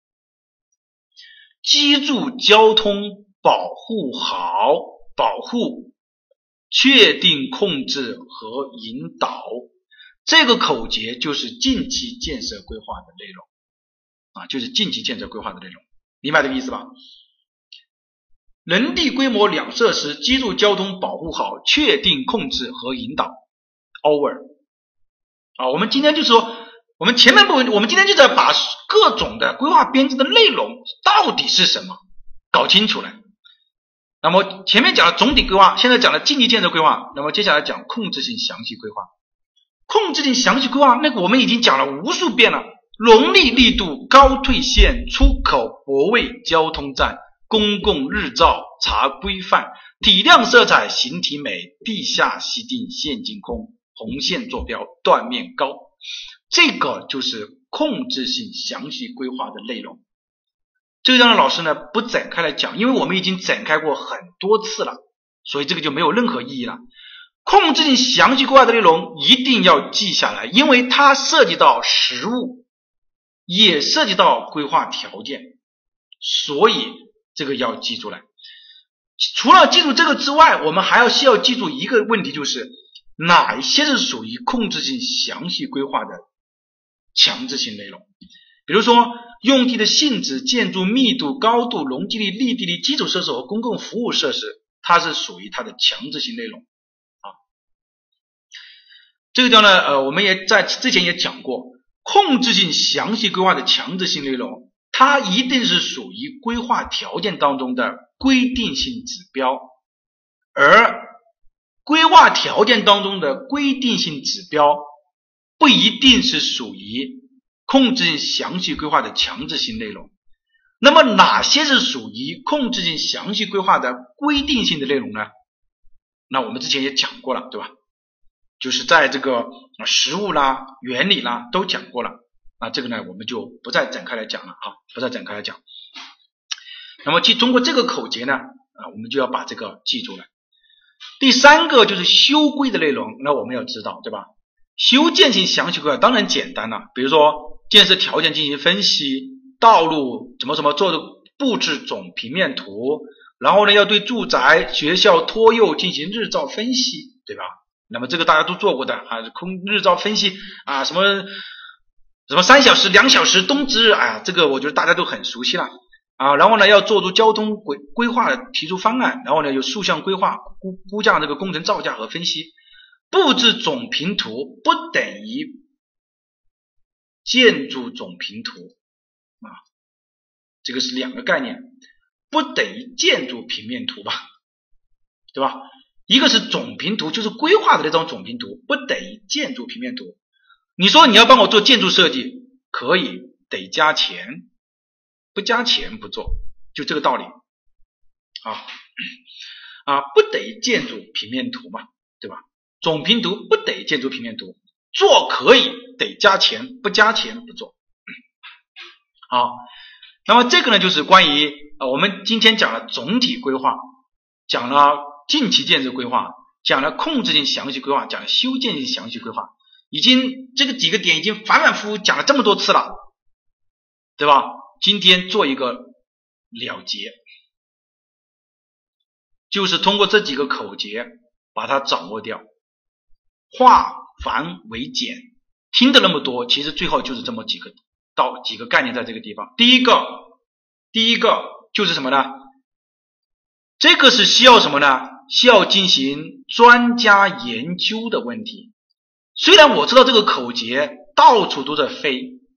基筑交通保护好，保护确定控制和引导，这个口诀就是近期建设规划的内容啊，就是近期建设规划的内容，明白这个意思吧？人地规模两设施，基筑交通保护好，确定控制和引导 over 啊，我们今天就说我们前面部分，我们今天就在把各种的规划编制的内容到底是什么搞清楚了。那么前面讲了总体规划，现在讲了近期建设规划，那么接下来讲控制性详细规划。控制性详细规划那个我们已经讲了无数遍了，容力力度、高退线、出口泊位、交通站、公共日照、查规范、体量色彩、形体美、地下析定、线净空、红线坐标、断面高，这个就是控制性详细规划的内容。这个让老师呢不展开来讲，因为我们已经展开过很多次了，所以这个就没有任何意义了。控制性详细规划的内容一定要记下来，因为它涉及到实务，也涉及到规划条件，所以这个要记住来。除了记住这个之外，我们还要需要记住一个问题，就是哪一些是属于控制性详细规划的强制性内容。比如说用地的性质、建筑密度、高度、容积力、立地力、基础设施和公共服务设施，它是属于它的强制性内容啊。这个叫呢呃，我们也在之前也讲过，控制性详细规划的强制性内容，它一定是属于规划条件当中的规定性指标，而规划条件当中的规定性指标不一定是属于控制性详细规划的强制性内容。那么哪些是属于控制性详细规划的规定性的内容呢？那我们之前也讲过了，对吧？就是在这个实务啦、原理啦都讲过了，那这个呢我们就不再展开来讲了啊，不再展开来讲。那么通过这个口诀呢啊，我们就要把这个记住了。第三个就是修规的内容，那我们要知道，对吧？修建性详细规划当然简单了，比如说建设条件进行分析，道路怎么怎么做的布置总平面图，然后呢要对住宅、学校、托幼进行日照分析，对吧？那么这个大家都做过的啊，空日照分析啊，什么什么三小时、两小时、冬至日，哎呀，这个我觉得大家都很熟悉了啊。然后呢要做出交通规规划提出方案，然后呢有竖向规划估估价这个工程造价和分析。布置总平图不等于建筑总平图啊，这个是两个概念，不等于建筑平面图吧，对吧？一个是总平图，就是规划的那张总平图，不等于建筑平面图。你说你要帮我做建筑设计，可以，得加钱，不加钱不做，就这个道理啊啊，不等于建筑平面图嘛，对吧？总平图不得建筑平面图，做可以，得加钱，不加钱不做。好，那么这个呢就是关于呃我们今天讲了总体规划，讲了近期建设规划，讲了控制性详细规划，讲了修建性详细规划，已经这个几个点已经反反复复讲了这么多次了，对吧？今天做一个了结，就是通过这几个口诀把它掌握掉。化繁为简，听的那么多，其实最后就是这么几个到几个概念在这个地方。第一个，第一个就是什么呢？这个是需要什么呢？需要进行专家研究的问题。虽然我知道这个口诀到处都在飞，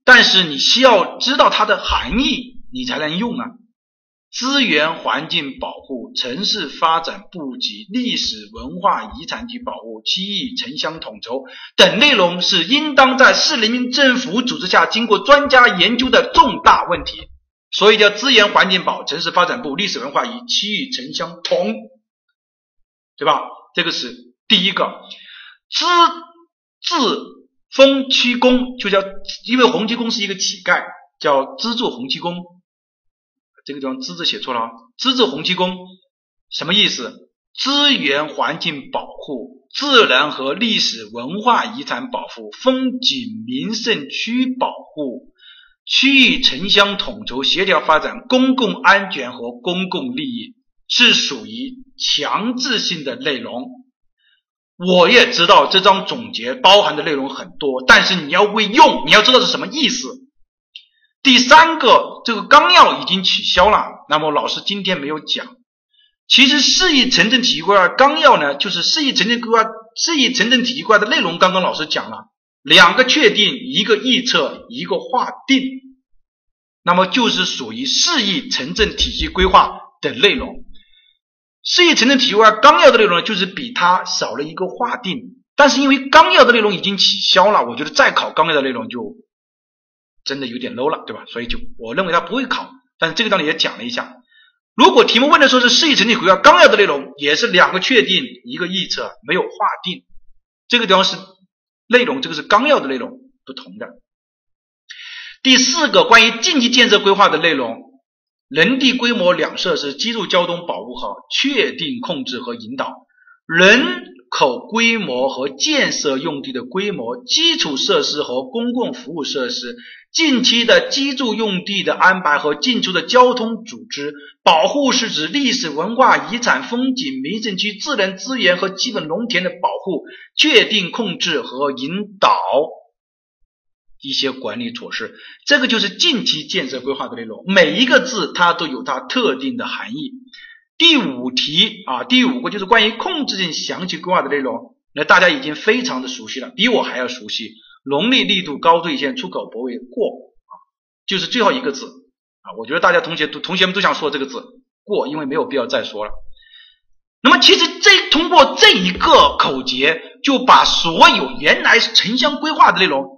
但是你需要知道它的含义，你才能用啊。资源环境保护、城市发展布局、历史文化遗产体保护、区域城乡统筹等内容是应当在市人民政府组织下经过专家研究的重大问题，所以叫资源环境保、城市发展部、历史文化与区域城乡统，对吧？这个是第一个。资治封区公，就叫，因为洪七公是一个乞丐，叫资助洪七公。这个地方资字写错了啊，资助洪七公什么意思？资源环境保护、自然和历史文化遗产保护、风景名胜区保护、区域城乡统筹协调发展、公共安全和公共利益，是属于强制性的内容。我也知道这张总结包含的内容很多，但是你要会用，你要知道是什么意思。第三个，这个纲要已经取消了，那么老师今天没有讲。其实市域城镇体系规划纲要呢，就是市域城镇规划、市域城镇体系规划的内容，刚刚老师讲了，两个确定，一个预测，一个划定，那么就是属于市域城镇体系规划的内容。市域城镇体系规划纲要的内容呢，就是比它少了一个划定，但是因为纲要的内容已经取消了，我觉得再考纲要的内容就真的有点 low 了，对吧？所以就我认为它不会考，但是这个道理也讲了一下。如果题目问的时候是市域城镇规划纲要的内容，也是两个确定，一个预测，没有划定，这个地方是内容，这个是纲要的内容不同的。第四个，关于近期建设规划的内容，人地规模两设施基础交通保护好，确定控制和引导，人口规模和建设用地的规模、基础设施和公共服务设施、近期的居住用地的安排和进出的交通组织，保护是指历史文化遗产、风景名胜区、自然资源和基本农田的保护，确定控制和引导一些管理措施。这个就是近期建设规划的内容，每一个字它都有它特定的含义。第五题啊，第五个就是关于控制性详细规划的内容，那大家已经非常的熟悉了，比我还要熟悉。农历力度高兑现出口泊位过啊，就是最后一个字啊，我觉得大家同学同学们都想说这个字过，因为没有必要再说了。那么其实这通过这一个口诀，就把所有原来是城乡规划的内容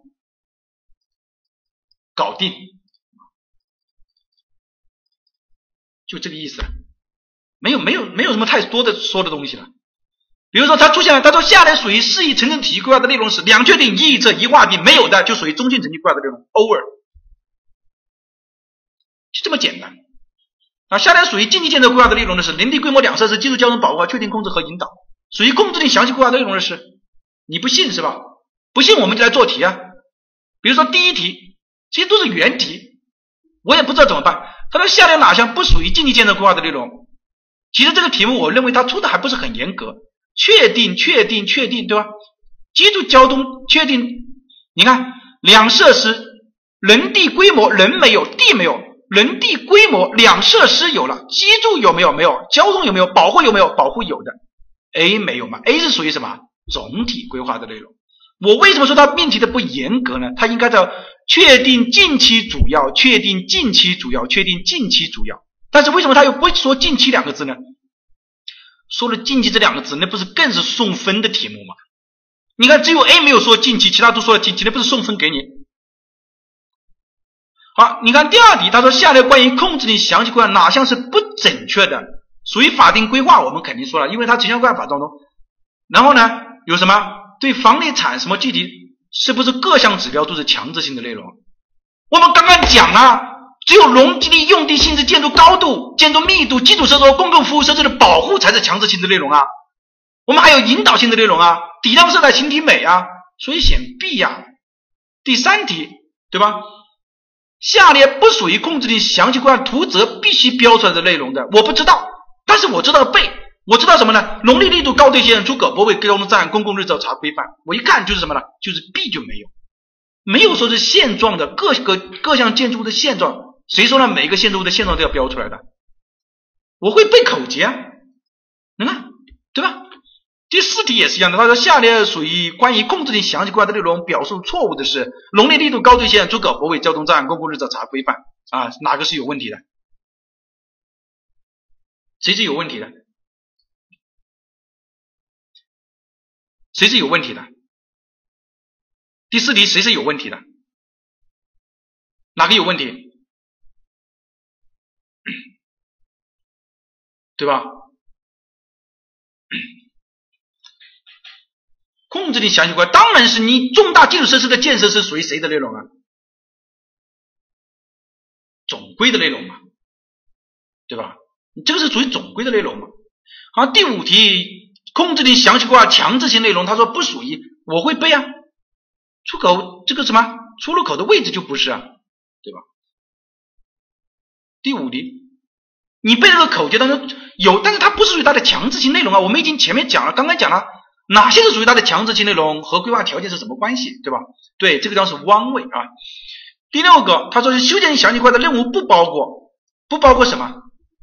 搞定，就这个意思，没有没有没有什么太多的说的东西了。比如说他出现了，他说下列属于市域城镇体系规划的内容是两确定、一预测、一划定，没有的就属于中性城区规划的内容 over， 就这么简单啊。下列属于近期建设规划的内容的是人地规模两设施基础交通保护、确定控制和引导，属于控制性详细规划的内容的是，你不信是吧？不信我们就来做题啊。比如说第一题其实都是原题，我也不知道怎么办。他说下列哪项不属于近期建设规划的内容？其实这个题目我认为他出的还不是很严格，确定确定确定，对吧？基础交通确定，你看两设施，人地规模人没有，地没有，人地规模两设施有了，基础有没有？没有。交通有没有？保护有没有？保护有的。 A 没有嘛？ A 是属于什么？总体规划的内容。我为什么说它命题的不严格呢？它应该叫确定近期主要，确定近期主要，确定近期主要。但是为什么它又不说近期两个字呢？说了近期这两个字，那不是更是送分的题目吗？你看只有 A 没有说近期，其他都说了近期，那不是送分给你？好，你看第二题，他说下列关于控制性详细规划哪项是不准确的？属于法定规划，我们肯定说了，因为它城乡规划法当中。然后呢，有什么对房地产什么具体是不是各项指标都是强制性的内容？我们刚刚讲了，只有农地用地性质、建筑高度、建筑密度、基础设施和公共服务设施的保护才是强制性的内容啊。我们还有引导性的内容啊，抵让色彩形体美啊，所以选 B 呀、啊。第三题，对吧？下列不属于控制性详细规划图则必须标出来的内容的，我不知道，但是我知道背，我知道什么呢？农地力度高对线出口泊位交通站公共日照查规范，我一看就是什么呢？就是 B 就没有，没有说是现状的各个各项建筑物的现状，谁说呢？每个建筑物的现状都要标出来的，我会背口诀啊，你看，对吧？ 第四题也是一样的，他说下列属于关于控制性详细规划的内容表述错误的是：容力、力度、高度线、诸葛、泊位、交通站、公共日照查规范啊，哪个是有问题的？谁是有问题的？谁是有问题的？第四题谁是有问题的？哪个有问题？对吧？控制性详细规划当然是你重大基础设施的建设是属于谁的内容啊？总规的内容嘛，对吧？你这个是属于总规的内容嘛。好，第五题，控制性详细规划强制性内容，他说不属于，我会背啊。出口这个什么出入口的位置就不是啊，对吧？第五题，你背这个口诀当中有，但是它不是属于它的强制性内容啊。我们已经前面讲了，刚刚讲了哪些是属于它的强制性内容和规划条件是什么关系，对吧？对，这个叫是弯位啊。第六个，他说是修建性详细规划的任务不包括，不包括什么？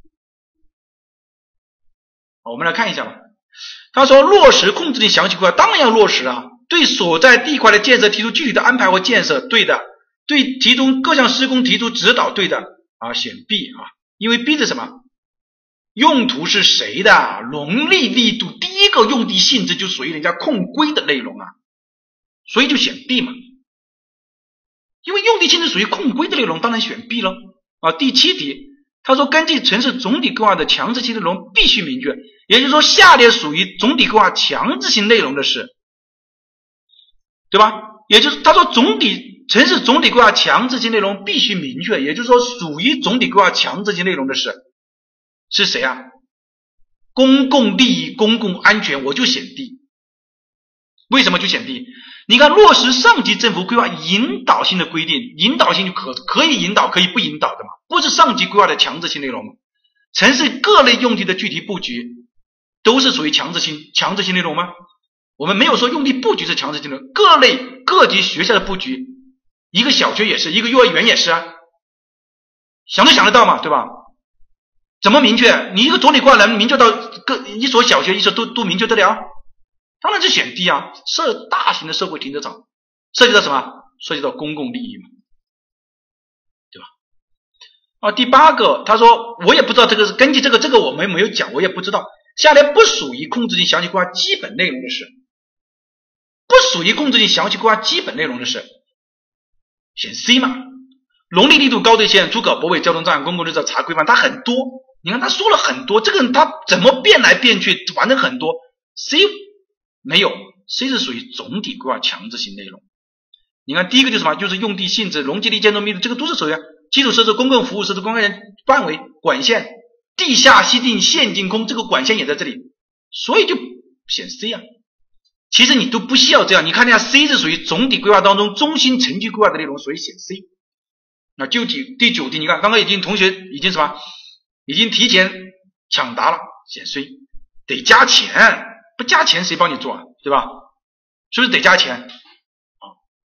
我们来看一下吧。他说落实控制性详细规划，当然要落实啊。对所在地块的建设提出具体的安排或建设，对的。对提出各项施工提出指导，对的啊，选 B 啊，因为 B 是什么？用途是谁的？容力、力度，第一个用地性质就属于人家控规的内容啊，所以就选 B 嘛。因为用地性质属于控规的内容，当然选 B 了啊。第七题，他说根据城市总体规划的强制性内容必须明确，也就是说下列属于总体规划强制性内容的是，对吧？也就是他说总体城市总体规划强制性内容必须明确，也就是说属于总体规划强制性内容的是是谁啊？公共利益、公共安全，我就选 D。为什么就选 D？ 你看落实上级政府规划引导性的规定，引导性就可可以引导可以不引导的嘛，不是上级规划的强制性内容吗？城市各类用地的具体布局都是属于强制性强制性内容吗？我们没有说用地布局是强制性内容，各类各级学校的布局，一个小学也是，一个幼儿园也是啊，想都想得到嘛，对吧？怎么明确？你一个总体规划能明确到各一所小学一所都都明确得了？当然是选 D 啊，设大型的社会停车场，涉及到什么？涉及到公共利益嘛，对吧？啊，第八个，他说我也不知道这个是根据这个这个我们没有讲，我也不知道。下列不属于控制性详细规划基本内容的是，不属于控制性详细规划基本内容的是，选 C 嘛。容力、力度、高度线、诸葛、泊位、交通站、公共日照查规范，它很多。你看他说了很多，这个人他怎么变来变去，反正很多。C 没有 ，C 是属于总体规划强制性内容。你看第一个就是什么？就是用地性质、容积率、建筑密度，这个都是属于基础设施、公共服务设施、公开人范围、管线、地下析定、线净空，这个管线也在这里，所以就选 C 啊。其实你都不需要这样，你看一下 C 是属于总体规划当中中心城区规划的内容，所以选 C。那就第第九题，你看刚刚已经同学已经什么？已经提前抢答了，选 C， 得加钱。不加钱谁帮你做啊，对吧？是不是得加钱啊？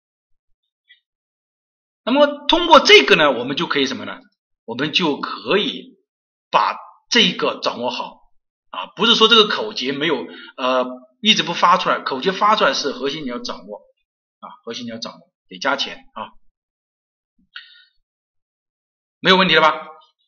那么通过这个呢，我们就可以什么呢？我们就可以把这个掌握好啊，不是说这个口诀没有呃一直不发出来，口诀发出来是核心你要掌握啊，核心你要掌握，得加钱啊，没有问题了吧？啊，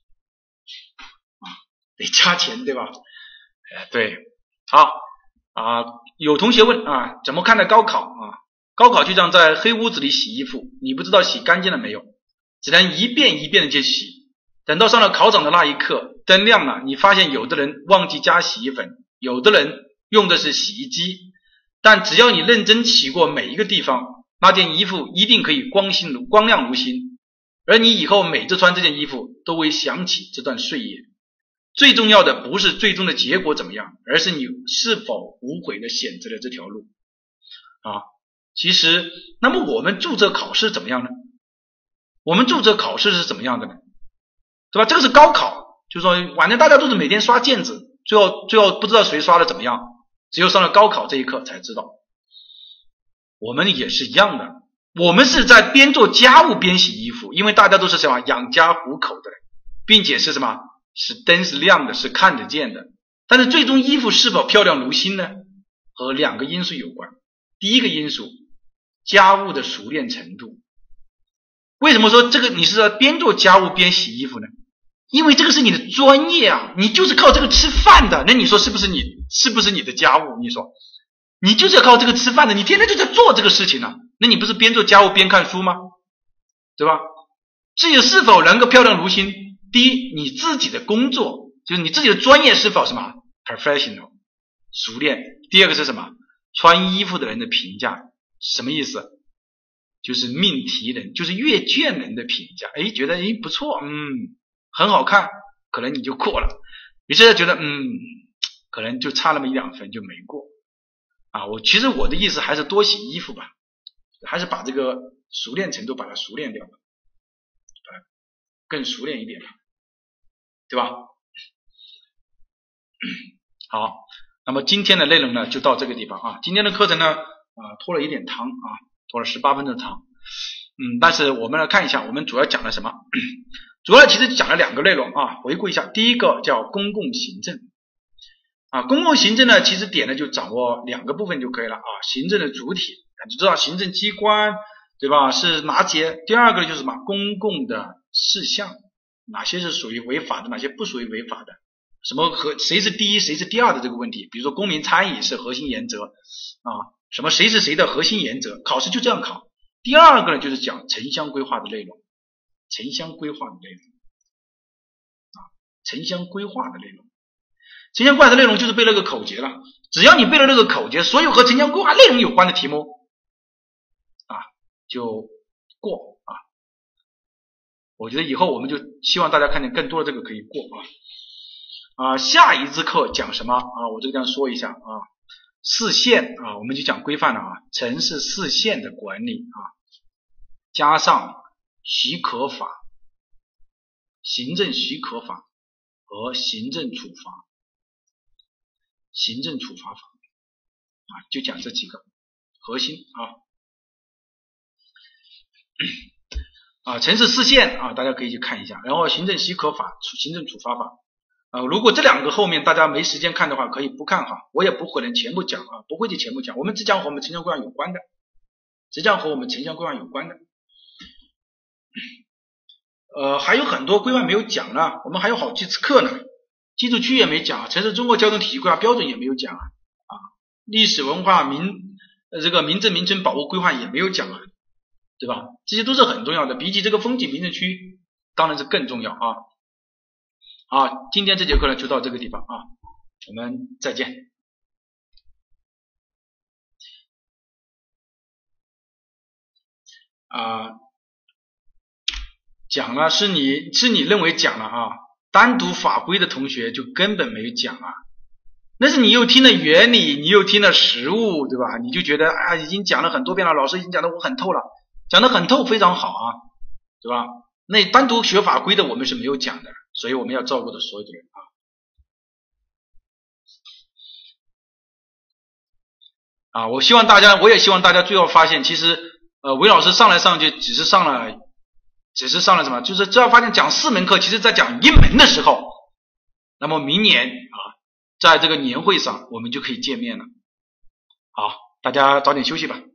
得加钱对吧？哎，对，好。啊，有同学问啊，怎么看待高考啊？高考就像在黑屋子里洗衣服，你不知道洗干净了没有，只能一遍一遍的去洗。等到上了考场的那一刻，灯亮了，你发现有的人忘记加洗衣粉，有的人用的是洗衣机，但只要你认真洗过每一个地方，那件衣服一定可以光新如光亮如新，而你以后每次穿这件衣服都会想起这段岁月。最重要的不是最终的结果怎么样，而是你是否无悔的选择了这条路啊。其实那么我们注册考试怎么样呢？我们注册考试是怎么样的呢？对吧？这个是高考，就是说反正大家都是每天刷卷子，最后最后不知道谁刷的怎么样，只有上了高考这一刻才知道。我们也是一样的，我们是在边做家务边洗衣服，因为大家都是什么养家糊口的，并且是什么是灯是亮的，是看得见的，但是最终衣服是否漂亮如新呢？ 和两个因素有关。第一个因素，家务的熟练程度。为什么说这个你是要边做家务边洗衣服呢？因为这个是你的专业啊，你就是靠这个吃饭的，那你说是不是你是不是你的家务？你说你就是要靠这个吃饭的，你天天就在做这个事情呢、啊，那你不是边做家务边看书吗？对吧？至于是否能够漂亮如新，第一，你自己的工作就是你自己的专业是否什么 professional 熟练。第二个是什么？穿衣服的人的评价。什么意思？就是命题人，就是阅卷人的评价。诶，觉得诶不错，嗯，很好看，可能你就过了。有些人觉得嗯，可能就差那么一两分就没过啊。我其实我的意思还是多洗衣服吧，还是把这个熟练程度把它熟练掉吧，把它更熟练一点吧，对吧？好，那么今天的内容呢就到这个地方啊。今天的课程呢啊拖了一点堂啊，拖了十八分钟的堂。嗯，但是我们来看一下我们主要讲了什么。主要其实讲了两个内容啊，回顾一下。第一个叫公共行政啊，公共行政呢其实点呢就掌握两个部分就可以了啊，行政的主体你知道行政机关对吧是哪些，第二个就是什么公共的事项，哪些是属于违法的，哪些不属于违法的，什么和谁是第一谁是第二的这个问题，比如说公民参与是核心原则啊，什么谁是谁的核心原则，考试就这样考。第二个呢就是讲城乡规划的内容，城乡规划的内容啊，城乡规划的内容，城乡规划的内容就是背了个口诀了，只要你背了这个口诀，所有和城乡规划内容有关的题目啊就过啊。我觉得以后我们就希望大家看见更多的这个可以过啊啊。下一次课讲什么啊？我这个地方说一下啊，市县啊，我们就讲规范了啊，城市市县的管理啊，加上许可法、行政许可法和行政处罚、行政处罚法啊，就讲这几个核心啊。啊，城市市县啊，大家可以去看一下，然后行政许可法、行政处罚法啊，如果这两个后面大家没时间看的话，可以不看哈，我也不可能全部讲啊，不会去全部讲，我们只讲和我们城乡规划有关的，只讲和我们城乡规划有关的。呃，还有很多规划没有讲呢，我们还有好几次课呢，居住区也没讲，城市综合交通体系规划标准也没有讲啊，啊，历史文化民呃这个民政名城保护规划也没有讲啊，对吧？这些都是很重要的，比起这个风景名胜区，当然是更重要啊。好，今天这节课呢就到这个地方啊，我们再见。啊，讲了是你是你认为讲了啊，单独法规的同学就根本没有讲啊，那是你又听了原理，你又听了实务，对吧？你就觉得啊，已经讲了很多遍了，老师已经讲得我很透了，讲得很透，非常好啊，对吧？那单独学法规的我们是没有讲的，所以我们要照顾的所有的人啊。啊，我希望大家，我也希望大家最后发现，其实呃，韦老师上来上去只是上了，只是上了什么？就是只要发现讲四门课，其实在讲一门的时候，那么明年啊，在这个年会上我们就可以见面了。好，大家早点休息吧。